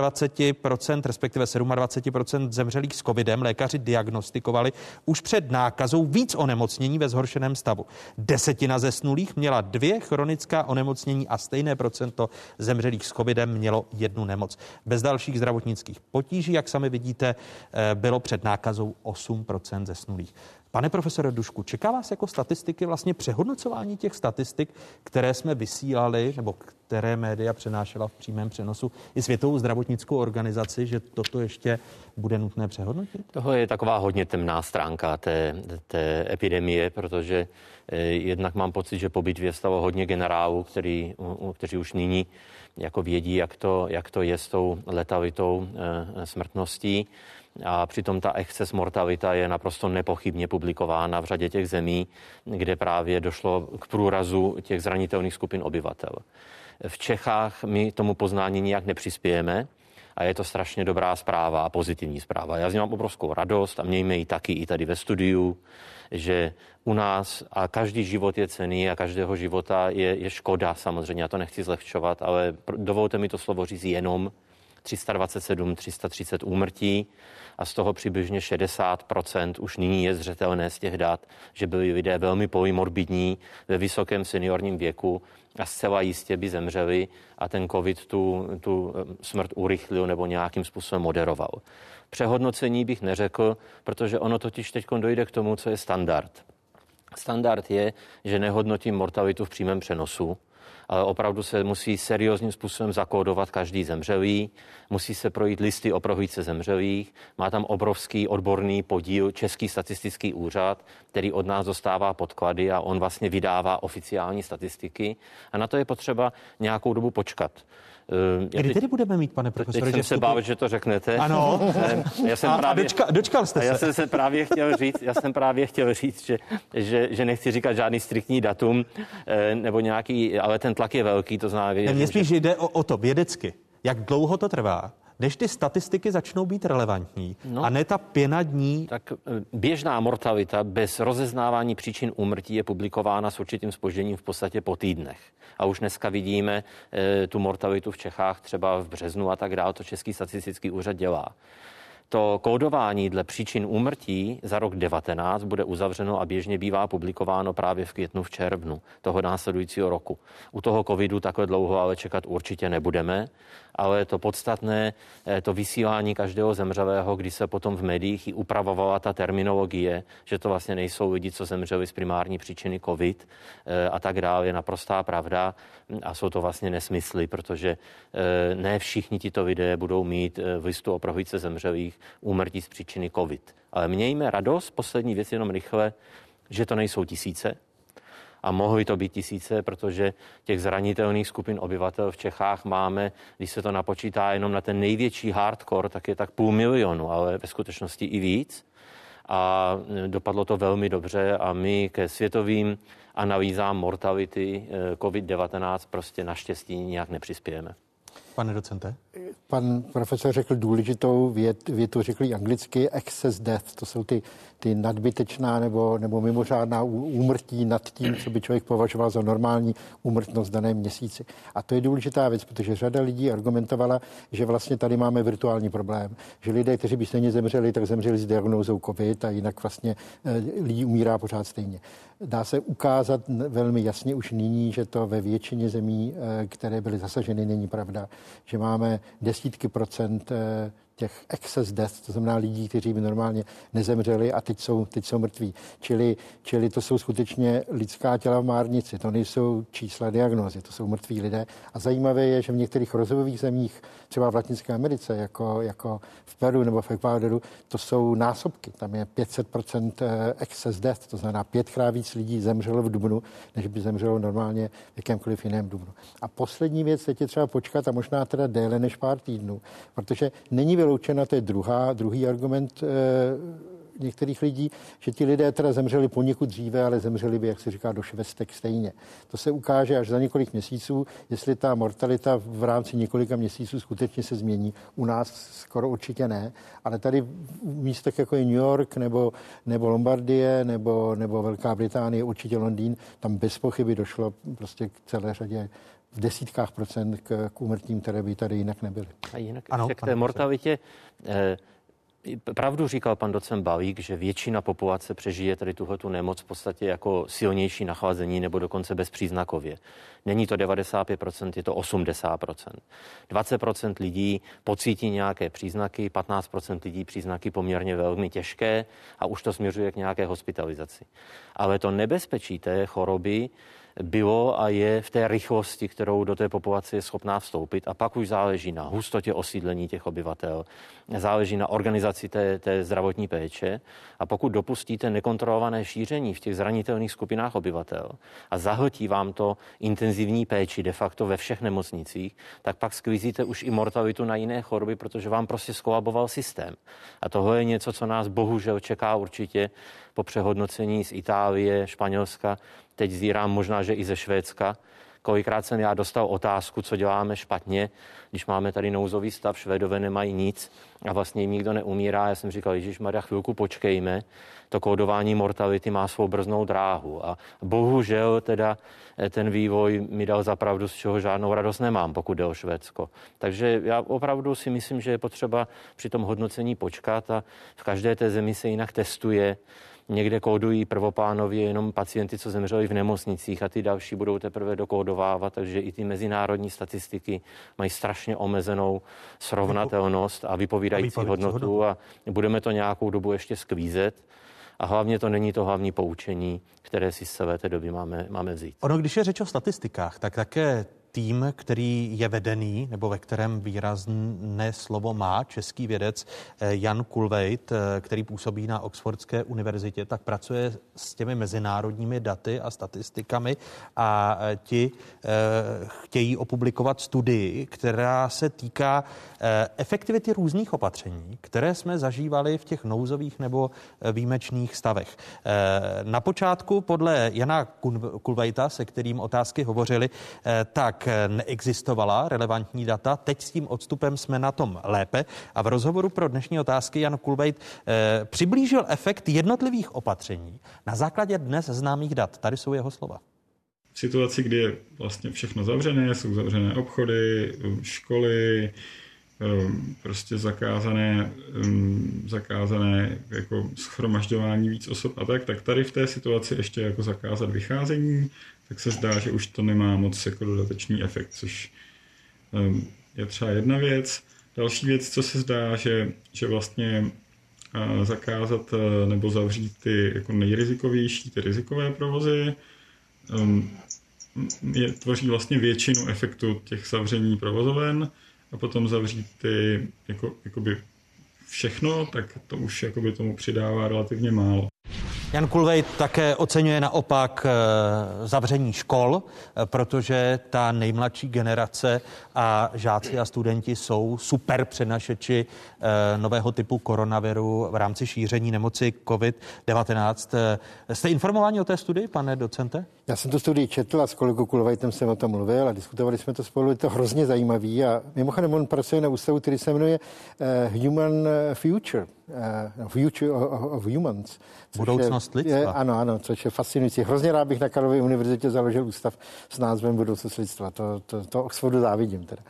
25%, respektive 27% zemřelých s covidem lékaři diagnostikovali už před nákazou víc onemocnění ve zhoršeném stavu. 10% zesnulých měla 2 chronická onemocnění a stejné procento zemřelých s covidem mělo 1 nemoc. Bez dalších zdravotnických potíží, jak sami vidíte, bylo před nákazou 8% zesnulých. Pane profesore Dušku, čeká vás jako statistiky vlastně přehodnocování těch statistik, které jsme vysílali, nebo které média přenášela v přímém přenosu i Světovou zdravotnickou organizaci, že toto ještě bude nutné přehodnotit? Toho je taková hodně temná stránka té epidemie, protože jednak mám pocit, že po bitvě stalo hodně generálů, kteří už nyní jako vědí, jak to je s tou letalitou smrtností. A přitom ta exces mortalita je naprosto nepochybně publikována v řadě těch zemí, kde právě došlo k průrazu těch zranitelných skupin obyvatel. V Čechách my tomu poznání nijak nepřispějeme a je to strašně dobrá zpráva a pozitivní zpráva. Já z ní mám obrovskou radost a mějme ji taky i tady ve studiu, že u nás a každý život je cenný a každého života je škoda samozřejmě, já to nechci zlehčovat, ale dovolte mi to slovo říct jenom 330 úmrtí a z toho přibližně 60% už nyní je zřetelné z těch dat, že byli lidé velmi polymorbidní ve vysokém seniorním věku a zcela jistě by zemřeli a ten covid tu smrt urychlil nebo nějakým způsobem moderoval. Přehodnocení bych neřekl, protože ono totiž teď dojde k tomu, co je standard. Standard je, že nehodnotím mortalitu v přímém přenosu, ale opravdu se musí seriózním způsobem zakódovat každý zemřelý, musí se projít listy o prohlídce zemřelých, má tam obrovský odborný podíl Český statistický úřad, který od nás dostává podklady a on vlastně vydává oficiální statistiky a na to je potřeba nějakou dobu počkat. Kdy tedy budeme mít, pane profesore? Teď jsem se bál, že to řeknete. Ano. Dočkal jste se. Já jsem právě chtěl říct, že nechci říkat žádný striktní datum, nebo nějaký, ale ten tlak je velký, to znamená... Mně spíš jde o to vědecky. Jak dlouho to trvá, než ty statistiky začnou být relevantní a ne ta pěna dní? Tak běžná mortalita bez rozeznávání příčin úmrtí je publikována s určitým zpožděním v podstatě po týdnech. A už dneska vidíme tu mortalitu v Čechách třeba v březnu a tak dále, to Český statistický úřad dělá. To kódování dle příčin úmrtí za rok 2019 bude uzavřeno a běžně bývá publikováno právě v květnu, v červnu toho následujícího roku. U toho covidu takhle dlouho ale čekat určitě nebudeme, ale to podstatné, to vysílání každého zemřelého, kdy se potom v médiích i upravovala ta terminologie, že to vlastně nejsou lidi, co zemřeli z primární příčiny covid a tak dále, je naprostá pravda a jsou to vlastně nesmysly, protože ne všichni tito lidé budou mít v listu o prohlídce zemřelých úmrtí z příčiny covid. Ale mějme radost, poslední věc jenom rychle, že to nejsou tisíce, a mohly to být tisíce, protože těch zranitelných skupin obyvatel v Čechách máme, když se to napočítá jenom na ten největší hardcore, tak je tak 500 000, ale ve skutečnosti i víc. A dopadlo to velmi dobře a my ke světovým analýzám mortality COVID-19 prostě naštěstí nijak nepřispějeme. Pane docente? Pan profesor řekl důležitou větu, řekl ji anglicky, excess death, to jsou ty nadbytečná nebo mimořádná úmrtí nad tím, co by člověk považoval za normální úmrtnost v daném měsíci. A to je důležitá věc, protože řada lidí argumentovala, že vlastně tady máme virtuální problém, že lidé, kteří by stejně zemřeli, tak zemřeli s diagnózou COVID a jinak vlastně lidí umírá pořád stejně. Dá se ukázat velmi jasně už nyní, že to ve většině zemí, které byly zasaženy, není pravda, že máme desítky procent těch excess death, to znamená lidí, kteří by normálně nezemřeli a teď jsou mrtví. Čili to jsou skutečně lidská těla v márnici, to nejsou čísla diagnózy, to jsou mrtví lidé. A zajímavé je, že v některých rozvojových zemích, třeba v Latinské Americe, jako v Peru nebo v Ekvádoru, to jsou násobky. Tam je 500% excess death, to znamená 5krát víc lidí zemřelo v dubnu, než by zemřelo normálně v jakémkoliv jiném dubnu. A poslední věc, teď je třeba počkat a možná teda déle než pár týdnů, protože není vyloučena, to je druhý argument některých lidí, že ti lidé teda zemřeli poněkud dříve, ale zemřeli by, jak se říká, do švestek stejně. To se ukáže až za několik měsíců, jestli ta mortalita v rámci několika měsíců skutečně se změní. U nás skoro určitě ne, ale tady v místech jako je New York nebo Lombardie nebo Velká Británie, určitě Londýn, tam bez pochyby došlo prostě k celé řadě v desítkách procent k úmrtím, které by tady jinak nebyly. A jinak k té mortalitě. Pravdu říkal pan docent Balík, že většina populace přežije tady tuhletu nemoc v podstatě jako silnější nachlazení nebo dokonce bezpříznakově. Není to 95%, je to 80%. 20% lidí pocítí nějaké příznaky, 15% lidí příznaky poměrně velmi těžké a už to směřuje k nějaké hospitalizaci. Ale to nebezpečí té choroby bylo a je v té rychlosti, kterou do té populace je schopná vstoupit, a pak už záleží na hustotě osídlení těch obyvatel, záleží na organizaci té zdravotní péče, a pokud dopustíte nekontrolované šíření v těch zranitelných skupinách obyvatel a zahltí vám to intenzivní péči de facto ve všech nemocnicích, tak pak sklízíte už i mortalitu na jiné choroby, protože vám prostě skolaboval systém. A tohle je něco, co nás bohužel čeká určitě po přehodnocení z Itálie, Španělska, teď zírám možná, že i ze Švédska. Kolikrát jsem já dostal otázku, co děláme špatně, když máme tady nouzový stav, Švédové nemají nic a vlastně jim nikdo neumírá. Já jsem říkal, ježišmarja, chvilku počkejme, to kódování mortality má svou brznou dráhu. A bohužel teda ten vývoj mi dal za pravdu, z čeho žádnou radost nemám, pokud jde o Švédsko. Takže já opravdu si myslím, že je potřeba při tom hodnocení počkat a v každé té zemi se jinak testuje. Někde kódují prvoplánově jenom pacienty, co zemřeli v nemocnicích, a ty další budou teprve dokódovávat, takže i ty mezinárodní statistiky mají strašně omezenou srovnatelnost a vypovídající hodnotu a budeme to nějakou dobu ještě sklízet. A hlavně to není to hlavní poučení, které si z celé té doby máme vzít. Ono, když je řeč o statistikách, tak také tým, který je vedený, nebo ve kterém výrazné slovo má český vědec Jan Kulvejt, který působí na Oxfordské univerzitě, tak pracuje s těmi mezinárodními daty a statistikami a ti chtějí opublikovat studii, která se týká efektivity různých opatření, které jsme zažívali v těch nouzových nebo výjimečných stavech. Na počátku podle Jana Kulvejta, se kterým otázky hovořili, tak neexistovala relevantní data. Teď s tím odstupem jsme na tom lépe. A v rozhovoru pro dnešní otázky Jan Kulvejt přiblížil efekt jednotlivých opatření na základě dnes známých dat. Tady jsou jeho slova. V situaci, kdy je vlastně všechno zavřené, jsou zavřené obchody, školy, prostě zakázané jako shromažďování víc osob a tak tady v té situaci ještě jako zakázat vycházení, tak se zdá, že už to nemá moc jako dodatečný efekt, což je třeba jedna věc. Další věc, co se zdá, že vlastně zakázat nebo zavřít ty jako nejrizikovější, ty rizikové provozy, tvoří vlastně většinu efektu těch zavření provozoven a potom zavřít ty jakoby všechno, tak to už jakoby tomu přidává relativně málo. Jan Kulvejt také oceňuje naopak zavření škol, protože ta nejmladší generace a žáci a studenti jsou super přenašeči nového typu koronaviru v rámci šíření nemoci COVID-19. Jste informováni o té studii, pane docente? Já jsem tu studii četl a s kolegou Kulvejtem jsem o tom mluvil a diskutovali jsme to spolu. Je to hrozně zajímavý a mimochodem on pracuje na ústavu, který se jmenuje Human Future. Future of Humans. Budoucnost lidstva. Ano, což je fascinující. Hrozně rád bych na Karlově univerzitě založil ústav s názvem Budoucnost lidstva. To Oxfordu závidím teda.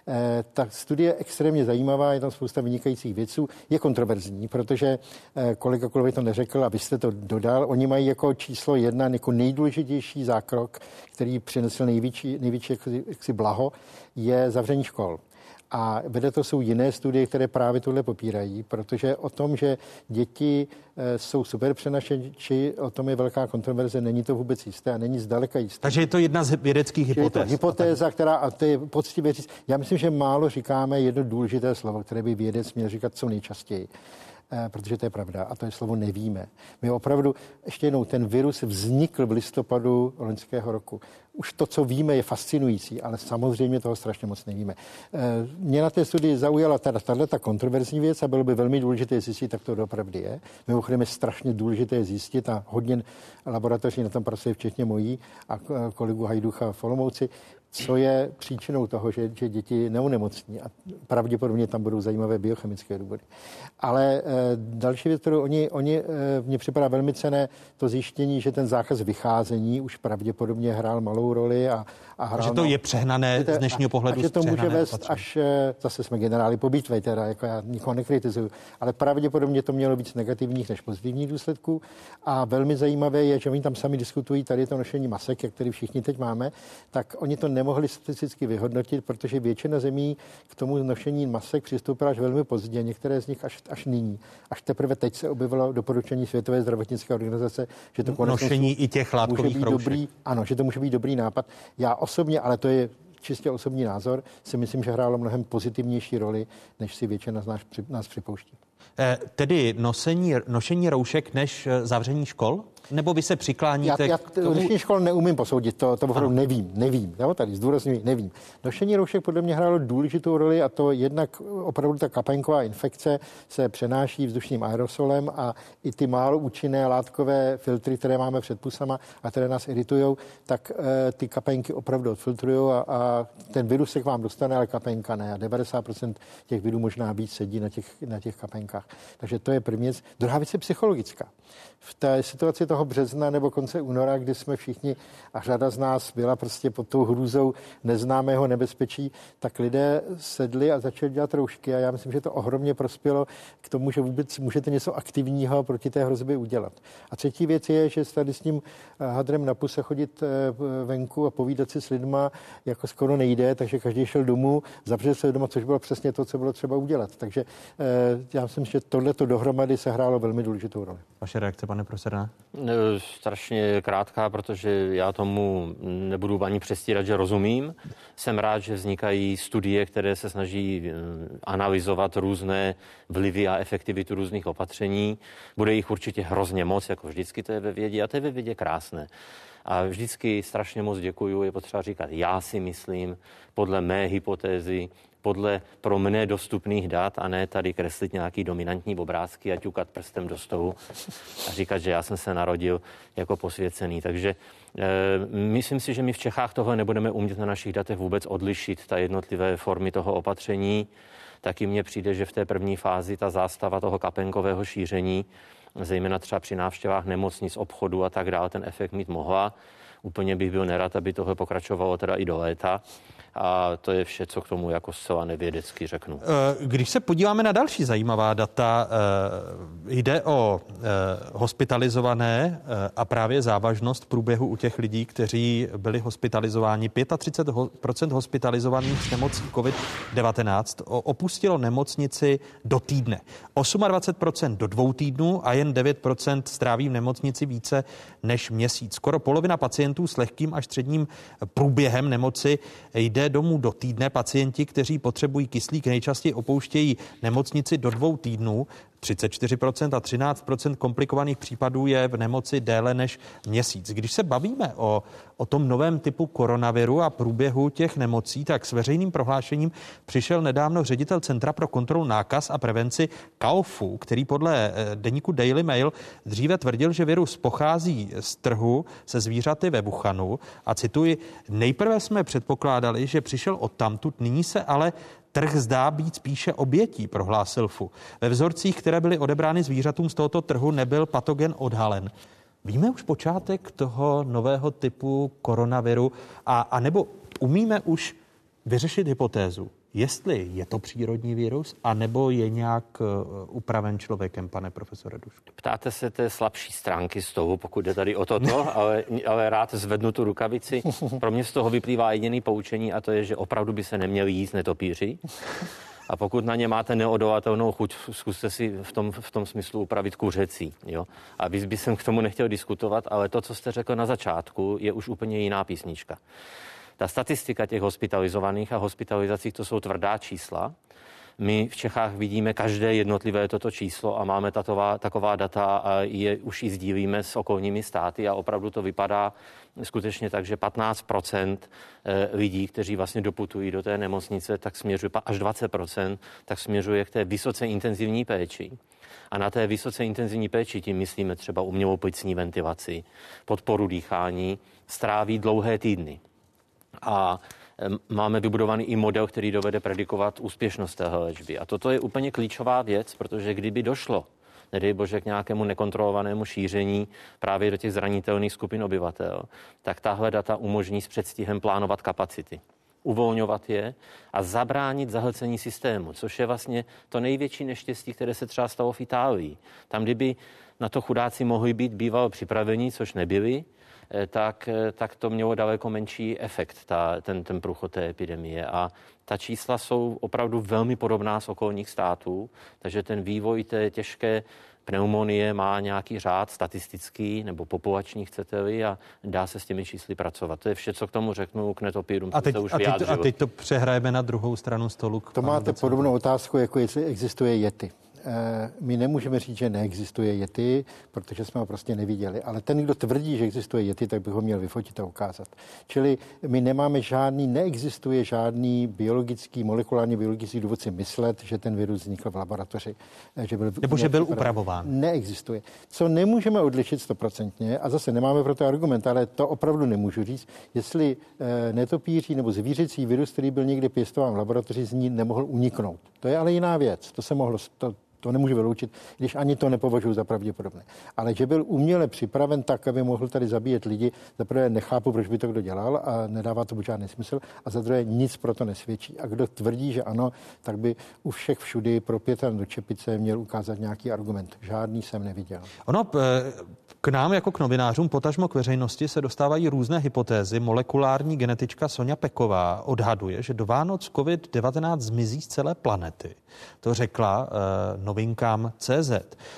Ta studie je extrémně zajímavá, je tam spousta vynikajících věců. Je kontroverzní, protože kolega Kulovej to neřekl a vy jste to dodal. Oni mají jako číslo 1 jako nejdůležitější zákrok, který přinesl největší jaksi blaho, je zavření škol. A vedle to jsou jiné studie, které právě tohle popírají, protože o tom, že děti jsou super přenašeči, o tom je velká kontroverze, není to vůbec jisté a není zdaleka jisté. Takže je to jedna z vědeckých hypotéz. Je to hypotéza, která, a to je poctivě říct, já myslím, že málo říkáme jedno důležité slovo, které by vědec měl říkat co nejčastěji. Protože to je pravda a to je slovo nevíme. My opravdu, ještě jednou, ten virus vznikl v listopadu loňského roku. Už to, co víme, je fascinující, ale samozřejmě toho strašně moc nevíme. Mě na té studii zaujala tato kontroverzní věc a bylo by velmi důležité zjistit, tak to doopravdy je. Mimochodem je strašně důležité zjistit a hodně laboratoří na tom pracuje, včetně mojí a kolegu Hajducha v Olomouci, co je příčinou toho, že děti neonemocní a pravděpodobně tam budou zajímavé biochemické důvody. Ale další věc, kterou mně připadá velmi cenné, to zjištění, že ten zákaz vycházení už pravděpodobně hrál malou roli a hrál... Že to je přehnané z dnešního pohledu. A že to může vést až, zase jsme generáli po bitvě, teda jako já nikoho nekritizuju, ale pravděpodobně to mělo víc negativních než pozitivních důsledků a velmi zajímavé je, že oni tam sami diskutují tady to nošení masek, který všichni teď máme, tak oni to nemohli statisticky vyhodnotit, protože většina zemí k tomu nošení masek přistoupila až velmi pozdě, některé z nich až nyní. Až teprve teď se objevilo doporučení Světové zdravotnické organizace, že to nošení i těch látkových roušek. Ano, že to může být dobrý nápad. Já osobně, ale to je čistě osobní názor, si myslím, že hrálo mnohem pozitivnější roli, než si většina z nás připouští. Tedy nošení roušek než zavření škol? Nebo vy se přikláníte já nošení škol neumím posoudit, to opravdu nevím. Já tady zdůrazňuji, nevím. Nošení roušek podle mě hrálo důležitou roli a to jednak opravdu ta kapénková infekce se přenáší vzdušným aerosolem a i ty málo účinné látkové filtry, které máme před pusama a které nás iritujou, tak ty kapénky opravdu odfiltrujou a ten virus se k vám dostane, ale kapénka ne. A 90% těch virů možná víc sedí na těch kapénkách. Takže to je první věc. Druhá věc je psychologická. V té situaci toho března nebo konce února, kdy jsme všichni a řada z nás byla prostě pod tou hrůzou neznámého nebezpečí, tak lidé sedli a začali dělat roušky a já myslím, že to ohromně prospělo k tomu, že vůbec můžete něco aktivního proti té hrozbě udělat. A třetí věc je, že tady s tím hadrem na puse chodit venku a povídat si s lidma jako skoro nejde, takže každý šel domů, zavřel se doma, což bylo přesně to, co bylo třeba udělat. Takže já myslím, že tohleto dohromady se hrálo velmi důležitou roli. Vaše reakce, pane profesore? Strašně krátká, protože já tomu nebudu ani přestírat, že rozumím. Jsem rád, že vznikají studie, které se snaží analyzovat různé vlivy a efektivitu různých opatření. Bude jich určitě hrozně moc, jako vždycky to je ve vědě, a to je ve vědě krásné. A vždycky strašně moc děkuju, je potřeba říkat, já si myslím, podle mé hypotézy, podle pro mne dostupných dat a ne tady kreslit nějaký dominantní obrázky a ťukat prstem do stolu a říkat, že já jsem se narodil jako posvěcený. Takže myslím si, že my v Čechách tohle nebudeme umět na našich datech vůbec odlišit, ta jednotlivé formy toho opatření. Taky mně přijde, že v té první fázi ta zástava toho kapénkového šíření zejména třeba při návštěvách nemocnic, obchodu a tak dále, ten efekt mít mohla. Úplně bych byl nerad, aby tohle pokračovalo teda i do léta. A to je vše, co k tomu jako zcela nevědecky řeknu. Když se podíváme na další zajímavá data, jde o hospitalizované a právě závažnost v průběhu u těch lidí, kteří byli hospitalizováni. 35% hospitalizovaných s nemocí COVID-19 opustilo nemocnici do týdne. 28% do 2 týdnů a jen 9% stráví v nemocnici více než měsíc. Skoro polovina pacientů s lehkým až středním průběhem nemoci jde domů do týdne. Pacienti, kteří potřebují kyslík, nejčastěji opouštějí nemocnici do 2 týdnů. 34% a 13% komplikovaných případů je v nemoci déle než měsíc. Když se bavíme o tom novém typu koronaviru a průběhu těch nemocí, tak s veřejným prohlášením přišel nedávno ředitel Centra pro kontrolu nákaz a prevenci Kaofu, který podle deníku Daily Mail dříve tvrdil, že virus pochází z trhu se zvířaty ve Wuhanu a cituji, nejprve jsme předpokládali, že přišel odtamtud, nyní se ale trh zdá být spíše obětí, prohlásil Fu. Ve vzorcích, které byly odebrány zvířatům z tohoto trhu, nebyl patogen odhalen. Víme už počátek toho nového typu koronaviru a nebo umíme už vyřešit hypotézu, jestli je to přírodní virus, anebo je nějak upraven člověkem, pane profesore Dušku? Ptáte se té slabší stránky z toho, pokud jde tady o toto, ale rád zvednu tu rukavici. Pro mě z toho vyplývá jediný poučení a to je, že opravdu by se neměli jíst netopíři. A pokud na ně máte neodolatelnou chuť, zkuste si v tom smyslu upravit kuřecí. Jo? A víc bych k tomu nechtěl diskutovat, ale to, co jste řekl na začátku, je už úplně jiná písnička. Ta statistika těch hospitalizovaných a hospitalizacích, to jsou tvrdá čísla. My v Čechách vidíme každé jednotlivé toto číslo a máme taková data a už i sdílíme s okolními státy a opravdu to vypadá skutečně tak, že 15% lidí, kteří vlastně doputují do té nemocnice, tak směřuje až 20%, tak směřuje k té vysoce intenzivní péči. A na té vysoce intenzivní péči, tím myslíme třeba umělou plicní ventilaci, podporu dýchání, stráví dlouhé týdny. A máme vybudovaný i model, který dovede predikovat úspěšnost téhle léčby. A toto je úplně klíčová věc, protože kdyby došlo, nedej bože, k nějakému nekontrolovanému šíření právě do těch zranitelných skupin obyvatel, tak tahle data umožní s předstihem plánovat kapacity, uvolňovat je a zabránit zahlcení systému, což je vlastně to největší neštěstí, které se třeba stalo v Itálii. Tam, kdyby na to chudáci mohli být bývalo připraveni, což nebyli, tak to mělo daleko menší efekt, ten průchod té epidemie. A ta čísla jsou opravdu velmi podobná z okolních států, takže ten vývoj té těžké pneumonie má nějaký řád statistický nebo populační, chcete-li, a dá se s těmi čísly pracovat. To je vše, co k tomu řeknu, k netopírům. A teď to přehrajeme na druhou stranu stolu. To máte podobnou otázku, jako jestli existuje yeti. My nemůžeme říct, že neexistuje yeti, protože jsme ho prostě neviděli. Ale ten, kdo tvrdí, že existuje yeti, tak by ho měl vyfotit a ukázat. Čili my neexistuje žádný molekulární biologický důvod si myslet, že ten virus vznikl v laboratoři. Že byl upravován. Neexistuje. Co nemůžeme odlišit 100%, a zase nemáme pro to argument, ale to opravdu nemůžu říct, jestli netopíří nebo zvířecí virus, který byl někde pěstován v laboratoři, z ní nemohl uniknout. To je ale jiná věc. To nemůžu vyloučit, když ani to nepovažuji za pravděpodobné. Ale že byl uměle připraven tak, aby mohl tady zabíjet lidi, za prvé nechápu, proč by to kdo dělal a nedává to žádný smysl, a za druhé nic pro to nesvědčí. A kdo tvrdí, že ano, tak by u všech všudy propětan do čepice měl ukázat nějaký argument. Žádný jsem neviděl. K nám jako k novinářům, potažmo k veřejnosti se dostávají různé hypotézy. Molekulární genetička Sonja Peková odhaduje, že do Vánoc COVID-19 zmizí z celé planety. To řekla novinkám CZ.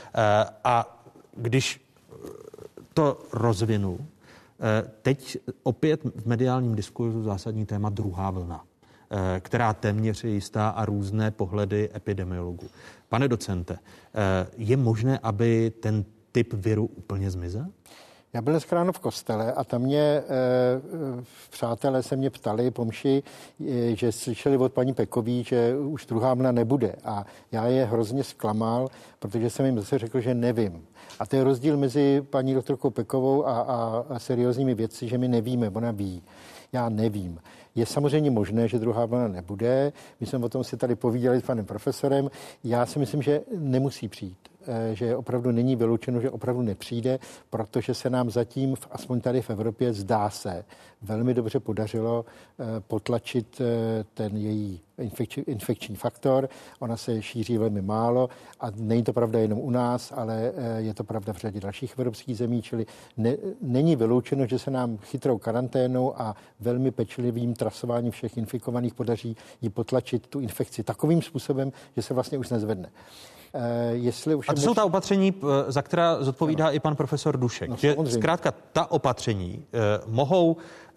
A když to rozvinu, teď opět v mediálním diskurzu zásadní téma druhá vlna, která téměř je jistá a různé pohledy epidemiologů. Pane docente, je možné, aby ten typ viru úplně zmizel? Já byl dneska ráno v kostele a tam mě přátelé se mě ptali po mši, že slyšeli od paní Pekový, že už druhá vlna nebude. A já je hrozně zklamal, protože jsem jim zase řekl, že nevím. A to je rozdíl mezi paní doktorkou Pekovou a seriózními vědci, že my nevíme, ona ví. Já nevím. Je samozřejmě možné, že druhá vlna nebude. My jsme o tom si tady povídali s panem profesorem. Já si myslím, že nemusí přijít. že opravdu není vyloučeno, že opravdu nepřijde, protože se nám zatím, aspoň tady v Evropě, zdá se, velmi dobře podařilo potlačit ten její infekční faktor. Ona se šíří velmi málo a není to pravda jenom u nás, ale je to pravda v řadě dalších evropských zemí, čili není vyloučeno, že se nám chytrou karanténou a velmi pečlivým trasováním všech infikovaných podaří ji potlačit tu infekci takovým způsobem, že se vlastně už nezvedne. A to jsou ta opatření, za která zodpovídá i pan profesor Dušek. Že zkrátka ta opatření mohou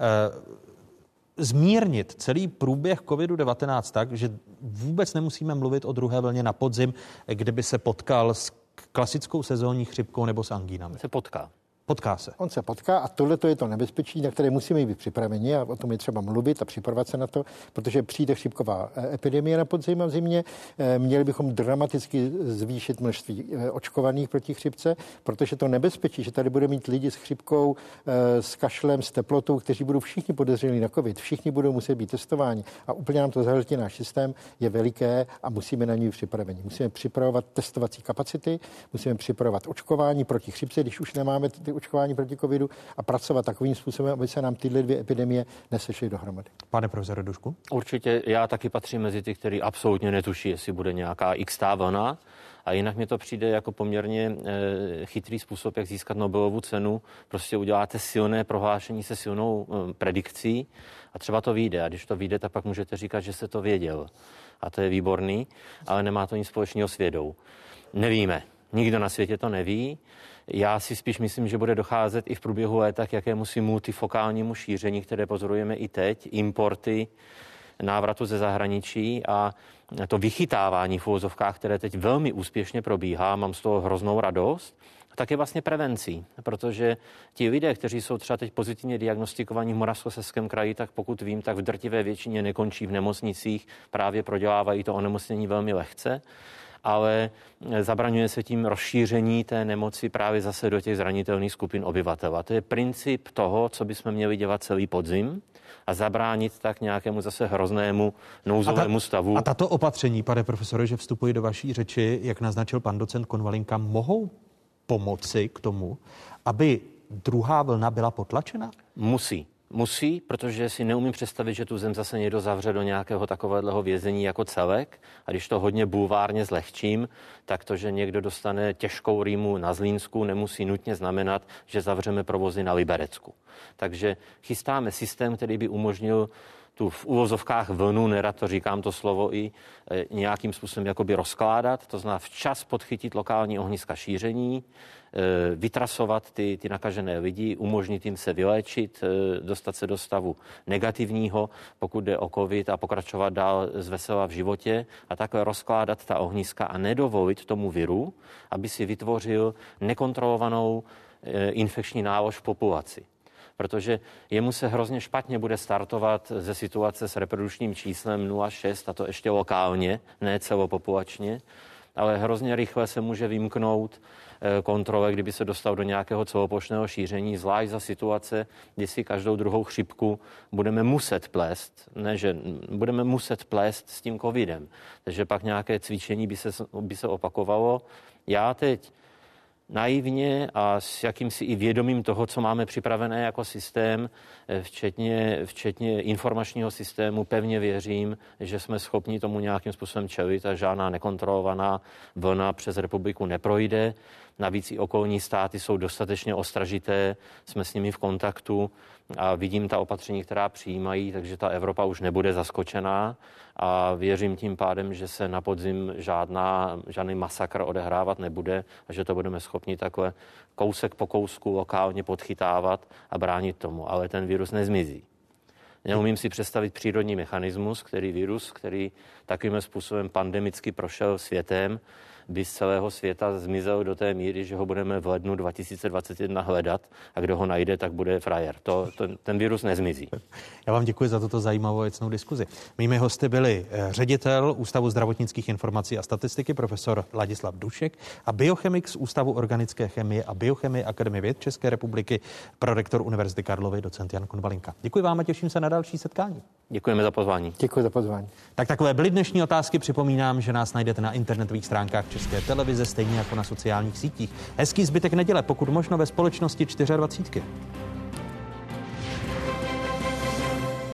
zmírnit celý průběh COVID-19 tak, že vůbec nemusíme mluvit o druhé vlně na podzim, kdyby se potkal s klasickou sezónní chřipkou nebo s angínami. Potká se. On se potká a tohle je to nebezpečí, na které musíme být připraveni a o tom je třeba mluvit a připravovat se na to, protože přijde chřipková epidemie na podzim a v zimě. Měli bychom dramaticky zvýšit množství očkovaných proti chřipce, protože to nebezpečí, že tady bude mít lidi s chřipkou, s kašlem, s teplotou, kteří budou všichni podezřelí na covid, všichni budou muset být testováni a úplně nám to zahltí náš systém, je veliké a musíme na něj připraveni. Musíme připravovat testovací kapacity, musíme připravovat očkování proti chřipce, když už nemáme očkování proti covidu a pracovat takovým způsobem, aby se nám tyhle dvě epidemie nesešly dohromady. Pane profesore Dušku? Určitě já taky patřím mezi ty, kteří absolutně netuší, jestli bude nějaká xtá vlna. A jinak mi to přijde jako poměrně chytrý způsob, jak získat Nobelovu cenu. Prostě uděláte silné prohlášení se silnou predikcí a třeba to vyjde. A když to vyjde, tak pak můžete říkat, že jste to věděl. A to je výborný, ale nemá to nic společného s vědou. Nevíme. Nikdo na světě to neví. Já si spíš myslím, že bude docházet i v průběhu léta k jakémusi multifokálnímu šíření, které pozorujeme i teď, importy, návratu ze zahraničí a to vychytávání v uvozovkách, které teď velmi úspěšně probíhá, mám z toho hroznou radost, tak je vlastně prevencí, protože ti lidé, kteří jsou třeba teď pozitivně diagnostikovaní v Moravskoslezském kraji, tak pokud vím, tak v drtivé většině nekončí v nemocnicích, právě prodělávají to onemocnění velmi lehce, ale zabraňuje se tím rozšíření té nemoci právě zase do těch zranitelných skupin obyvatel. A to je princip toho, co bychom měli dělat celý podzim a zabránit tak nějakému zase hroznému nouzovému stavu. A tato opatření, pane profesore, že vstupují do vaší řeči, jak naznačil pan docent Konvalinka, mohou pomoci k tomu, aby druhá vlna byla potlačena? Musí, protože si neumím představit, že tu zem zase někdo zavře do nějakého takového vězení jako celek. A když to hodně bulvárně zlehčím, tak to, že někdo dostane těžkou rýmu na Zlínsku, nemusí nutně znamenat, že zavřeme provozy na Liberecku. Takže chystáme systém, který by umožnil tu v uvozovkách vlnu, nerad to říkám to slovo i nějakým způsobem jakoby rozkládat, to znamená včas podchytit lokální ohniska šíření, vytrasovat ty nakažené lidi, umožnit jim se vyléčit, dostat se do stavu negativního, pokud jde o covid a pokračovat dál zvesela v životě a takhle rozkládat ta ohniska a nedovolit tomu viru, aby si vytvořil nekontrolovanou infekční nálož v populaci. Protože jemu se hrozně špatně bude startovat ze situace s reprodukčním číslem 0,6 a to ještě lokálně, ne celopopulačně, ale hrozně rychle se může vymknout kontrole, kdyby se dostal do nějakého celoplošného šíření, zvlášť za situace, kdy si každou druhou chřipku budeme muset plést, ne, že budeme muset plést s tím covidem. Takže pak nějaké cvičení by se opakovalo. Já teď naivně a s jakýmsi i vědomím toho, co máme připravené jako systém, včetně informačního systému, pevně věřím, že jsme schopni tomu nějakým způsobem čelit a žádná nekontrolovaná vlna přes republiku neprojde. Navíc i okolní státy jsou dostatečně ostražité, jsme s nimi v kontaktu a vidím ta opatření, která přijímají, takže ta Evropa už nebude zaskočená a věřím tím pádem, že se na podzim žádný masakr odehrávat nebude a že to budeme schopni takhle kousek po kousku lokálně podchytávat a bránit tomu. Ale ten virus nezmizí. Neumím si představit přírodní mechanismus, který takovým způsobem pandemicky prošel světem, by z celého světa zmizel do té míry, že ho budeme v lednu 2021 hledat a kdo ho najde, tak bude frajer. Ten virus nezmizí. Já vám děkuji za tuto zajímavou věcnou diskuzi. Mými hosty byli ředitel Ústavu zdravotnických informací a statistiky profesor Ladislav Dušek a biochemik z Ústavu organické chemie a biochemie Akademie věd České republiky, prorektor Univerzity Karlovy, docent Jan Konvalinka. Děkuji vám a těším se na další setkání. Děkujeme za pozvání. Děkuji za pozvání. Tak takové byly dnešní otázky. Připomínám, že nás najdete na internetových stránkách České televize, stejně jako na sociálních sítích. Hezký zbytek neděle, pokud možno ve společnosti 24.